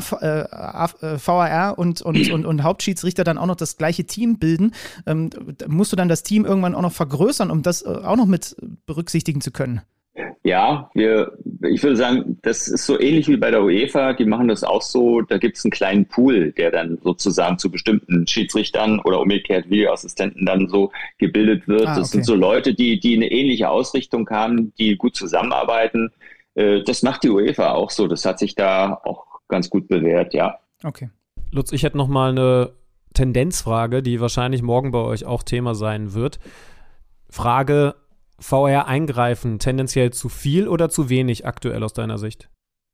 VAR und Hauptschiedsrichter dann auch noch das gleiche Team bilden. Musst du dann das Team irgendwann auch noch vergrößern, um das auch noch mit berücksichtigen zu können? Ja, ich würde sagen, das ist so ähnlich wie bei der UEFA. Die machen das auch so. Da gibt es einen kleinen Pool, der dann sozusagen zu bestimmten Schiedsrichtern oder umgekehrt Videoassistenten dann so gebildet wird. Das sind so Leute, die eine ähnliche Ausrichtung haben, die gut zusammenarbeiten. Das macht die UEFA auch so. Das hat sich da auch ganz gut bewährt, ja. Okay. Lutz, ich hätte noch mal eine Tendenzfrage, die wahrscheinlich morgen bei euch auch Thema sein wird. Frage: VR eingreifen, tendenziell zu viel oder zu wenig aktuell aus deiner Sicht?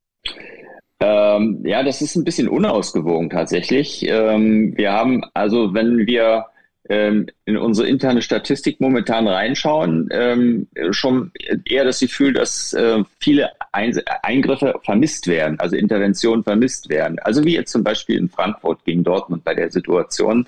Ja, das ist ein bisschen unausgewogen tatsächlich. Wir haben, also wenn wir in unsere interne Statistik momentan reinschauen, schon eher das Gefühl, dass viele Eingriffe vermisst werden, also Interventionen vermisst werden. Also wie jetzt zum Beispiel in Frankfurt gegen Dortmund bei der Situation.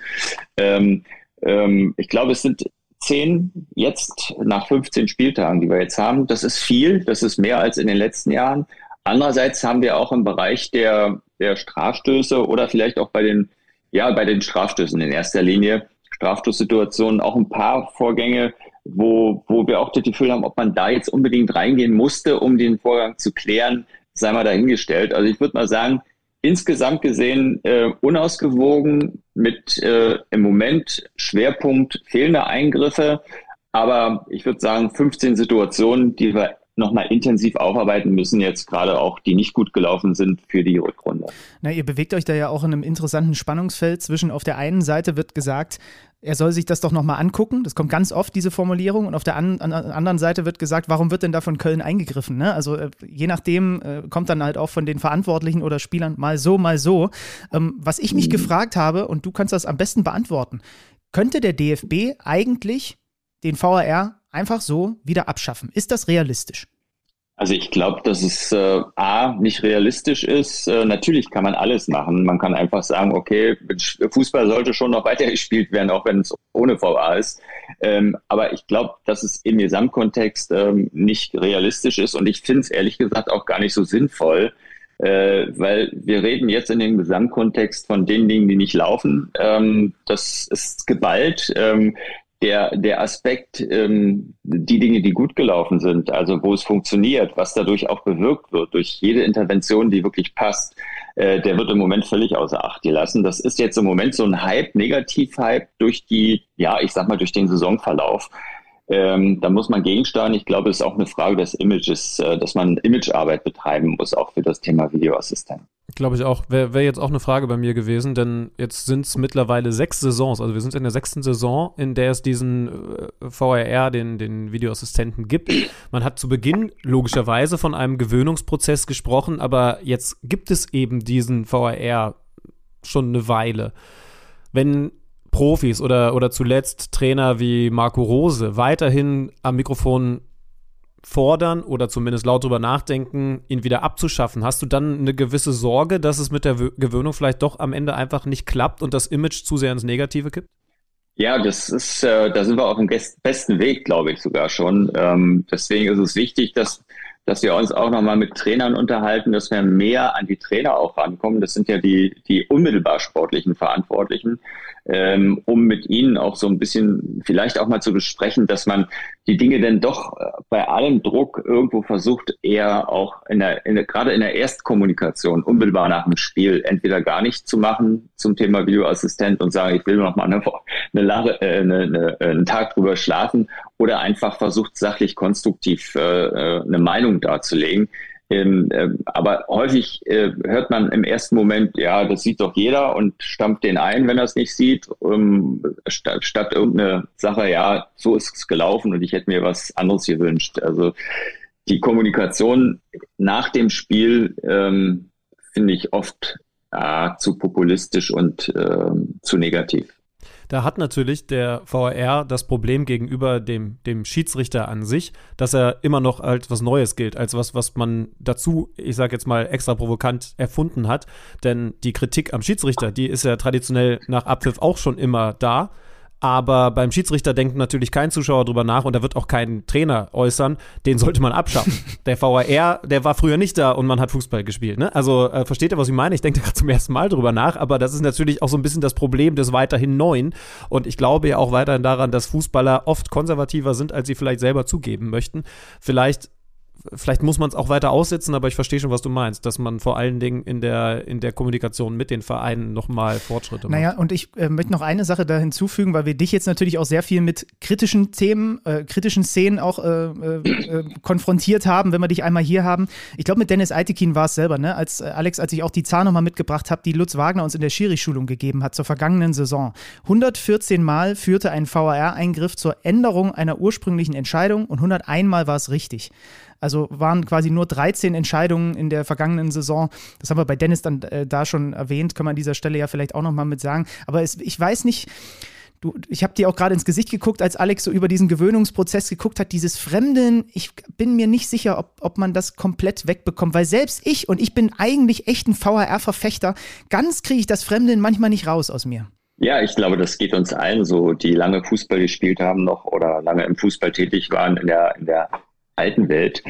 Ich glaube, es sind 10 jetzt nach 15 Spieltagen, die wir jetzt haben. Das ist viel, das ist mehr als in den letzten Jahren. Andererseits haben wir auch im Bereich der Strafstöße oder vielleicht auch bei den Strafstößen in erster Linie, Strafstoßsituationen, auch ein paar Vorgänge, wo wir auch das Gefühl haben, ob man da jetzt unbedingt reingehen musste, um den Vorgang zu klären, sei mal dahingestellt. Also ich würde mal sagen, insgesamt gesehen unausgewogen mit im Moment Schwerpunkt fehlender Eingriffe, aber ich würde sagen 15 Situationen, die wir nochmal intensiv aufarbeiten müssen, jetzt gerade auch, die nicht gut gelaufen sind für die Rückrunde. Na, ihr bewegt euch da ja auch in einem interessanten Spannungsfeld zwischen, auf der einen Seite wird gesagt, er soll sich das doch nochmal angucken, das kommt ganz oft, diese Formulierung, und auf der anderen Seite wird gesagt, warum wird denn da von Köln eingegriffen? Ne? Also je nachdem kommt dann halt auch von den Verantwortlichen oder Spielern mal so, mal so. Was ich mich gefragt habe, und du kannst das am besten beantworten, könnte der DFB eigentlich den VAR einfach so wieder abschaffen? Ist das realistisch? Also ich glaube, dass es nicht realistisch ist. Natürlich kann man alles machen. Man kann einfach sagen, okay, Fußball sollte schon noch weitergespielt werden, auch wenn es ohne VAR ist. Aber ich glaube, dass es im Gesamtkontext nicht realistisch ist. Und ich finde es ehrlich gesagt auch gar nicht so sinnvoll, weil wir reden jetzt in dem Gesamtkontext von den Dingen, die nicht laufen. Das ist geballt. Der Aspekt, die Dinge, die gut gelaufen sind, also wo es funktioniert, was dadurch auch bewirkt wird, durch jede Intervention, die wirklich passt, der wird im Moment völlig außer Acht gelassen. Das ist jetzt im Moment so ein Hype, Negativ-Hype durch durch den Saisonverlauf. Da muss man gegensteuern. Ich glaube, es ist auch eine Frage des Images, dass man Imagearbeit betreiben muss, auch für das Thema Videoassistent. Glaube ich auch. Wäre jetzt auch eine Frage bei mir gewesen, denn jetzt sind es mittlerweile 6 Saisons, also wir sind in der 6. Saison, in der es diesen VAR, den Videoassistenten gibt. Man hat zu Beginn logischerweise von einem Gewöhnungsprozess gesprochen, aber jetzt gibt es eben diesen VAR schon eine Weile. Wenn Profis oder zuletzt Trainer wie Marco Rose weiterhin am Mikrofon fordern oder zumindest laut drüber nachdenken, ihn wieder abzuschaffen, hast du dann eine gewisse Sorge, dass es mit der Gewöhnung vielleicht doch am Ende einfach nicht klappt und das Image zu sehr ins Negative kippt? Ja, da sind wir auf dem besten Weg, glaube ich sogar schon. Deswegen ist es wichtig, dass wir uns auch nochmal mit Trainern unterhalten, dass wir mehr an die Trainer auch rankommen. Das sind ja die unmittelbar sportlichen Verantwortlichen, um mit ihnen auch so ein bisschen vielleicht auch mal zu besprechen, dass man die Dinge denn doch bei allem Druck irgendwo versucht, eher auch gerade in der Erstkommunikation unmittelbar nach dem Spiel entweder gar nicht zu machen zum Thema Videoassistent und sagen, ich will noch mal einen Tag drüber schlafen, oder einfach versucht, sachlich konstruktiv eine Meinung darzulegen. Aber häufig hört man im ersten Moment, ja, das sieht doch jeder, und stampft den ein, wenn er es nicht sieht, statt irgendeine Sache, ja, so ist es gelaufen und ich hätte mir was anderes gewünscht. Also die Kommunikation nach dem Spiel finde ich oft zu populistisch und zu negativ. Da hat natürlich der VAR das Problem gegenüber dem Schiedsrichter an sich, dass er immer noch als was Neues gilt, als was man dazu, ich sage jetzt mal extra provokant, erfunden hat. Denn die Kritik am Schiedsrichter, die ist ja traditionell nach Abpfiff auch schon immer da. Aber beim Schiedsrichter denkt natürlich kein Zuschauer drüber nach und da wird auch kein Trainer äußern, den sollte man abschaffen. Der VAR, der war früher nicht da und man hat Fußball gespielt. Ne? Also versteht ihr, was ich meine? Ich denke da gerade zum ersten Mal drüber nach, aber das ist natürlich auch so ein bisschen das Problem des weiterhin Neuen. Und ich glaube ja auch weiterhin daran, dass Fußballer oft konservativer sind, als sie vielleicht selber zugeben möchten. Vielleicht muss man es auch weiter aussitzen, aber ich verstehe schon, was du meinst, dass man vor allen Dingen in der Kommunikation mit den Vereinen nochmal Fortschritte macht. Naja, und ich möchte noch eine Sache da hinzufügen, weil wir dich jetzt natürlich auch sehr viel mit kritischen Themen, kritischen Szenen auch konfrontiert haben, wenn wir dich einmal hier haben. Ich glaube, mit Dennis Eitekin war es selber, ne? Als ich auch die Zahl nochmal mitgebracht habe, die Lutz Wagner uns in der Schiri-Schulung gegeben hat zur vergangenen Saison. 114 Mal führte ein VAR-Eingriff zur Änderung einer ursprünglichen Entscheidung und 101 Mal war es richtig. Also waren quasi nur 13 Entscheidungen in der vergangenen Saison. Das haben wir bei Dennis dann da schon erwähnt, kann man an dieser Stelle ja vielleicht auch nochmal mit sagen. Aber ich weiß nicht, ich habe dir auch gerade ins Gesicht geguckt, als Alex so über diesen Gewöhnungsprozess geguckt hat, dieses Fremdeln, ich bin mir nicht sicher, ob man das komplett wegbekommt, weil selbst ich bin eigentlich echt ein VAR-Verfechter, ganz kriege ich das Fremdeln manchmal nicht raus aus mir. Ja, ich glaube, das geht uns allen so, die lange Fußball gespielt haben noch oder lange im Fußball tätig waren in der alten Welt.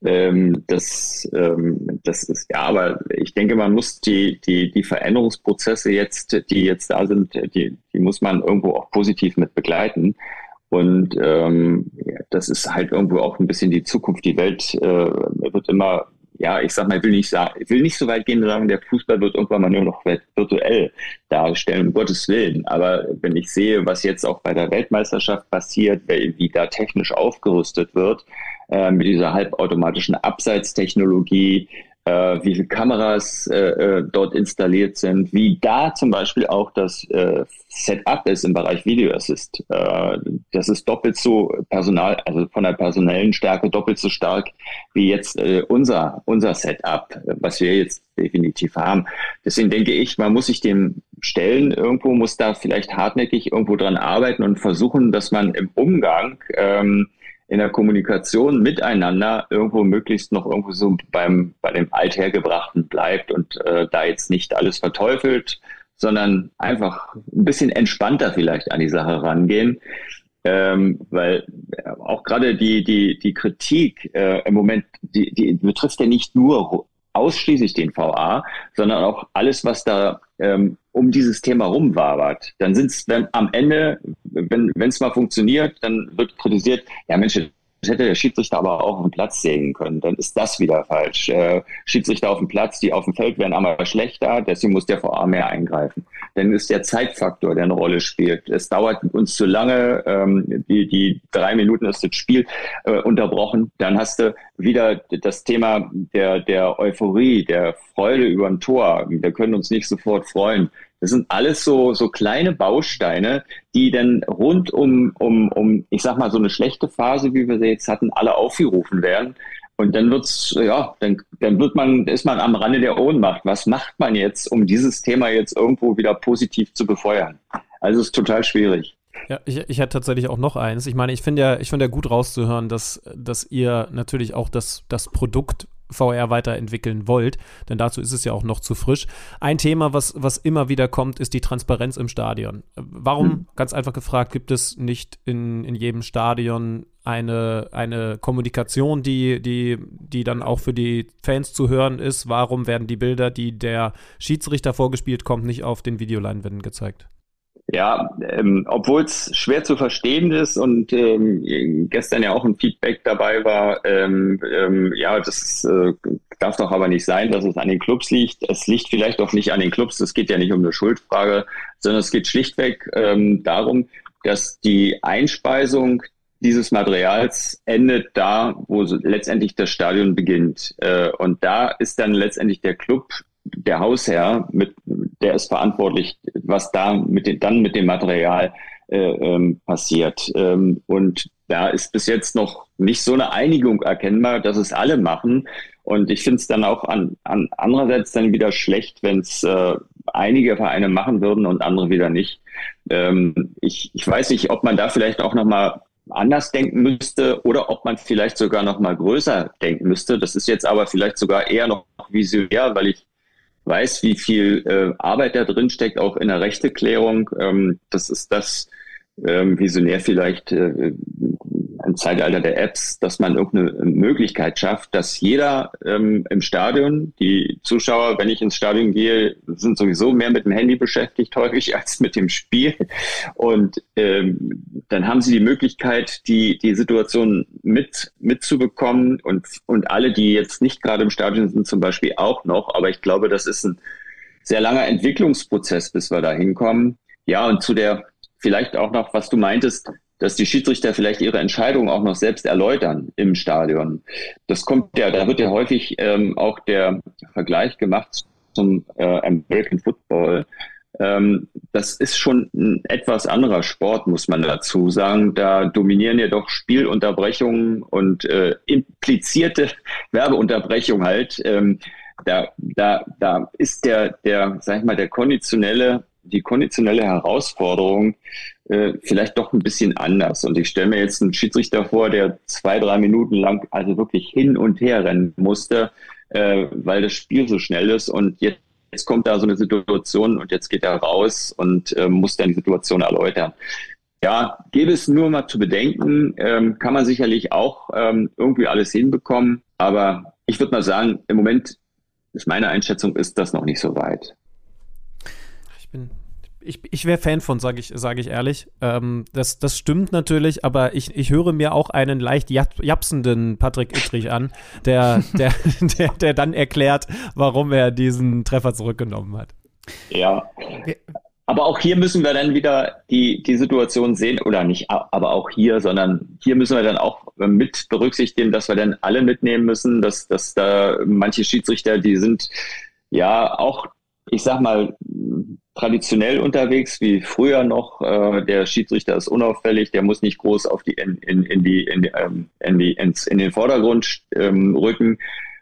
Das ist ja, aber ich denke, man muss die Veränderungsprozesse die jetzt da sind, die muss man irgendwo auch positiv mit begleiten. Und das ist halt irgendwo auch ein bisschen die Zukunft. Die Welt wird immer, ja, ich sag mal, ich will nicht so weit gehen und sagen, der Fußball wird irgendwann mal nur noch virtuell darstellen, um Gottes Willen. Aber wenn ich sehe, was jetzt auch bei der Weltmeisterschaft passiert, wie da technisch aufgerüstet wird, mit dieser halbautomatischen Abseitstechnologie, wie viele Kameras dort installiert sind, wie da zum Beispiel auch das Setup ist im Bereich Video Assist. Das ist doppelt so also von der personellen Stärke doppelt so stark wie jetzt unser Setup, was wir jetzt definitiv haben. Deswegen denke ich, man muss sich dem stellen, irgendwo muss da vielleicht hartnäckig irgendwo dran arbeiten und versuchen, dass man im Umgang in der Kommunikation miteinander irgendwo möglichst noch irgendwo so bei dem Althergebrachten bleibt und da jetzt nicht alles verteufelt, sondern einfach ein bisschen entspannter vielleicht an die Sache rangehen, weil auch gerade die Kritik im Moment, die betrifft ja nicht nur ausschließlich den VAR, sondern auch alles, was da um dieses Thema rumwabert. Dann sind es am Ende, wenn es mal funktioniert, dann wird kritisiert, ja Mensch, das hätte der Schiedsrichter aber auch auf dem Platz sehen können. Dann ist das wieder falsch. Schiedsrichter auf dem Platz, die auf dem Feld werden einmal schlechter, deswegen muss der VAR mehr eingreifen. Dann ist der Zeitfaktor, der eine Rolle spielt. Es dauert uns zu lange, die 3 Minuten ist das Spiel unterbrochen. Dann hast du wieder das Thema der Euphorie, der Freude über ein Tor. Wir können uns nicht sofort freuen. Das sind alles so kleine Bausteine, die dann rund um, ich sag mal, so eine schlechte Phase, wie wir sie jetzt hatten, alle aufgerufen werden. Und dann ist man am Rande der Ohnmacht. Was macht man jetzt, um dieses Thema jetzt irgendwo wieder positiv zu befeuern? Also es ist total schwierig. Ja, ich hätte tatsächlich auch noch eins. Ich meine, ich finde ja gut rauszuhören, dass ihr natürlich auch das Produkt VR weiterentwickeln wollt, denn dazu ist es ja auch noch zu frisch. Ein Thema, was immer wieder kommt, ist die Transparenz im Stadion. Warum, ganz einfach gefragt, gibt es nicht in jedem Stadion eine Kommunikation, die dann auch für die Fans zu hören ist? Warum werden die Bilder, die der Schiedsrichter vorgespielt kommt, nicht auf den Videoleinwänden gezeigt? Ja, obwohl es schwer zu verstehen ist und gestern ja auch ein Feedback dabei war, das darf doch aber nicht sein, dass es an den Clubs liegt. Es liegt vielleicht auch nicht an den Clubs, es geht ja nicht um eine Schuldfrage, sondern es geht schlichtweg darum, dass die Einspeisung dieses Materials endet da, wo letztendlich das Stadion beginnt. Und da ist dann letztendlich der Club, der Hausherr, der ist verantwortlich, was da mit dem Material passiert. Und da ist bis jetzt noch nicht so eine Einigung erkennbar, dass es alle machen. Und ich finde es dann auch andererseits dann wieder schlecht, wenn es einige Vereine machen würden und andere wieder nicht. Ich weiß nicht, ob man da vielleicht auch nochmal anders denken müsste oder ob man vielleicht sogar noch mal größer denken müsste. Das ist jetzt aber vielleicht sogar eher noch visionär, weil ich weiß, wie viel Arbeit da drin steckt, auch in der Rechteklärung. Das ist das visionär vielleicht im Zeitalter der Apps, dass man irgendeine Möglichkeit schafft, dass jeder im Stadion, die Zuschauer, wenn ich ins Stadion gehe, sind sowieso mehr mit dem Handy beschäftigt häufig als mit dem Spiel. Und dann haben sie die Möglichkeit, die Situation mitzubekommen und alle, die jetzt nicht gerade im Stadion sind, zum Beispiel auch noch. Aber ich glaube, das ist ein sehr langer Entwicklungsprozess, bis wir da hinkommen. Ja, und zu der vielleicht auch noch, was du meintest, dass die Schiedsrichter vielleicht ihre Entscheidungen auch noch selbst erläutern im Stadion. Das kommt ja, da wird ja häufig auch der Vergleich gemacht zum American Football. Das ist schon ein etwas anderer Sport, muss man dazu sagen. Da dominieren ja doch Spielunterbrechungen und implizierte Werbeunterbrechung halt. Da ist sag ich mal, die konditionelle Herausforderung vielleicht doch ein bisschen anders. Und ich stelle mir jetzt einen Schiedsrichter vor, der 2-3 Minuten lang also wirklich hin und her rennen musste, weil das Spiel so schnell ist. Und jetzt kommt da so eine Situation und jetzt geht er raus und muss dann die Situation erläutern. Ja, gäbe es nur mal zu bedenken, kann man sicherlich auch irgendwie alles hinbekommen. Aber ich würde mal sagen, im Moment ist meine Einschätzung, ist das noch nicht so weit. Ich wäre Fan von, sage ich ehrlich. Das stimmt natürlich, aber ich höre mir auch einen leicht japsenden Patrick Ittrich an, der dann erklärt, warum er diesen Treffer zurückgenommen hat. Ja, aber auch hier müssen wir dann wieder die Situation sehen, oder nicht, aber auch hier, sondern hier müssen wir dann auch mit berücksichtigen, dass wir dann alle mitnehmen müssen, dass da manche Schiedsrichter, die sind ja auch, ich sag mal, traditionell unterwegs, wie früher noch. Der Schiedsrichter ist unauffällig, der muss nicht groß auf in den Vordergrund rücken.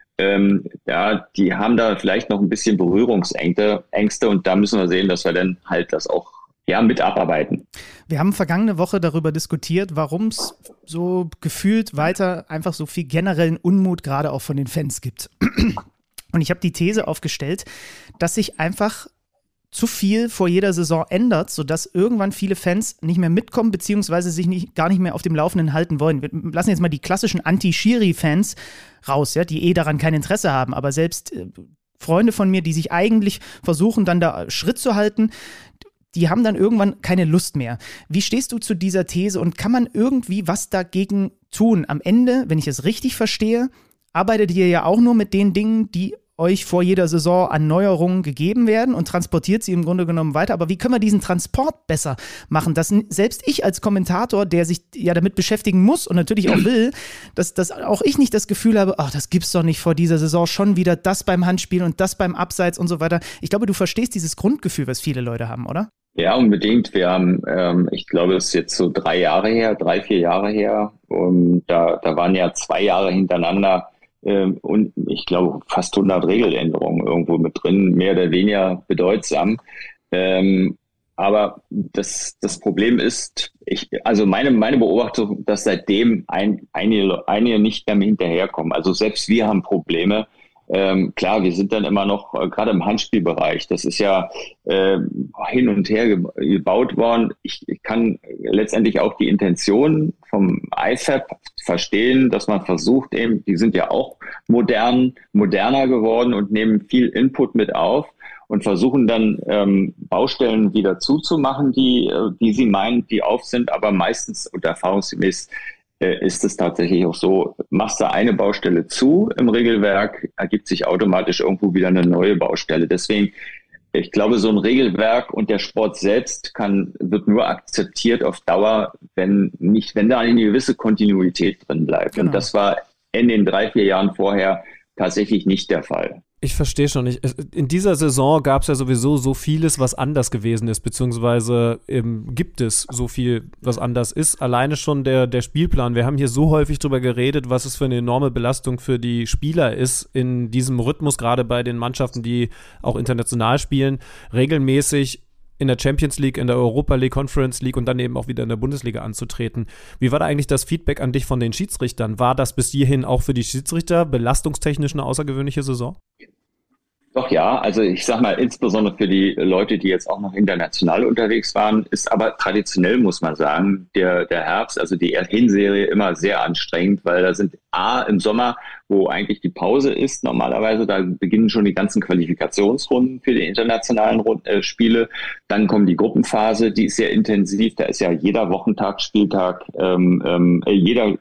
Die haben da vielleicht noch ein bisschen Berührungsängste und da müssen wir sehen, dass wir dann halt das auch mit abarbeiten. Wir haben vergangene Woche darüber diskutiert, warum es so gefühlt weiter einfach so viel generellen Unmut gerade auch von den Fans gibt. Und ich habe die These aufgestellt, dass sich einfach zu viel vor jeder Saison ändert, sodass irgendwann viele Fans nicht mehr mitkommen, beziehungsweise sich gar nicht mehr auf dem Laufenden halten wollen. Wir lassen jetzt mal die klassischen Anti-Schiri-Fans raus, ja, die daran kein Interesse haben, aber selbst Freunde von mir, die sich eigentlich versuchen, dann da Schritt zu halten, die haben dann irgendwann keine Lust mehr. Wie stehst du zu dieser These und kann man irgendwie was dagegen tun? Am Ende, wenn ich es richtig verstehe, arbeitet ihr ja auch nur mit den Dingen, die euch vor jeder Saison an Neuerungen gegeben werden und transportiert sie im Grunde genommen weiter. Aber wie können wir diesen Transport besser machen, dass selbst ich als Kommentator, der sich ja damit beschäftigen muss und natürlich auch will, dass auch ich nicht das Gefühl habe, ach, das gibt's doch nicht vor dieser Saison, schon wieder das beim Handspiel und das beim Abseits und so weiter. Ich glaube, du verstehst dieses Grundgefühl, was viele Leute haben, oder? Ja, unbedingt. Wir haben, ich glaube, es ist jetzt so 3, 4 Jahre her. Und da waren ja 2 Jahre hintereinander und ich glaube fast 100 Regeländerungen irgendwo mit drin, mehr oder weniger bedeutsam. Aber das Problem ist, also meine Beobachtung, dass seitdem einige nicht mehr hinterherkommen. Also selbst wir haben Probleme. Klar, wir sind dann immer noch, gerade im Handspielbereich, das ist ja hin und her gebaut worden. Ich kann letztendlich auch die Intention vom IFAB verstehen, dass man versucht eben, die sind ja auch moderner geworden und nehmen viel Input mit auf und versuchen dann Baustellen wieder zuzumachen, die sie meinen, die auf sind, aber meistens und erfahrungsgemäß ist es tatsächlich auch so, machst du eine Baustelle zu im Regelwerk, ergibt sich automatisch irgendwo wieder eine neue Baustelle. Deswegen, ich glaube, so ein Regelwerk und der Sport selbst wird nur akzeptiert auf Dauer, wenn da eine gewisse Kontinuität drin bleibt. Genau. Und das war in den 3, 4 Jahren vorher tatsächlich nicht der Fall. Ich verstehe schon nicht. In dieser Saison gab es ja sowieso so vieles, was anders gewesen ist, beziehungsweise gibt es so viel, was anders ist. Alleine schon der Spielplan. Wir haben hier so häufig drüber geredet, was es für eine enorme Belastung für die Spieler ist, in diesem Rhythmus, gerade bei den Mannschaften, die auch international spielen, regelmäßig in der Champions League, in der Europa League, Conference League und dann eben auch wieder in der Bundesliga anzutreten. Wie war da eigentlich das Feedback an dich von den Schiedsrichtern? War das bis hierhin auch für die Schiedsrichter belastungstechnisch eine außergewöhnliche Saison? Doch ja, also ich sag mal, insbesondere für die Leute, die jetzt auch noch international unterwegs waren, ist aber traditionell, muss man sagen, der Herbst, also die Hinserie immer sehr anstrengend, weil da sind im Sommer, wo eigentlich die Pause ist, normalerweise, da beginnen schon die ganzen Qualifikationsrunden für die internationalen Spiele. Dann kommt die Gruppenphase, die ist sehr intensiv, da ist ja jeder Wochentag Spieltag, jede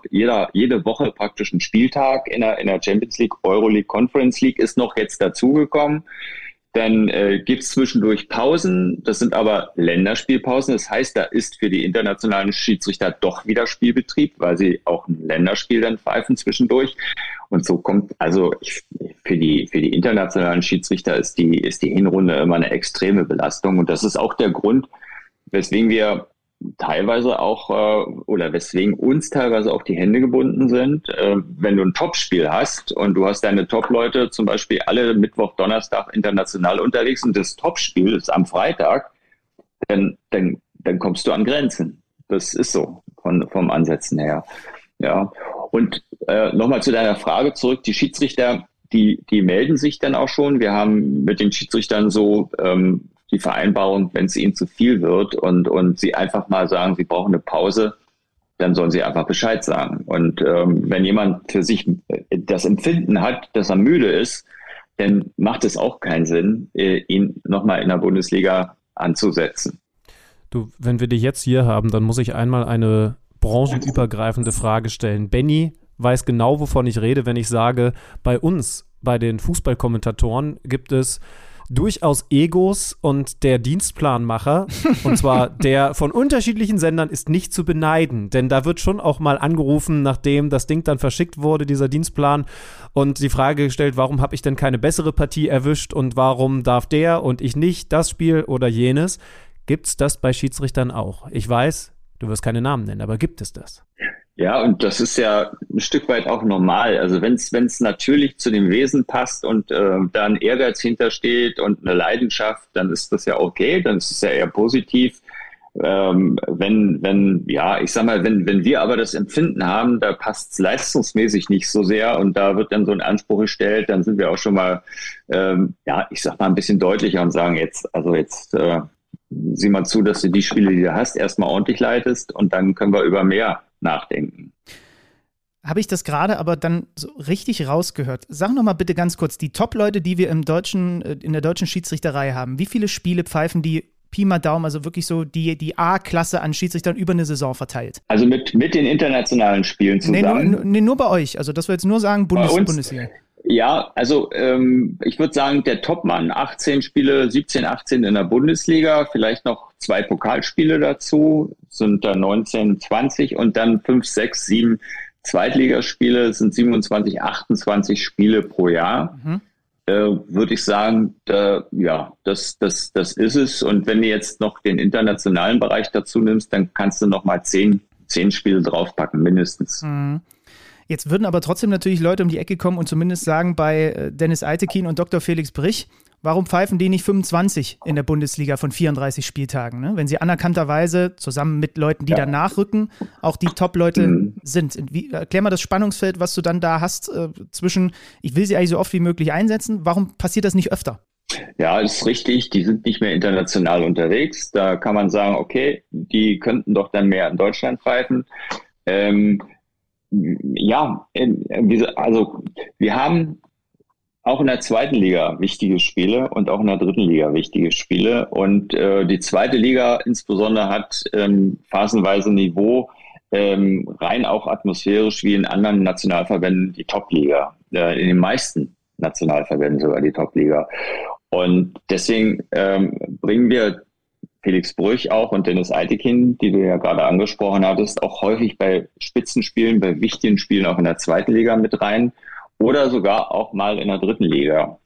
Woche praktisch ein Spieltag in der Champions League, Euroleague, Conference League ist noch jetzt dazugekommen. Dann gibt es zwischendurch Pausen, das sind aber Länderspielpausen. Das heißt, da ist für die internationalen Schiedsrichter doch wieder Spielbetrieb, weil sie auch ein Länderspiel dann pfeifen zwischendurch. Und so kommt, also für die internationalen Schiedsrichter ist die Hinrunde immer eine extreme Belastung. Und das ist auch der Grund, weswegen wir teilweise auch weswegen uns teilweise auch die Hände gebunden sind. Wenn du ein Topspiel hast und du hast deine Top-Leute zum Beispiel alle Mittwoch, Donnerstag international unterwegs und das Topspiel ist am Freitag, dann kommst du an Grenzen. Das ist so vom Ansätzen her. Ja. Und nochmal zu deiner Frage zurück. Die Schiedsrichter, die melden sich dann auch schon. Wir haben mit den Schiedsrichtern so die Vereinbarung, wenn es ihnen zu viel wird und sie einfach mal sagen, sie brauchen eine Pause, dann sollen sie einfach Bescheid sagen. Und wenn jemand für sich das Empfinden hat, dass er müde ist, dann macht es auch keinen Sinn, ihn nochmal in der Bundesliga anzusetzen. Du, wenn wir dich jetzt hier haben, dann muss ich einmal eine branchenübergreifende Frage stellen. Benny weiß genau, wovon ich rede, wenn ich sage, bei uns, bei den Fußballkommentatoren gibt es durchaus Egos und der Dienstplanmacher, und zwar der von unterschiedlichen Sendern, ist nicht zu beneiden, denn da wird schon auch mal angerufen, nachdem das Ding dann verschickt wurde, dieser Dienstplan, und die Frage gestellt, warum habe ich denn keine bessere Partie erwischt und warum darf der und ich nicht, das Spiel oder jenes. Gibt's das bei Schiedsrichtern auch? Ich weiß, du wirst keine Namen nennen, aber gibt es das? Ja, und das ist ja ein Stück weit auch normal. Also wenn es natürlich zu dem Wesen passt und da ein Ehrgeiz hintersteht und eine Leidenschaft, dann ist das ja okay, dann ist es ja eher positiv. Wenn wir aber das Empfinden haben, da passt es leistungsmäßig nicht so sehr und da wird dann so ein Anspruch gestellt, dann sind wir auch schon mal, ein bisschen deutlicher und sagen jetzt sieh mal zu, dass du die Spiele, die du hast, erstmal ordentlich leitest und dann können wir über mehr nachdenken. Habe ich das gerade aber dann so richtig rausgehört? Sag noch mal bitte ganz kurz, die Top-Leute, die wir in der deutschen Schiedsrichterei haben, wie viele Spiele pfeifen die Pi mal Daumen, also wirklich so die A-Klasse an Schiedsrichtern über eine Saison verteilt? Also mit den internationalen Spielen zusammen? Nee, nur bei euch. Also das wir jetzt nur sagen, Bundesliga. Ja, also ich würde sagen, der Topmann, 18 Spiele, 17, 18 in der Bundesliga, vielleicht noch 2 Pokalspiele dazu, sind da 19, 20 und dann 5, 6, 7 Zweitligaspiele, sind 27, 28 Spiele pro Jahr. Würde ich sagen, das ist es. Und wenn du jetzt noch den internationalen Bereich dazu nimmst, dann kannst du noch mal 10 Spiele draufpacken, mindestens. Jetzt würden aber trotzdem natürlich Leute um die Ecke kommen und zumindest sagen, bei Dennis Eitekin und Dr. Felix Brich, warum pfeifen die nicht 25 in der Bundesliga von 34 Spieltagen? Ne? Wenn sie anerkannterweise zusammen mit Leuten, die dann nachrücken, auch die Top-Leute sind. Erklär mal das Spannungsfeld, was du dann da hast zwischen, ich will sie eigentlich so oft wie möglich einsetzen, warum passiert das nicht öfter? Ja, das ist richtig, die sind nicht mehr international unterwegs. Da kann man sagen, okay, die könnten doch dann mehr in Deutschland pfeifen. Wir haben auch in der zweiten Liga wichtige Spiele und auch in der dritten Liga wichtige Spiele. Und die zweite Liga insbesondere hat phasenweise Niveau, rein auch atmosphärisch wie in anderen Nationalverbänden die Top-Liga. In den meisten Nationalverbänden sogar die Top-Liga. Und deswegen bringen wir Felix Brüch auch und Dennis Eitekin, die du ja gerade angesprochen hattest, auch häufig bei Spitzenspielen, bei wichtigen Spielen auch in der zweiten Liga mit rein oder sogar auch mal in der dritten Liga.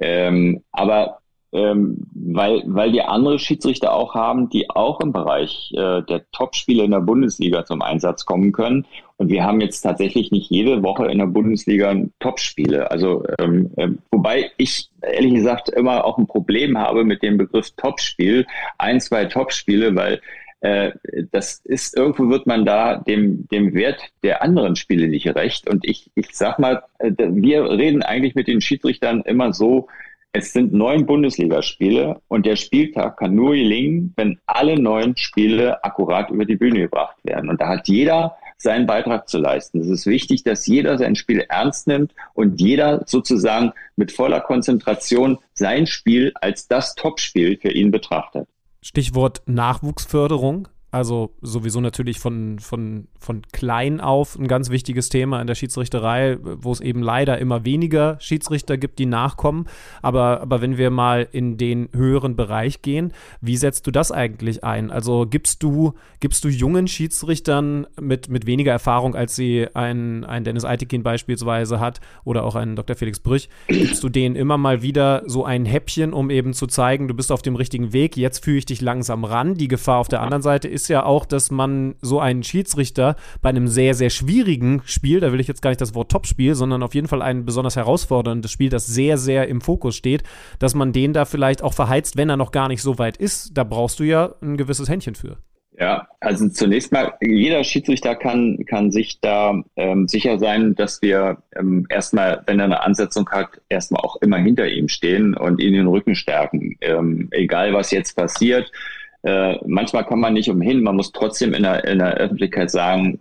Weil wir andere Schiedsrichter auch haben, die auch im Bereich der Topspiele in der Bundesliga zum Einsatz kommen können. Und wir haben jetzt tatsächlich nicht jede Woche in der Bundesliga Topspiele. Also wobei ich ehrlich gesagt immer auch ein Problem habe mit dem Begriff Topspiel, 1, 2 Topspiele, weil das ist, irgendwo wird man da dem Wert der anderen Spiele nicht gerecht. Und ich sag mal, wir reden eigentlich mit den Schiedsrichtern immer so, es sind 9 Bundesligaspiele und der Spieltag kann nur gelingen, wenn alle 9 Spiele akkurat über die Bühne gebracht werden. Und da hat jeder seinen Beitrag zu leisten. Es ist wichtig, dass jeder sein Spiel ernst nimmt und jeder sozusagen mit voller Konzentration sein Spiel als das Topspiel für ihn betrachtet. Stichwort Nachwuchsförderung, also sowieso natürlich von klein auf ein ganz wichtiges Thema in der Schiedsrichterei, wo es eben leider immer weniger Schiedsrichter gibt, die nachkommen. Aber wenn wir mal in den höheren Bereich gehen, wie setzt du das eigentlich ein? Also gibst du jungen Schiedsrichtern mit weniger Erfahrung, als sie ein Dennis Eitekin beispielsweise hat oder auch einen Dr. Felix Brüch, gibst du denen immer mal wieder so ein Häppchen, um eben zu zeigen, du bist auf dem richtigen Weg, jetzt führe ich dich langsam ran. Die Gefahr auf der anderen Seite ist ja auch, dass man so einen Schiedsrichter bei einem sehr, sehr schwierigen Spiel, da will ich jetzt gar nicht das Wort Topspiel, sondern auf jeden Fall ein besonders herausforderndes Spiel, das sehr, sehr im Fokus steht, dass man den da vielleicht auch verheizt, wenn er noch gar nicht so weit ist. Da brauchst du ja ein gewisses Händchen für. Ja, also zunächst mal, jeder Schiedsrichter kann sich da sicher sein, dass wir erstmal, wenn er eine Ansetzung hat, erstmal auch immer hinter ihm stehen und ihn den Rücken stärken. Egal, was jetzt passiert. Manchmal kann man nicht umhin, man muss trotzdem in der Öffentlichkeit sagen,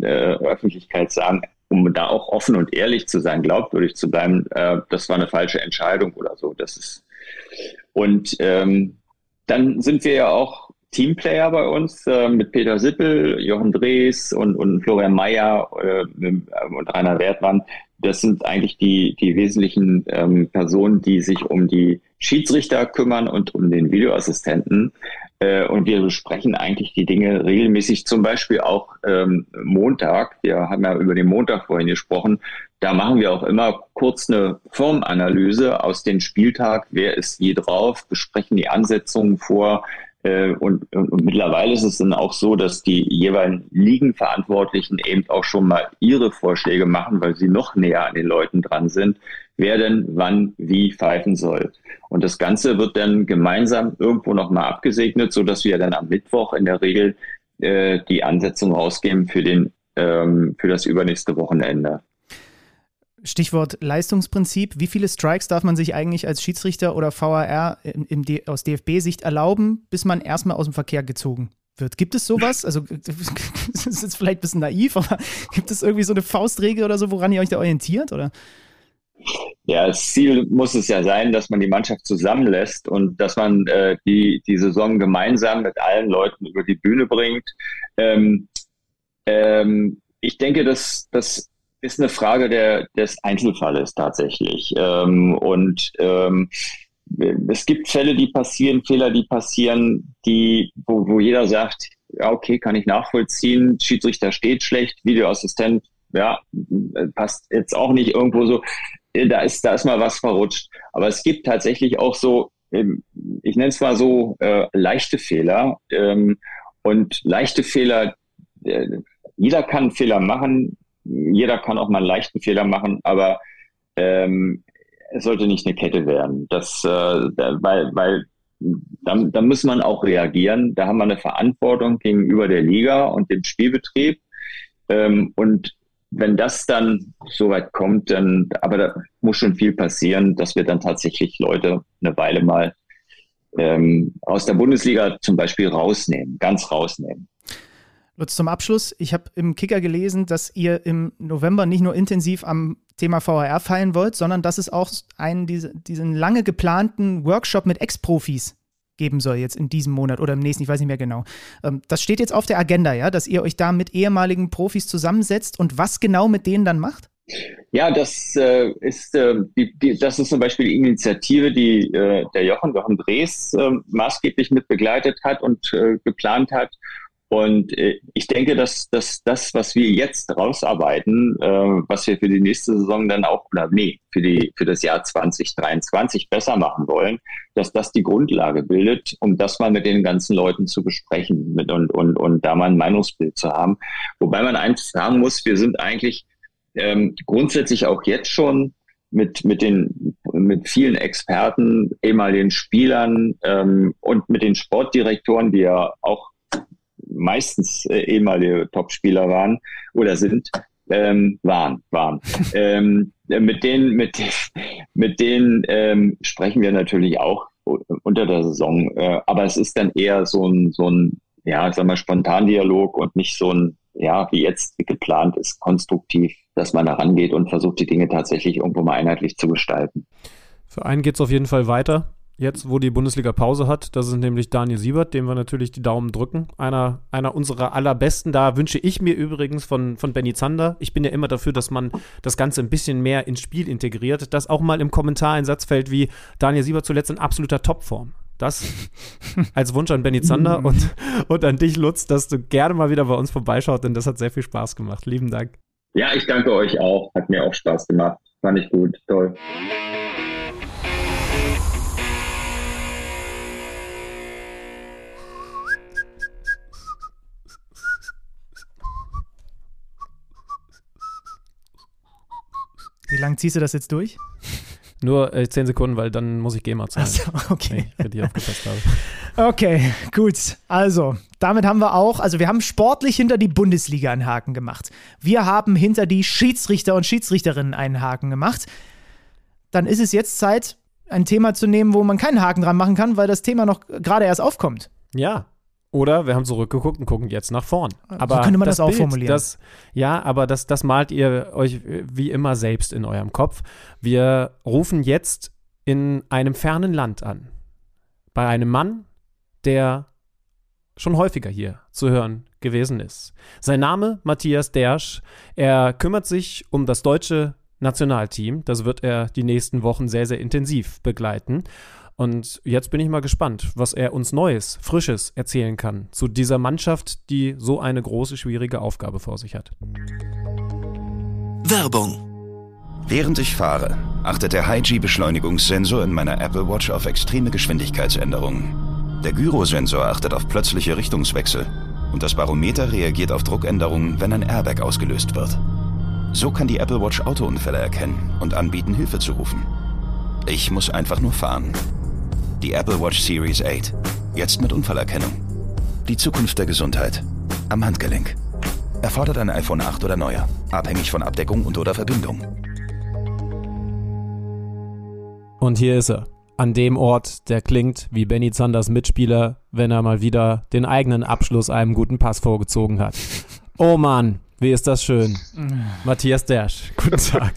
um da auch offen und ehrlich zu sein, glaubwürdig zu bleiben, das war eine falsche Entscheidung oder so. Und dann sind wir ja auch Teamplayer bei uns mit Peter Sippel, Jochen Drees und Florian Mayer und Rainer Wertmann. Das sind eigentlich die wesentlichen Personen, die sich um die Schiedsrichter kümmern und um den Videoassistenten. Und wir besprechen eigentlich die Dinge regelmäßig, zum Beispiel auch Montag. Wir haben ja über den Montag vorhin gesprochen. Da machen wir auch immer kurz eine Formanalyse aus dem Spieltag. Wer ist je drauf? Besprechen die Ansetzungen vor. Und mittlerweile ist es dann auch so, dass die jeweiligen Ligenverantwortlichen eben auch schon mal ihre Vorschläge machen, weil sie noch näher an den Leuten dran sind, wer denn wann wie pfeifen soll. Und das Ganze wird dann gemeinsam irgendwo nochmal abgesegnet, sodass wir dann am Mittwoch in der Regel die Ansetzung rausgeben für das übernächste Wochenende. Stichwort Leistungsprinzip. Wie viele Strikes darf man sich eigentlich als Schiedsrichter oder VAR aus DFB-Sicht erlauben, bis man erstmal aus dem Verkehr gezogen wird? Gibt es sowas? Also, das ist jetzt vielleicht ein bisschen naiv, aber gibt es irgendwie so eine Faustregel oder so, woran ihr euch da orientiert? Oder? Ja, das Ziel muss es ja sein, dass man die Mannschaft zusammenlässt und dass man die Saison gemeinsam mit allen Leuten über die Bühne bringt. Ich denke, das ist eine Frage des Einzelfalles tatsächlich. Es gibt Fälle, die passieren, Fehler, die passieren, wo jeder sagt, ja, okay, kann ich nachvollziehen, Schiedsrichter steht schlecht, Videoassistent, ja, passt jetzt auch nicht irgendwo so. Da ist mal was verrutscht. Aber es gibt tatsächlich auch so, ich nenne es mal so, leichte Fehler. Und leichte Fehler, jeder kann einen Fehler machen, jeder kann auch mal einen leichten Fehler machen, aber es sollte nicht eine Kette werden. Weil da muss man auch reagieren. Da haben wir eine Verantwortung gegenüber der Liga und dem Spielbetrieb. Und wenn das dann so weit kommt, aber da muss schon viel passieren, dass wir dann tatsächlich Leute eine Weile mal aus der Bundesliga zum Beispiel ganz rausnehmen. Lutz, zum Abschluss, ich habe im Kicker gelesen, dass ihr im November nicht nur intensiv am Thema VAR feilen wollt, sondern dass es auch diesen lange geplanten Workshop mit Ex-Profis geben soll jetzt in diesem Monat oder im nächsten, ich weiß nicht mehr genau. Das steht jetzt auf der Agenda, ja, dass ihr euch da mit ehemaligen Profis zusammensetzt und was genau mit denen dann macht? Ja, das ist zum Beispiel die Initiative, die der Jochen Drees maßgeblich mit begleitet hat und geplant hat. Und ich denke, dass das, was wir jetzt rausarbeiten, was wir für die nächste Saison dann auch, für das Jahr 2023 besser machen wollen, dass das die Grundlage bildet, um das mal mit den ganzen Leuten zu besprechen und da mal ein Meinungsbild zu haben. Wobei man eins sagen muss, wir sind eigentlich grundsätzlich auch jetzt schon mit vielen Experten, ehemaligen Spielern und mit den Sportdirektoren, die ja auch meistens ehemalige Topspieler waren oder sind, waren. Mit denen sprechen wir natürlich auch unter der Saison, aber es ist dann eher so ein ja, sag mal, Spontandialog und nicht so ein, ja, wie jetzt geplant ist, konstruktiv, dass man da rangeht und versucht, die Dinge tatsächlich irgendwo mal einheitlich zu gestalten. Für einen geht es auf jeden Fall weiter, jetzt wo die Bundesliga Pause hat. Das ist nämlich Daniel Siebert, dem wir natürlich die Daumen drücken. Einer unserer allerbesten. Da wünsche ich mir übrigens von Benny Zander. Ich bin ja immer dafür, dass man das Ganze ein bisschen mehr ins Spiel integriert, dass auch mal im Kommentar ein Satz fällt wie Daniel Siebert zuletzt in absoluter Topform. Das als Wunsch an Benny Zander und an dich, Lutz, dass du gerne mal wieder bei uns vorbeischaut, denn das hat sehr viel Spaß gemacht. Lieben Dank. Ja, ich danke euch auch. Hat mir auch Spaß gemacht. Fand ich gut. Toll. Wie lange ziehst du das jetzt durch? Nur 10 Sekunden, weil dann muss ich GEMA zahlen. Achso, okay. Wenn ich richtig aufgepasst habe. Okay, gut. Also, damit haben wir auch, wir haben sportlich hinter die Bundesliga einen Haken gemacht. Wir haben hinter die Schiedsrichter und Schiedsrichterinnen einen Haken gemacht. Dann ist es jetzt Zeit, ein Thema zu nehmen, wo man keinen Haken dran machen kann, weil das Thema noch gerade erst aufkommt. Ja. Oder wir haben zurückgeguckt und gucken jetzt nach vorn. Aber so könnte man das auch formulieren. Aber das malt ihr euch wie immer selbst in eurem Kopf. Wir rufen jetzt in einem fernen Land an. Bei einem Mann, der schon häufiger hier zu hören gewesen ist. Sein Name Matthias Dersch. Er kümmert sich um das deutsche Nationalteam. Das wird er die nächsten Wochen sehr, sehr intensiv begleiten. Und jetzt bin ich mal gespannt, was er uns Neues, Frisches erzählen kann zu dieser Mannschaft, die so eine große, schwierige Aufgabe vor sich hat. Werbung. Während ich fahre, achtet der High-G-Beschleunigungssensor in meiner Apple Watch auf extreme Geschwindigkeitsänderungen. Der Gyrosensor achtet auf plötzliche Richtungswechsel und das Barometer reagiert auf Druckänderungen, wenn ein Airbag ausgelöst wird. So kann die Apple Watch Autounfälle erkennen und anbieten, Hilfe zu rufen. Ich muss einfach nur fahren. Die Apple Watch Series 8. Jetzt mit Unfallerkennung. Die Zukunft der Gesundheit. Am Handgelenk. Erfordert ein iPhone 8 oder neuer. Abhängig von Abdeckung und/oder Verbindung. Und hier ist er. An dem Ort, der klingt wie Benny Zanders Mitspieler, wenn er mal wieder den eigenen Abschluss einem guten Pass vorgezogen hat. Oh Mann, wie ist das schön. Matthias Dersch, guten Tag.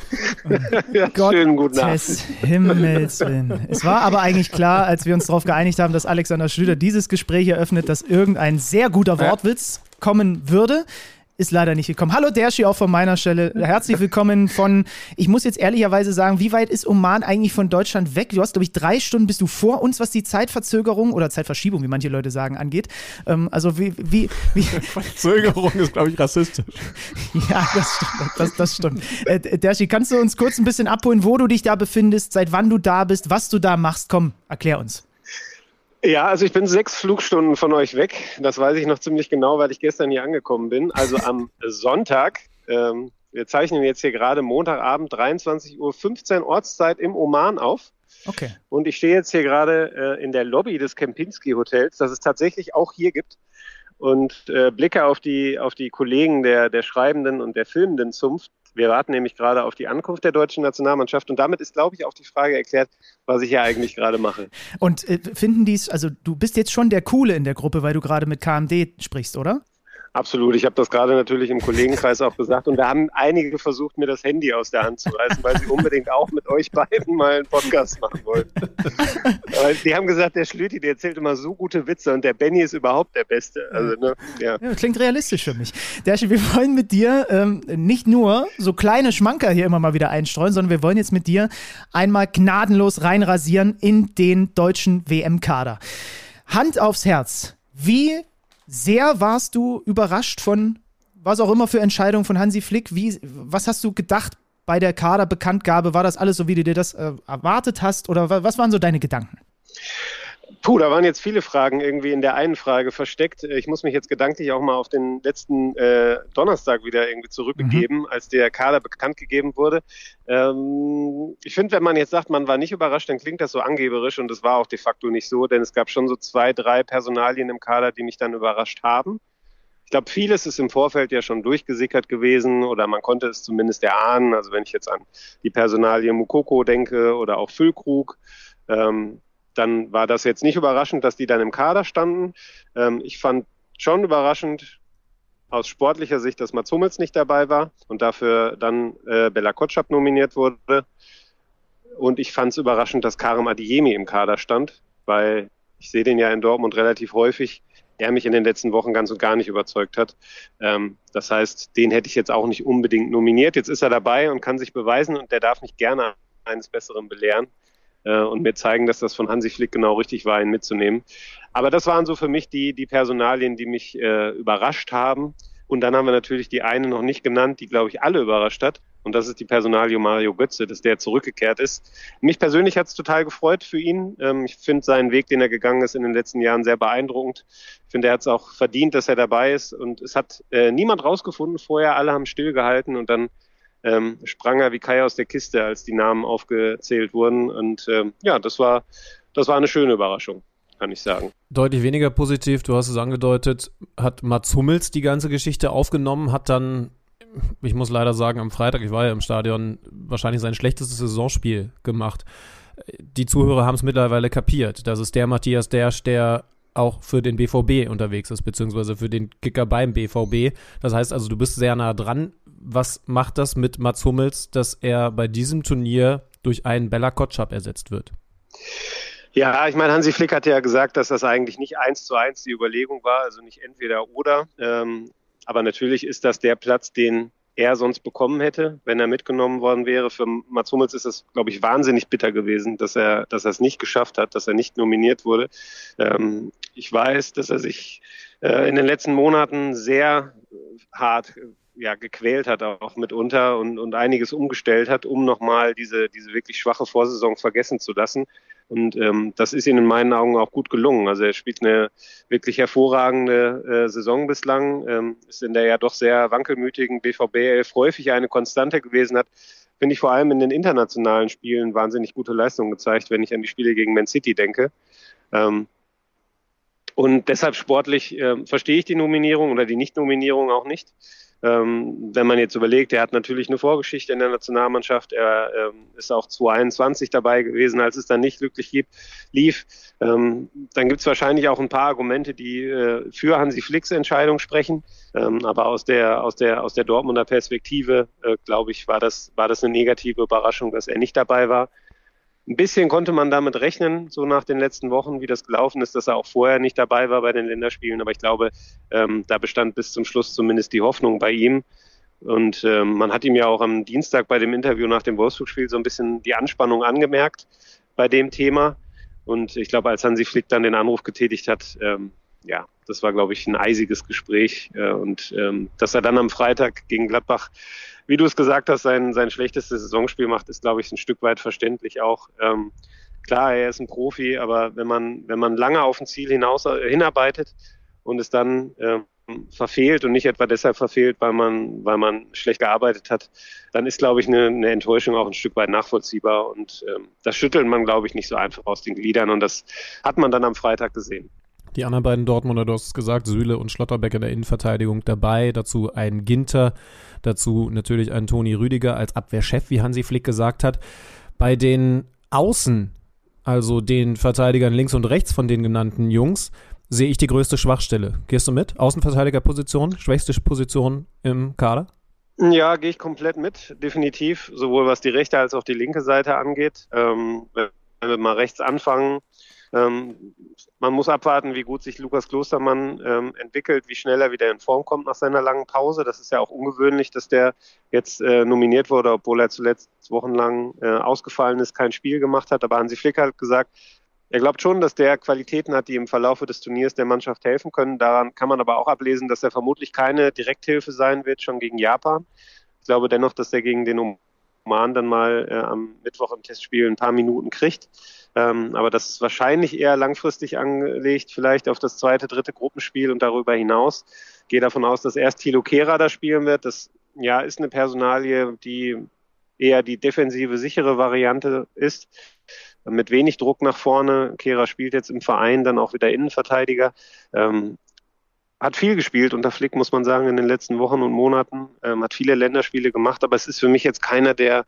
Ja, schönen guten Abend. Himmels Willen. Es war aber eigentlich klar, als wir uns darauf geeinigt haben, dass Alexander Schlüter dieses Gespräch eröffnet, dass irgendein sehr guter Wortwitz kommen würde. Ist leider nicht gekommen. Hallo Derschi, auch von meiner Stelle. Herzlich willkommen ich muss jetzt ehrlicherweise sagen, wie weit ist Oman eigentlich von Deutschland weg? Du hast, glaube ich, 3 Stunden bist du vor uns, was die Zeitverzögerung oder Zeitverschiebung, wie manche Leute sagen, angeht. Also wie Verzögerung ist, glaube ich, rassistisch. Ja, das stimmt. Derschi, kannst du uns kurz ein bisschen abholen, wo du dich da befindest, seit wann du da bist, was du da machst? Komm, erklär uns. Ja, also ich bin 6 Flugstunden von euch weg. Das weiß ich noch ziemlich genau, weil ich gestern hier angekommen bin. Also am Sonntag, wir zeichnen jetzt hier gerade Montagabend 23:15 Uhr Ortszeit im Oman auf. Okay. Und ich stehe jetzt hier gerade in der Lobby des Kempinski Hotels, das es tatsächlich auch hier gibt. Und blicke auf die Kollegen der schreibenden und der filmenden Zunft. Wir warten nämlich gerade auf die Ankunft der deutschen Nationalmannschaft und damit ist, glaube ich, auch die Frage erklärt, was ich hier eigentlich gerade mache. Und finden die es, also du bist jetzt schon der Coole in der Gruppe, weil du gerade mit KMD sprichst, oder? Absolut, ich habe das gerade natürlich im Kollegenkreis auch gesagt und da haben einige versucht, mir das Handy aus der Hand zu reißen, weil sie unbedingt auch mit euch beiden mal einen Podcast machen wollten. Die haben gesagt, der Schlüti, der erzählt immer so gute Witze und der Benny ist überhaupt der Beste. Also, ne, ja. Ja, klingt realistisch für mich. Derschi, wir wollen mit dir nicht nur so kleine Schmanker hier immer mal wieder einstreuen, sondern wir wollen jetzt mit dir einmal gnadenlos reinrasieren in den deutschen WM-Kader. Hand aufs Herz, wie sehr warst du überrascht von, was auch immer für Entscheidungen von Hansi Flick? Was hast du gedacht bei der Kaderbekanntgabe? War das alles so, wie du dir das erwartet hast? Oder was waren so deine Gedanken? Da waren jetzt viele Fragen irgendwie in der einen Frage versteckt. Ich muss mich jetzt gedanklich auch mal auf den letzten Donnerstag wieder irgendwie zurückbegeben, als der Kader bekannt gegeben wurde. Ich finde, wenn man jetzt sagt, man war nicht überrascht, dann klingt das so angeberisch und das war auch de facto nicht so, denn es gab schon so 2, 3 Personalien im Kader, die mich dann überrascht haben. Ich glaube, vieles ist im Vorfeld ja schon durchgesickert gewesen oder man konnte es zumindest erahnen. Also wenn ich jetzt an die Personalie Moukoko denke oder auch Füllkrug, dann war das jetzt nicht überraschend, dass die dann im Kader standen. Ich fand schon überraschend aus sportlicher Sicht, dass Mats Hummels nicht dabei war und dafür dann Bella Kotschap nominiert wurde. Und ich fand es überraschend, dass Karim Adeyemi im Kader stand, weil ich sehe den ja in Dortmund relativ häufig, er mich in den letzten Wochen ganz und gar nicht überzeugt hat. Das heißt, den hätte ich jetzt auch nicht unbedingt nominiert. Jetzt ist er dabei und kann sich beweisen und der darf mich gerne eines Besseren belehren und mir zeigen, dass das von Hansi Flick genau richtig war, ihn mitzunehmen. Aber das waren so für mich die Personalien, die mich überrascht haben. Und dann haben wir natürlich die eine noch nicht genannt, die, glaube ich, alle überrascht hat. Und das ist die Personalie Mario Götze, dass der zurückgekehrt ist. Mich persönlich hat es total gefreut für ihn. Ich finde seinen Weg, den er gegangen ist in den letzten Jahren, sehr beeindruckend. Ich finde, er hat es auch verdient, dass er dabei ist. Und es hat niemand rausgefunden vorher. Alle haben stillgehalten und dann sprang er wie Kai aus der Kiste, als die Namen aufgezählt wurden. Und das war eine schöne Überraschung, kann ich sagen. Deutlich weniger positiv, du hast es angedeutet, hat Mats Hummels die ganze Geschichte aufgenommen, hat dann, ich muss leider sagen, am Freitag, ich war ja im Stadion, wahrscheinlich sein schlechtestes Saisonspiel gemacht. Die Zuhörer haben es mittlerweile kapiert. Das ist der Matthias Dersch, der auch für den BVB unterwegs ist, beziehungsweise für den Kicker beim BVB. Das heißt also, du bist sehr nah dran. Was macht das mit Mats Hummels, dass er bei diesem Turnier durch einen Bella Kotschap ersetzt wird? Ja, ich meine, Hansi Flick hat ja gesagt, dass das eigentlich nicht 1:1 die Überlegung war, also nicht entweder oder. Aber natürlich ist das der Platz, den er sonst bekommen hätte, wenn er mitgenommen worden wäre. Für Mats Hummels ist es, glaube ich, wahnsinnig bitter gewesen, dass er es nicht geschafft hat, dass er nicht nominiert wurde. Ich weiß, dass er sich in den letzten Monaten sehr hart gequält hat, auch mitunter und einiges umgestellt hat, um nochmal diese wirklich schwache Vorsaison vergessen zu lassen. Und das ist ihm in meinen Augen auch gut gelungen. Also er spielt eine wirklich hervorragende Saison bislang, ist in der ja doch sehr wankelmütigen BVB 11 häufig eine Konstante gewesen hat. Finde ich vor allem in den internationalen Spielen wahnsinnig gute Leistungen gezeigt, wenn ich an die Spiele gegen Man City denke. Und deshalb sportlich verstehe ich die Nominierung oder die Nicht-Nominierung auch nicht. Wenn man jetzt überlegt, er hat natürlich eine Vorgeschichte in der Nationalmannschaft, er ist auch 2021 dabei gewesen, als es dann nicht glücklich lief, dann gibt es wahrscheinlich auch ein paar Argumente, die für Hansi Flicks Entscheidung sprechen, aber aus der Dortmunder Perspektive, glaube ich, war das eine negative Überraschung, dass er nicht dabei war. Ein bisschen konnte man damit rechnen, so nach den letzten Wochen, wie das gelaufen ist, dass er auch vorher nicht dabei war bei den Länderspielen. Aber ich glaube, da bestand bis zum Schluss zumindest die Hoffnung bei ihm. Und man hat ihm ja auch am Dienstag bei dem Interview nach dem Wolfsburg-Spiel so ein bisschen die Anspannung angemerkt bei dem Thema. Und ich glaube, als Hansi Flick dann den Anruf getätigt hat, das war, glaube ich, ein eisiges Gespräch. Und dass er dann am Freitag gegen Gladbach, wie du es gesagt hast, sein schlechtestes Saisonspiel macht, ist, glaube ich, ein Stück weit verständlich auch. Klar, er ist ein Profi, aber wenn man lange auf ein Ziel hinarbeitet und es dann verfehlt und nicht etwa deshalb verfehlt, weil man schlecht gearbeitet hat, dann ist, glaube ich, eine Enttäuschung auch ein Stück weit nachvollziehbar. Und das schüttelt man, glaube ich, nicht so einfach aus den Gliedern. Und das hat man dann am Freitag gesehen. Die anderen beiden Dortmunder, du hast es gesagt, Süle und Schlotterbeck in der Innenverteidigung dabei, dazu ein Ginter, dazu natürlich ein Toni Rüdiger als Abwehrchef, wie Hansi Flick gesagt hat. Bei den Außen, also den Verteidigern links und rechts von den genannten Jungs, sehe ich die größte Schwachstelle. Gehst du mit? Außenverteidigerposition, schwächste Position im Kader? Ja, gehe ich komplett mit, definitiv, sowohl was die rechte als auch die linke Seite angeht. Wenn wir mal rechts anfangen, man muss abwarten, wie gut sich Lukas Klostermann entwickelt, wie schnell er wieder in Form kommt nach seiner langen Pause. Das ist ja auch ungewöhnlich, dass der jetzt nominiert wurde, obwohl er zuletzt wochenlang ausgefallen ist, kein Spiel gemacht hat. Aber Hansi Flick hat gesagt, er glaubt schon, dass der Qualitäten hat, die im Verlaufe des Turniers der Mannschaft helfen können. Daran kann man aber auch ablesen, dass er vermutlich keine Direkthilfe sein wird, schon gegen Japan. Ich glaube dennoch, dass er gegen den Oman dann mal am Mittwoch im Testspiel ein paar Minuten kriegt. Aber das ist wahrscheinlich eher langfristig angelegt, vielleicht auf das 2., 3. Gruppenspiel und darüber hinaus. Ich gehe davon aus, dass erst Thilo Kehrer da spielen wird. Das ist eine Personalie, die eher die defensive, sichere Variante ist, mit wenig Druck nach vorne. Kehrer spielt jetzt im Verein dann auch wieder Innenverteidiger. Hat viel gespielt unter Flick, muss man sagen, in den letzten Wochen und Monaten. Hat viele Länderspiele gemacht, aber es ist für mich jetzt keiner, der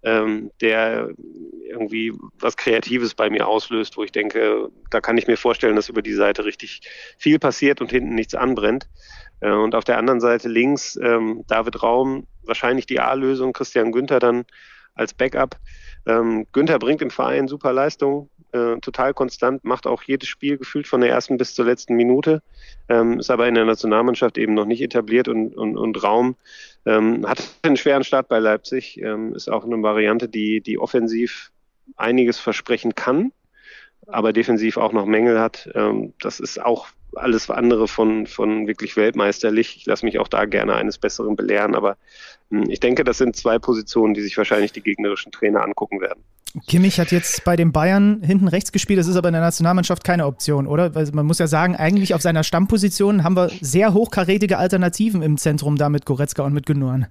irgendwie was Kreatives bei mir auslöst, wo ich denke, da kann ich mir vorstellen, dass über die Seite richtig viel passiert und hinten nichts anbrennt. Und auf der anderen Seite links David Raum, wahrscheinlich die A-Lösung, Christian Günther dann als Backup. Günther bringt im Verein super Leistung, total konstant, macht auch jedes Spiel gefühlt von der ersten bis zur letzten Minute, ist aber in der Nationalmannschaft eben noch nicht etabliert und Raum hat einen schweren Start bei Leipzig, ist auch eine Variante, die offensiv einiges versprechen kann, aber defensiv auch noch Mängel hat. Das ist auch alles andere von wirklich weltmeisterlich. Ich lasse mich auch da gerne eines Besseren belehren, aber ich denke, das sind 2 Positionen, die sich wahrscheinlich die gegnerischen Trainer angucken werden. Kimmich hat jetzt bei den Bayern hinten rechts gespielt, das ist aber in der Nationalmannschaft keine Option, oder? Weil man muss ja sagen, eigentlich auf seiner Stammposition haben wir sehr hochkarätige Alternativen im Zentrum, da mit Goretzka und mit Gündoğan.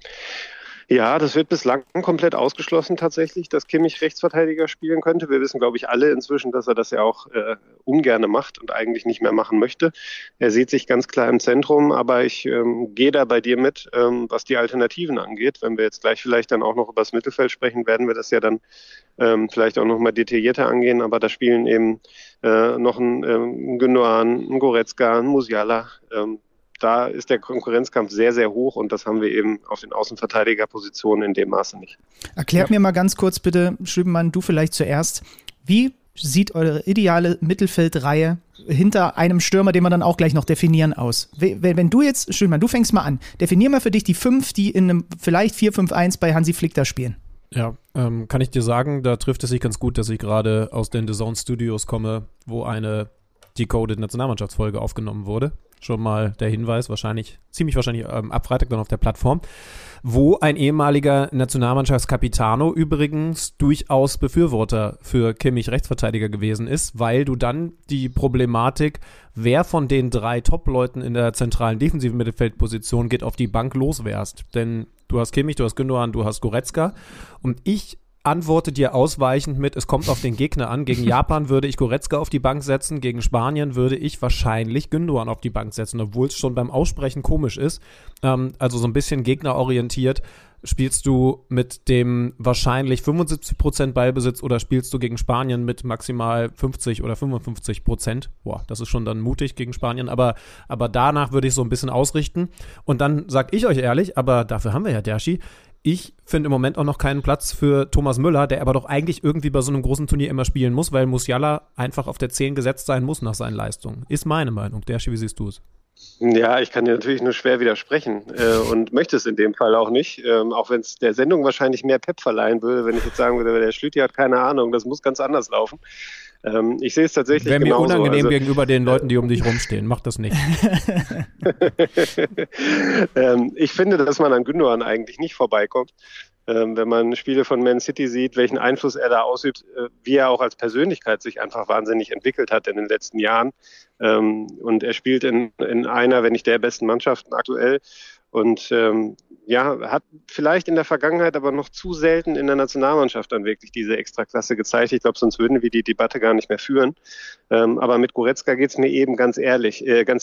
Ja, das wird bislang komplett ausgeschlossen tatsächlich, dass Kimmich Rechtsverteidiger spielen könnte. Wir wissen, glaube ich, alle inzwischen, dass er das ja auch ungerne macht und eigentlich nicht mehr machen möchte. Er sieht sich ganz klar im Zentrum, aber ich gehe da bei dir mit, was die Alternativen angeht. Wenn wir jetzt gleich vielleicht dann auch noch über das Mittelfeld sprechen, werden wir das ja dann vielleicht auch noch mal detaillierter angehen, aber da spielen eben noch ein Gündoğan, ein Goretzka, ein Musiala. Da ist der Konkurrenzkampf sehr, sehr hoch und das haben wir eben auf den Außenverteidigerpositionen in dem Maße nicht. Erklärt mir mal ganz kurz bitte, Schlübenmann, du vielleicht zuerst, wie sieht eure ideale Mittelfeldreihe hinter einem Stürmer, den wir dann auch gleich noch definieren, aus? Wenn du jetzt, Schlübenmann, du fängst mal an, definier mal für dich die 5, die in einem vielleicht 4-5-1 bei Hansi Flick da spielen. Ja, kann ich dir sagen, da trifft es sich ganz gut, dass ich gerade aus den DAZN Studios komme, wo eine Decoded Nationalmannschaftsfolge aufgenommen wurde. Schon mal der Hinweis, ziemlich wahrscheinlich ab Freitag dann auf der Plattform, wo ein ehemaliger Nationalmannschaftskapitano übrigens durchaus Befürworter für Kimmich Rechtsverteidiger gewesen ist, weil du dann die Problematik, wer von den 3 Top-Leuten in der zentralen defensiven Mittelfeldposition geht, auf die Bank loswärst. Denn du hast Kimmich, du hast Gündoğan, du hast Goretzka und ich antworte dir ausweichend mit, es kommt auf den Gegner an. Gegen Japan würde ich Goretzka auf die Bank setzen, gegen Spanien würde ich wahrscheinlich Gündoğan auf die Bank setzen, obwohl es schon beim Aussprechen komisch ist. Also so ein bisschen gegnerorientiert. Spielst du mit dem wahrscheinlich 75% Ballbesitz oder spielst du gegen Spanien mit maximal 50 oder 55%? Boah, das ist schon dann mutig gegen Spanien, aber danach würde ich so ein bisschen ausrichten. Und dann sag ich euch ehrlich, aber dafür haben wir ja Derschi, ich finde im Moment auch noch keinen Platz für Thomas Müller, der aber doch eigentlich irgendwie bei so einem großen Turnier immer spielen muss, weil Musiala einfach auf der 10 gesetzt sein muss nach seinen Leistungen. Ist meine Meinung. Derschi, wie siehst du es? Ja, ich kann dir natürlich nur schwer widersprechen und möchte es in dem Fall auch nicht, auch wenn es der Sendung wahrscheinlich mehr Pep verleihen würde, wenn ich jetzt sagen würde, der Schlüti hat keine Ahnung, das muss ganz anders laufen. Ich sehe es tatsächlich genauso. Wäre mir unangenehm gegenüber den Leuten, die um dich rumstehen. Mach das nicht. Ich finde, dass man an Gündoğan eigentlich nicht vorbeikommt. Wenn man Spiele von Man City sieht, welchen Einfluss er da ausübt, wie er auch als Persönlichkeit sich einfach wahnsinnig entwickelt hat in den letzten Jahren. Und er spielt in einer, wenn nicht der besten Mannschaften aktuell. Und hat vielleicht in der Vergangenheit aber noch zu selten in der Nationalmannschaft dann wirklich diese Extraklasse gezeigt. Ich glaube, sonst würden wir die Debatte gar nicht mehr führen. Aber mit Goretzka geht es mir eben ganz ähnlich.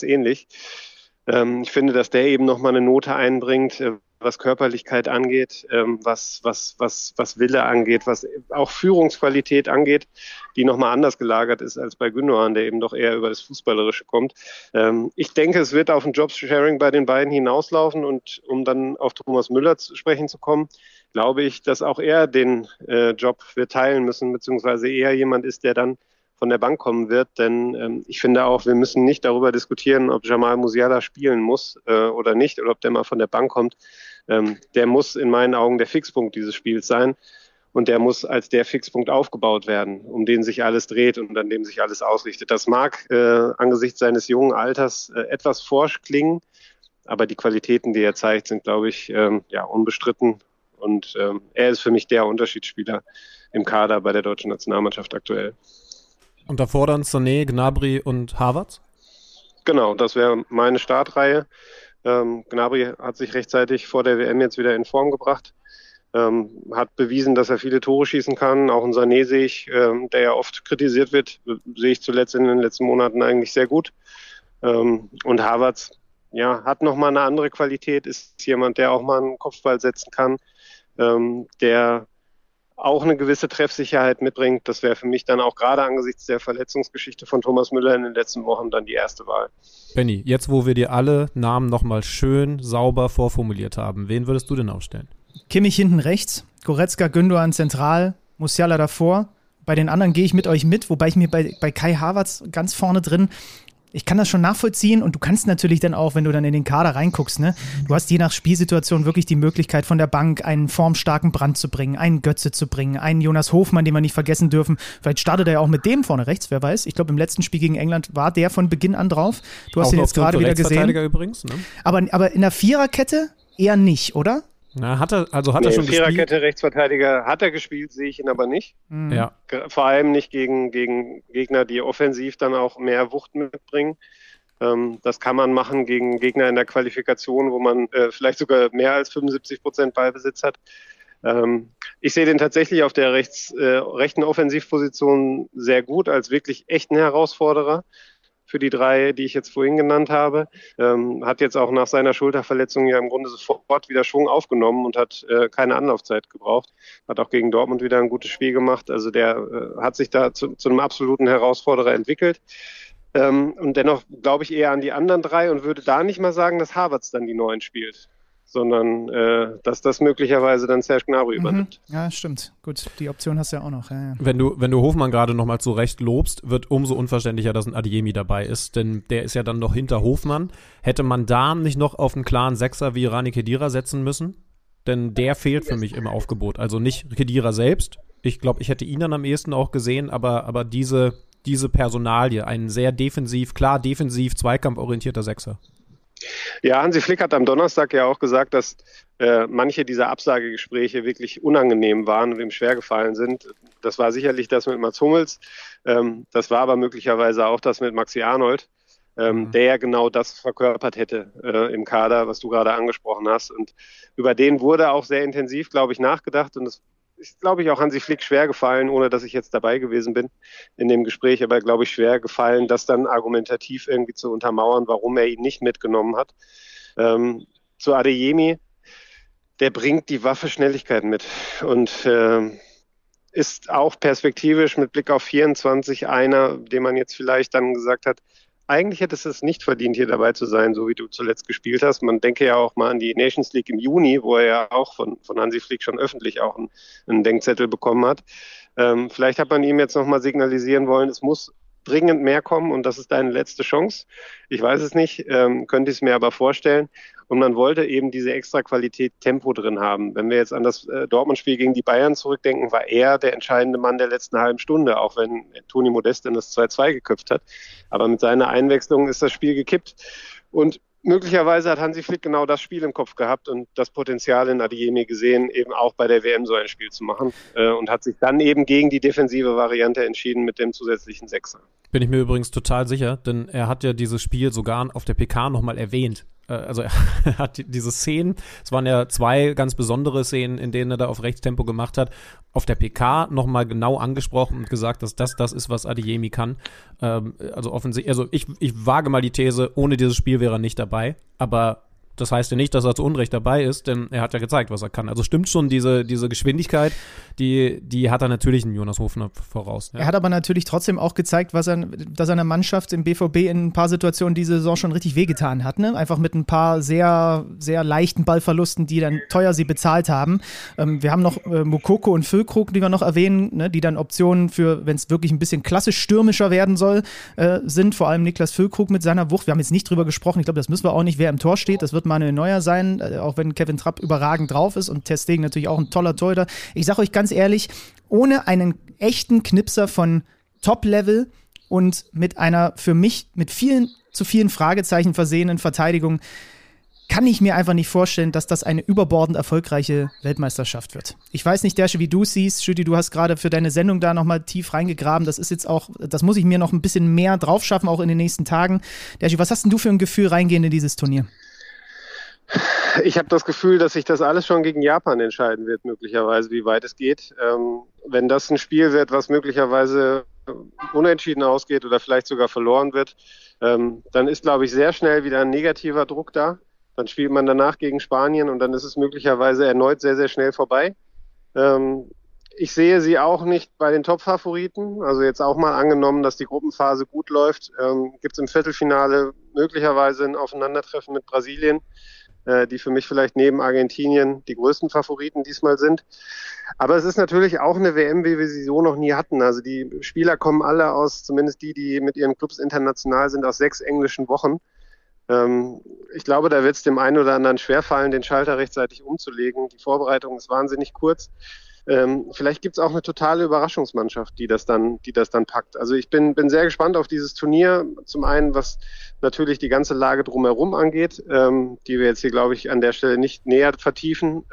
Ich finde, dass der eben nochmal eine Note einbringt, was Körperlichkeit angeht, was Wille angeht, was auch Führungsqualität angeht, die nochmal anders gelagert ist als bei Gündoğan, der eben doch eher über das Fußballerische kommt. Ich denke, es wird auf ein Jobsharing bei den beiden hinauslaufen und um dann auf Thomas Müller zu sprechen zu kommen, glaube ich, dass auch er den Job wird teilen müssen, beziehungsweise eher jemand ist, der dann von der Bank kommen wird, denn ich finde auch, wir müssen nicht darüber diskutieren, ob Jamal Musiala spielen muss oder nicht, oder ob der mal von der Bank kommt. Der muss in meinen Augen der Fixpunkt dieses Spiels sein und der muss als der Fixpunkt aufgebaut werden, um den sich alles dreht und an dem sich alles ausrichtet. Das mag angesichts seines jungen Alters etwas forsch klingen, aber die Qualitäten, die er zeigt, sind, glaube ich, unbestritten und er ist für mich der Unterschiedsspieler im Kader bei der deutschen Nationalmannschaft aktuell. Und davor dann Sané, Gnabry und Havertz? Genau, das wäre meine Startreihe. Gnabry hat sich rechtzeitig vor der WM jetzt wieder in Form gebracht. Hat bewiesen, dass er viele Tore schießen kann. Auch in Sané sehe ich, der ja oft kritisiert wird, sehe ich zuletzt in den letzten Monaten eigentlich sehr gut. Und Havertz, ja, hat nochmal eine andere Qualität, ist jemand, der auch mal einen Kopfball setzen kann, der auch eine gewisse Treffsicherheit mitbringt. Das wäre für mich dann auch gerade angesichts der Verletzungsgeschichte von Thomas Müller in den letzten Wochen dann die erste Wahl. Benni, jetzt wo wir dir alle Namen nochmal schön sauber vorformuliert haben, wen würdest du denn aufstellen? Kimmich hinten rechts, Goretzka, Gündoğan zentral, Musiala davor. Bei den anderen gehe ich mit euch mit, wobei ich mir bei Kai Havertz ganz vorne drin, ich kann das schon nachvollziehen und du kannst natürlich dann auch, wenn du dann in den Kader reinguckst, ne, du hast je nach Spielsituation wirklich die Möglichkeit von der Bank einen formstarken Brandt zu bringen, einen Götze zu bringen, einen Jonas Hofmann, den wir nicht vergessen dürfen. Vielleicht startet er ja auch mit dem vorne rechts, wer weiß. Ich glaube, im letzten Spiel gegen England war der von Beginn an drauf. Du hast ihn jetzt gerade wieder gesehen. Übrigens, ne? Aber in der Viererkette eher nicht, oder? Na, hat er schon gespielt? Viererkette, Rechtsverteidiger hat er gespielt, sehe ich ihn aber nicht. Ja. Vor allem nicht gegen Gegner, die offensiv dann auch mehr Wucht mitbringen. Das kann man machen gegen Gegner in der Qualifikation, wo man vielleicht sogar mehr als 75% Ballbesitz hat. Ich sehe den tatsächlich auf der rechten Offensivposition sehr gut, als wirklich echten Herausforderer für die drei, die ich jetzt vorhin genannt habe. Hat jetzt auch nach seiner Schulterverletzung ja im Grunde sofort wieder Schwung aufgenommen und hat keine Anlaufzeit gebraucht. Hat auch gegen Dortmund wieder ein gutes Spiel gemacht. Also der hat sich da zu einem absoluten Herausforderer entwickelt. Und dennoch glaube ich eher an die anderen drei und würde da nicht mal sagen, dass Havertz dann die Neuen spielt, sondern dass das möglicherweise dann Serge Gnabry übernimmt. Ja, stimmt. Gut, die Option hast du ja auch noch. Ja. Wenn du Hofmann gerade nochmal zu Recht lobst, wird umso unverständlicher, dass ein Adeyemi dabei ist, denn der ist ja dann noch hinter Hofmann. Hätte man da nicht noch auf einen klaren Sechser wie Rani Khedira setzen müssen? Denn der fehlt für mich im Aufgebot. Also nicht Khedira selbst. Ich glaube, ich hätte ihn dann am ehesten auch gesehen, aber diese Personalie, ein sehr klar defensiv, zweikampforientierter Sechser. Ja, Hansi Flick hat am Donnerstag ja auch gesagt, dass manche dieser Absagegespräche wirklich unangenehm waren und ihm schwer gefallen sind. Das war sicherlich das mit Mats Hummels. Das war aber möglicherweise auch das mit Maxi Arnold, der ja genau das verkörpert hätte im Kader, was du gerade angesprochen hast. Und über den wurde auch sehr intensiv, glaube ich, nachgedacht. Und das ist, glaube ich, auch Hansi Flick schwer gefallen, ohne dass ich jetzt dabei gewesen bin in dem Gespräch, aber, glaube ich, schwer gefallen, das dann argumentativ irgendwie zu untermauern, warum er ihn nicht mitgenommen hat. Zu Adeyemi, der bringt die Waffe Schnelligkeit mit und ist auch perspektivisch mit Blick auf 24 einer, dem man jetzt vielleicht dann gesagt hat, eigentlich hättest du es nicht verdient, hier dabei zu sein, so wie du zuletzt gespielt hast. Man denke ja auch mal an die Nations League im Juni, wo er ja auch von Hansi Flick schon öffentlich auch einen Denkzettel bekommen hat. Vielleicht hat man ihm jetzt nochmal signalisieren wollen, es muss dringend mehr kommen und das ist deine letzte Chance. Ich weiß es nicht, könnte ich es mir aber vorstellen. Und man wollte eben diese extra Qualität Tempo drin haben. Wenn wir jetzt an das Dortmund-Spiel gegen die Bayern zurückdenken, war er der entscheidende Mann der letzten halben Stunde, auch wenn Toni Modest dann das 2-2 geköpft hat. Aber mit seiner Einwechslung ist das Spiel gekippt. Und möglicherweise hat Hansi Flick genau das Spiel im Kopf gehabt und das Potenzial in Adeyemi gesehen, eben auch bei der WM so ein Spiel zu machen und hat sich dann eben gegen die defensive Variante entschieden mit dem zusätzlichen Sechser. Bin ich mir übrigens total sicher, denn er hat ja dieses Spiel sogar auf der PK nochmal erwähnt. Also er hat diese Szenen, es waren ja 2 ganz besondere Szenen, in denen er da auf Rechtstempo gemacht hat, auf der PK nochmal genau angesprochen und gesagt, dass das ist, was Adeyemi kann. Also offensichtlich, also ich wage mal die These, ohne dieses Spiel wäre er nicht dabei, aber das heißt ja nicht, dass er zu Unrecht dabei ist, denn er hat ja gezeigt, was er kann. Also stimmt schon, diese Geschwindigkeit, die hat er natürlich in Jonas Hofmann voraus. Ja. Er hat aber natürlich trotzdem auch gezeigt, dass er einer Mannschaft im BVB in ein paar Situationen diese Saison schon richtig wehgetan hat. Ne? Einfach mit ein paar sehr, sehr leichten Ballverlusten, die dann teuer sie bezahlt haben. Wir haben noch Moukoko und Füllkrug, die wir noch erwähnen, ne? Die dann Optionen für, wenn es wirklich ein bisschen klassisch stürmischer werden soll, sind. Vor allem Niklas Füllkrug mit seiner Wucht. Wir haben jetzt nicht drüber gesprochen, ich glaube, das müssen wir auch nicht, wer im Tor steht. Das wird Manuel Neuer sein, auch wenn Kevin Trapp überragend drauf ist und Ter Stegen natürlich auch ein toller Torhüter. Ich sage euch ganz ehrlich, ohne einen echten Knipser von Top-Level und mit einer für mich mit zu vielen Fragezeichen versehenen Verteidigung kann ich mir einfach nicht vorstellen, dass das eine überbordend erfolgreiche Weltmeisterschaft wird. Ich weiß nicht, Dersche, wie du es siehst. Schütti, du hast gerade für deine Sendung da nochmal tief reingegraben. Das ist jetzt auch, das muss ich mir noch ein bisschen mehr drauf schaffen, auch in den nächsten Tagen. Dersche, was hast denn du für ein Gefühl reingehend in dieses Turnier? Ich habe das Gefühl, dass sich das alles schon gegen Japan entscheiden wird, möglicherweise, wie weit es geht. Wenn das ein Spiel wird, was möglicherweise unentschieden ausgeht oder vielleicht sogar verloren wird, dann ist, glaube ich, sehr schnell wieder ein negativer Druck da. Dann spielt man danach gegen Spanien und dann ist es möglicherweise erneut sehr, sehr schnell vorbei. Ich sehe sie auch nicht bei den Top-Favoriten. Also jetzt auch mal angenommen, dass die Gruppenphase gut läuft, gibt es im Viertelfinale möglicherweise ein Aufeinandertreffen mit Brasilien, die für mich vielleicht neben Argentinien die größten Favoriten diesmal sind. Aber es ist natürlich auch eine WM, wie wir sie so noch nie hatten. Also die Spieler kommen alle aus, zumindest die mit ihren Clubs international sind, aus 6 englischen Wochen. Ich glaube, da wird es dem einen oder anderen schwerfallen, den Schalter rechtzeitig umzulegen. Die Vorbereitung ist wahnsinnig kurz. Vielleicht gibt es auch eine totale Überraschungsmannschaft, die das dann packt. Also ich bin sehr gespannt auf dieses Turnier. Zum einen, was natürlich die ganze Lage drumherum angeht, die wir jetzt hier, glaube ich, an der Stelle nicht näher vertiefen.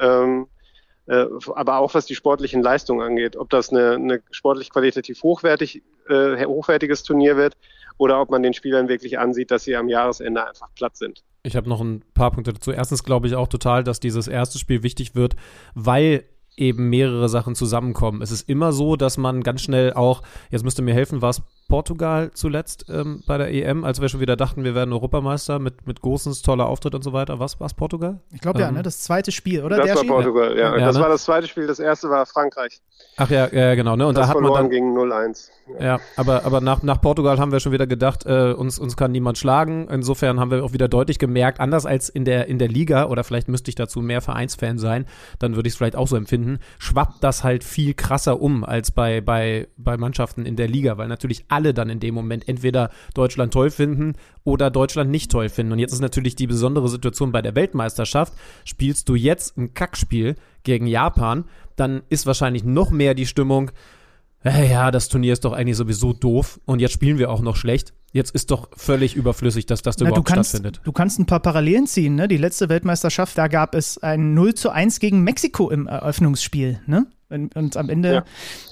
Aber auch was die sportlichen Leistungen angeht, ob das eine sportlich qualitativ hochwertiges Turnier wird oder ob man den Spielern wirklich ansieht, dass sie am Jahresende einfach platt sind. Ich habe noch ein paar Punkte dazu. Erstens glaube ich auch total, dass dieses erste Spiel wichtig wird, weil eben mehrere Sachen zusammenkommen. Es ist immer so, dass man ganz schnell auch, jetzt müsst ihr mir helfen, war es Portugal zuletzt bei der EM, als wir schon wieder dachten, wir werden Europameister mit Gosens toller Auftritt und so weiter. Was war es, Portugal? Ich glaube ne, das zweite Spiel, oder? Das war Portugal, ja. Das war das zweite Spiel, das erste war Frankreich. Ach ja, genau. Ne? Und das da hat man dann gegen 0-1. Ja, aber nach Portugal haben wir schon wieder gedacht, uns kann niemand schlagen. Insofern haben wir auch wieder deutlich gemerkt, anders als in der Liga, oder vielleicht müsste ich dazu mehr Vereinsfan sein, dann würde ich es vielleicht auch so empfinden, schwappt das halt viel krasser um als bei Mannschaften in der Liga, weil natürlich alle dann in dem Moment entweder Deutschland toll finden oder Deutschland nicht toll finden. Und jetzt ist natürlich die besondere Situation bei der Weltmeisterschaft. Spielst du jetzt ein Kackspiel gegen Japan, dann ist wahrscheinlich noch mehr die Stimmung, ja, das Turnier ist doch eigentlich sowieso doof und jetzt spielen wir auch noch schlecht. Jetzt ist doch völlig überflüssig, dass das überhaupt stattfindet. Du kannst ein paar Parallelen ziehen, ne? Die letzte Weltmeisterschaft, da gab es ein 0-1 gegen Mexiko im Eröffnungsspiel, ne? Und am Ende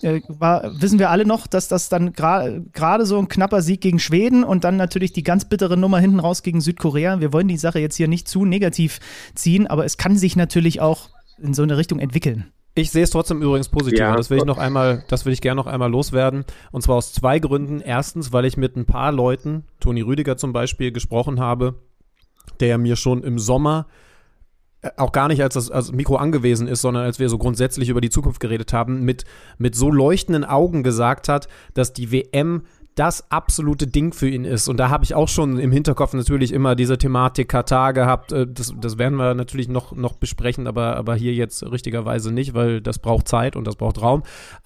wissen wir alle noch, dass das dann gerade so ein knapper Sieg gegen Schweden und dann natürlich die ganz bittere Nummer hinten raus gegen Südkorea. Wir wollen die Sache jetzt hier nicht zu negativ ziehen, aber es kann sich natürlich auch in so eine Richtung entwickellen. Ich sehe es trotzdem übrigens positiv. Ja. Das will ich gerne noch einmal loswerden. Und zwar aus 2 Gründen. Erstens, weil ich mit ein paar Leuten, Toni Rüdiger zum Beispiel, gesprochen habe, der mir schon im Sommer auch gar nicht als das Mikro angewiesen ist, sondern als wir so grundsätzlich über die Zukunft geredet haben, mit so leuchtenden Augen gesagt hat, dass die WM das absolute Ding für ihn ist. Und da habe ich auch schon im Hinterkopf natürlich immer diese Thematik Katar gehabt. Das werden wir natürlich noch besprechen, aber hier jetzt richtigerweise nicht, weil das braucht Zeit und das braucht Raum.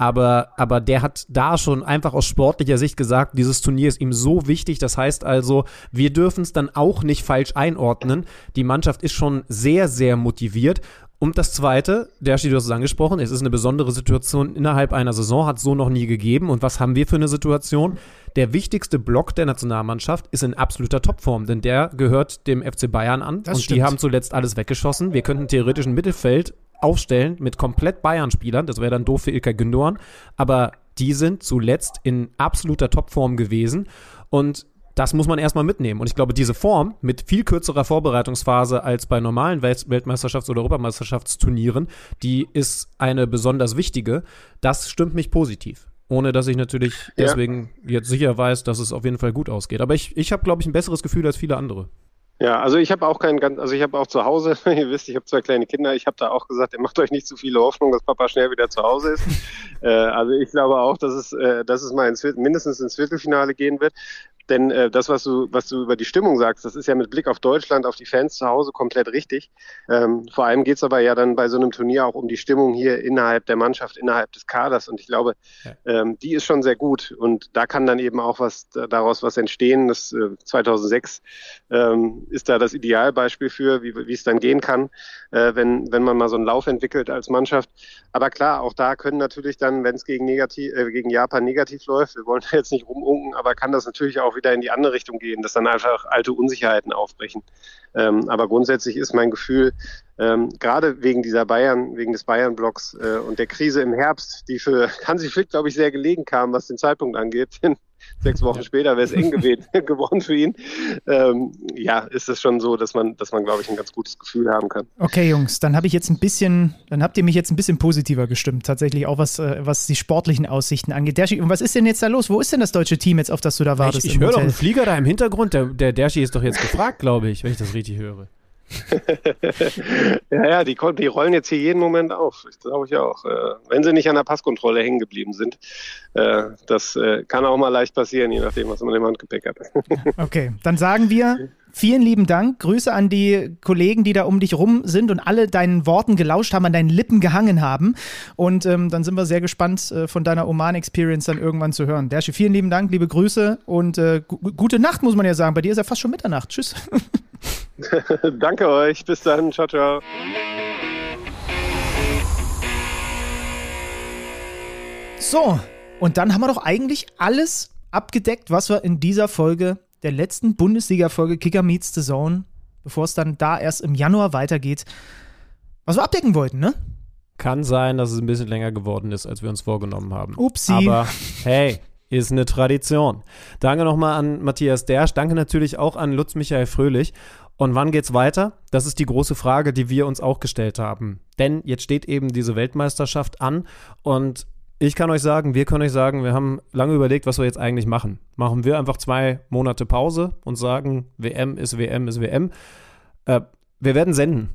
Aber der hat da schon einfach aus sportlicher Sicht gesagt, dieses Turnier ist ihm so wichtig. Das heißt also, wir dürfen es dann auch nicht falsch einordnen. Die Mannschaft ist schon sehr, sehr motiviert. Und das Zweite, Derschi, du hast es angesprochen, es ist eine besondere Situation innerhalb einer Saison, hat es so noch nie gegeben. Und was haben wir für eine Situation? Der wichtigste Block der Nationalmannschaft ist in absoluter Topform, denn der gehört dem FC Bayern an. Das und stimmt. Die haben zuletzt alles weggeschossen. Wir könnten theoretisch ein Mittelfeld aufstellen mit komplett Bayern-Spielern. Das wäre dann doof für Ilkay Gündoğan. Aber die sind zuletzt in absoluter Topform gewesen. Und das muss man erstmal mitnehmen. Und ich glaube, diese Form mit viel kürzerer Vorbereitungsphase als bei normalen Weltmeisterschafts- oder Europameisterschaftsturnieren, die ist eine besonders wichtige. Das stimmt mich positiv. Ohne, dass ich natürlich deswegen jetzt sicher weiß, dass es auf jeden Fall gut ausgeht. Aber ich habe, glaube ich, ein besseres Gefühl als viele andere. Ja, also ich habe auch zu Hause, ihr wisst, ich habe 2 kleine Kinder, ich habe da auch gesagt, ihr macht euch nicht zu viele Hoffnung, dass Papa schnell wieder zu Hause ist. Also ich glaube auch, dass es mal mindestens ins Viertelfinale gehen wird. Denn das, was du über die Stimmung sagst, das ist ja mit Blick auf Deutschland, auf die Fans zu Hause komplett richtig. Vor allem geht es aber ja dann bei so einem Turnier auch um die Stimmung hier innerhalb der Mannschaft, innerhalb des Kaders. Und ich glaube, die ist schon sehr gut. Und da kann dann eben auch daraus was entstehen. Das 2006 ist da das Idealbeispiel für, wie es dann gehen kann, wenn man mal so einen Lauf entwickelt als Mannschaft. Aber klar, auch da können natürlich dann, wenn es gegen Japan negativ läuft, wir wollen jetzt nicht rumunken, aber kann das natürlich auch auch wieder in die andere Richtung gehen, dass dann einfach alte Unsicherheiten aufbrechen. Aber grundsätzlich ist mein Gefühl, gerade wegen des Bayern-Blocks und der Krise im Herbst, die für Hansi Flick, glaube ich, sehr gelegen kam, was den Zeitpunkt angeht, denn 6 Wochen später wäre es eng geworden für ihn. Ist es schon so, dass man, glaube ich, ein ganz gutes Gefühl haben kann. Okay, Jungs, dann habt ihr mich jetzt ein bisschen positiver gestimmt, tatsächlich auch was die sportlichen Aussichten angeht. Derschi, und was ist denn jetzt da los? Wo ist denn das deutsche Team jetzt, auf das du da wartest? Ich höre doch einen Flieger da im Hintergrund. Der Derschi ist doch jetzt gefragt, glaube ich, wenn ich das richtig höre. Ja, die rollen jetzt hier jeden Moment auf. Das glaube ich auch. Wenn sie nicht an der Passkontrolle hängen geblieben sind. Das kann auch mal leicht passieren, je nachdem, was man im Handgepäck hat. Okay, dann sagen wir vielen lieben Dank. Grüße an die Kollegen, die da um dich rum sind und alle deinen Worten gelauscht haben, an deinen Lippen gehangen haben. Und dann sind wir sehr gespannt, von deiner Oman-Experience dann irgendwann zu hören. Derschi, vielen lieben Dank, liebe Grüße und gute Nacht, muss man ja sagen. Bei dir ist ja fast schon Mitternacht. Tschüss. Danke euch. Bis dann. Ciao, ciao. So, und dann haben wir doch eigentlich alles abgedeckt, was wir in dieser Folge, der letzten Bundesliga-Folge Kicker Meets the Zone, bevor es dann da erst im Januar weitergeht, was wir abdecken wollten, ne? Kann sein, dass es ein bisschen länger geworden ist, als wir uns vorgenommen haben. Upsi. Aber hey, ist eine Tradition. Danke nochmal an Matthias Dersch. Danke natürlich auch an Lutz Michael Fröhlich. Und wann geht's weiter? Das ist die große Frage, die wir uns auch gestellt haben. Denn jetzt steht eben diese Weltmeisterschaft an und wir können euch sagen, wir haben lange überlegt, was wir jetzt eigentlich machen. Machen wir einfach 2 Monate Pause und sagen, WM ist WM ist WM. Wir werden senden.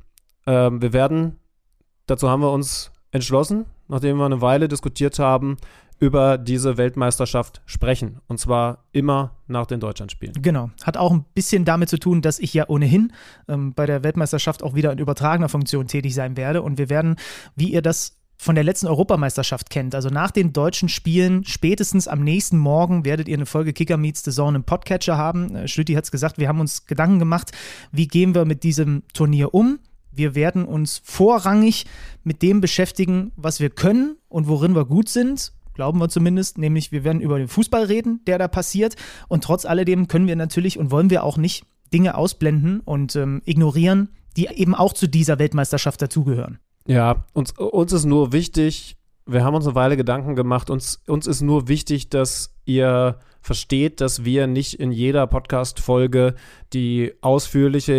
Dazu haben wir uns entschlossen, nachdem wir eine Weile diskutiert haben, über diese Weltmeisterschaft sprechen. Und zwar immer nach den Deutschlandspielen. Genau. Hat auch ein bisschen damit zu tun, dass ich ja ohnehin bei der Weltmeisterschaft auch wieder in übertragener Funktion tätig sein werde. Und wir werden, wie ihr das von der letzten Europameisterschaft kennt, also nach den deutschen Spielen, spätestens am nächsten Morgen werdet ihr eine Folge Kicker Meets the Zone im Podcatcher haben. Schlüti hat es gesagt, wir haben uns Gedanken gemacht, wie gehen wir mit diesem Turnier um. Wir werden uns vorrangig mit dem beschäftigen, was wir können und worin wir gut sind. Glauben wir zumindest, nämlich wir werden über den Fußball reden, der da passiert. Und trotz alledem können wir natürlich und wollen wir auch nicht Dinge ausblenden und ignorieren, die eben auch zu dieser Weltmeisterschaft dazugehören. Ja, uns ist nur wichtig, wir haben uns eine Weile Gedanken gemacht, uns ist nur wichtig, dass ihr versteht, dass wir nicht in jeder Podcast-Folge die ausführliche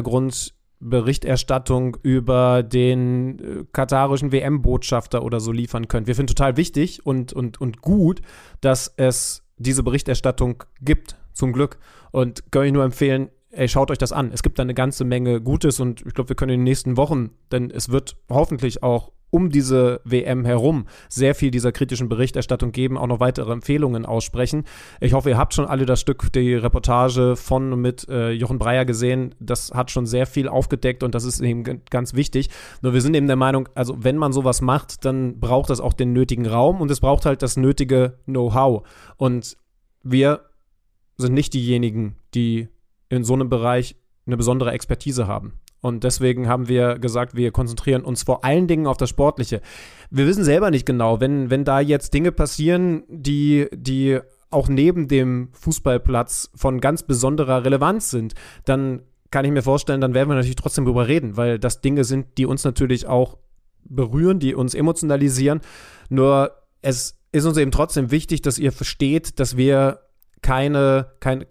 Hintergrundberichterstattung über den katarischen WM-Botschafter oder so liefern können. Wir finden total wichtig und gut, dass es diese Berichterstattung gibt, zum Glück. Und kann ich nur empfehlen, schaut euch das an. Es gibt da eine ganze Menge Gutes und ich glaube, wir können in den nächsten Wochen, denn es wird hoffentlich auch um diese WM herum sehr viel dieser kritischen Berichterstattung geben, auch noch weitere Empfehlungen aussprechen. Ich hoffe, ihr habt schon alle das Stück, die Reportage von und mit Jochen Breyer gesehen. Das hat schon sehr viel aufgedeckt und das ist eben ganz wichtig. Nur wir sind eben der Meinung, also wenn man sowas macht, dann braucht das auch den nötigen Raum und es braucht halt das nötige Know-how. Und wir sind nicht diejenigen, die in so einem Bereich eine besondere Expertise haben. Und deswegen haben wir gesagt, wir konzentrieren uns vor allen Dingen auf das Sportliche. Wir wissen selber nicht genau, wenn da jetzt Dinge passieren, die auch neben dem Fußballplatz von ganz besonderer Relevanz sind, dann kann ich mir vorstellen, dann werden wir natürlich trotzdem drüber reden, weil das Dinge sind, die uns natürlich auch berühren, die uns emotionalisieren. Nur es ist uns eben trotzdem wichtig, dass ihr versteht, dass wir keine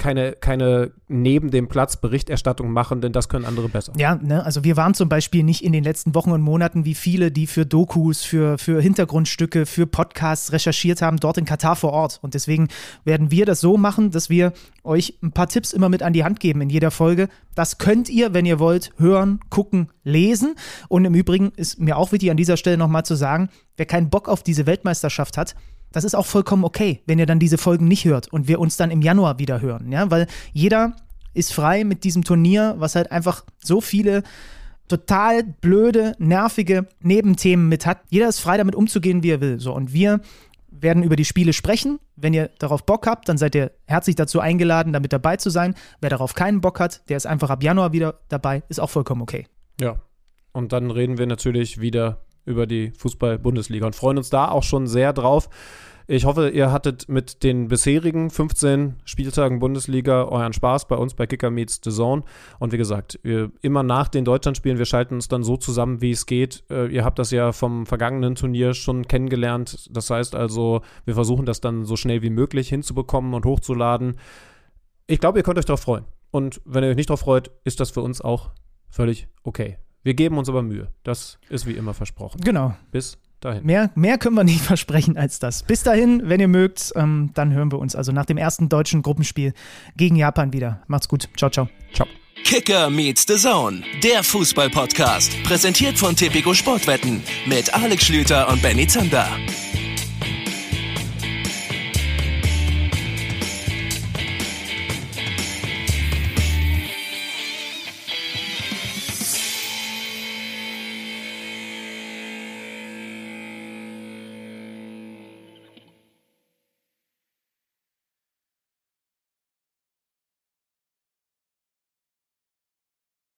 neben dem Platz Berichterstattung machen, denn das können andere besser. Ja, ne, also wir waren zum Beispiel nicht in den letzten Wochen und Monaten wie viele, die für Dokus, für Hintergrundstücke, für Podcasts recherchiert haben, dort in Katar vor Ort. Und deswegen werden wir das so machen, dass wir euch ein paar Tipps immer mit an die Hand geben in jeder Folge. Das könnt ihr, wenn ihr wollt, hören, gucken, lesen. Und im Übrigen ist mir auch wichtig, an dieser Stelle nochmal zu sagen, wer keinen Bock auf diese Weltmeisterschaft hat, das ist auch vollkommen okay, wenn ihr dann diese Folgen nicht hört und wir uns dann im Januar wieder hören, ja, weil jeder ist frei mit diesem Turnier, was halt einfach so viele total blöde, nervige Nebenthemen mit hat. Jeder ist frei, damit umzugehen, wie er will. So, und wir werden über die Spiele sprechen. Wenn ihr darauf Bock habt, dann seid ihr herzlich dazu eingeladen, damit dabei zu sein. Wer darauf keinen Bock hat, der ist einfach ab Januar wieder dabei, ist auch vollkommen okay. Ja, und dann reden wir natürlich wieder über die Fußball-Bundesliga und freuen uns da auch schon sehr drauf. Ich hoffe, ihr hattet mit den bisherigen 15 Spieltagen Bundesliga euren Spaß bei uns bei Kicker meets the Zone. Und wie gesagt, immer nach den Deutschlandspielen, wir schalten uns dann so zusammen, wie es geht. Ihr habt das ja vom vergangenen Turnier schon kennengelernt. Das heißt also, wir versuchen das dann so schnell wie möglich hinzubekommen und hochzuladen. Ich glaube, ihr könnt euch darauf freuen. Und wenn ihr euch nicht darauf freut, ist das für uns auch völlig okay. Wir geben uns aber Mühe. Das ist wie immer versprochen. Genau. Bis dahin. Mehr können wir nicht versprechen als das. Bis dahin, wenn ihr mögt, dann hören wir uns also nach dem ersten deutschen Gruppenspiel gegen Japan wieder. Macht's gut. Ciao, ciao. Ciao. Kicker meets the Zone, der Fußball-Podcast. Präsentiert von Tipico Sportwetten mit Alex Schlüter und Benny Zander.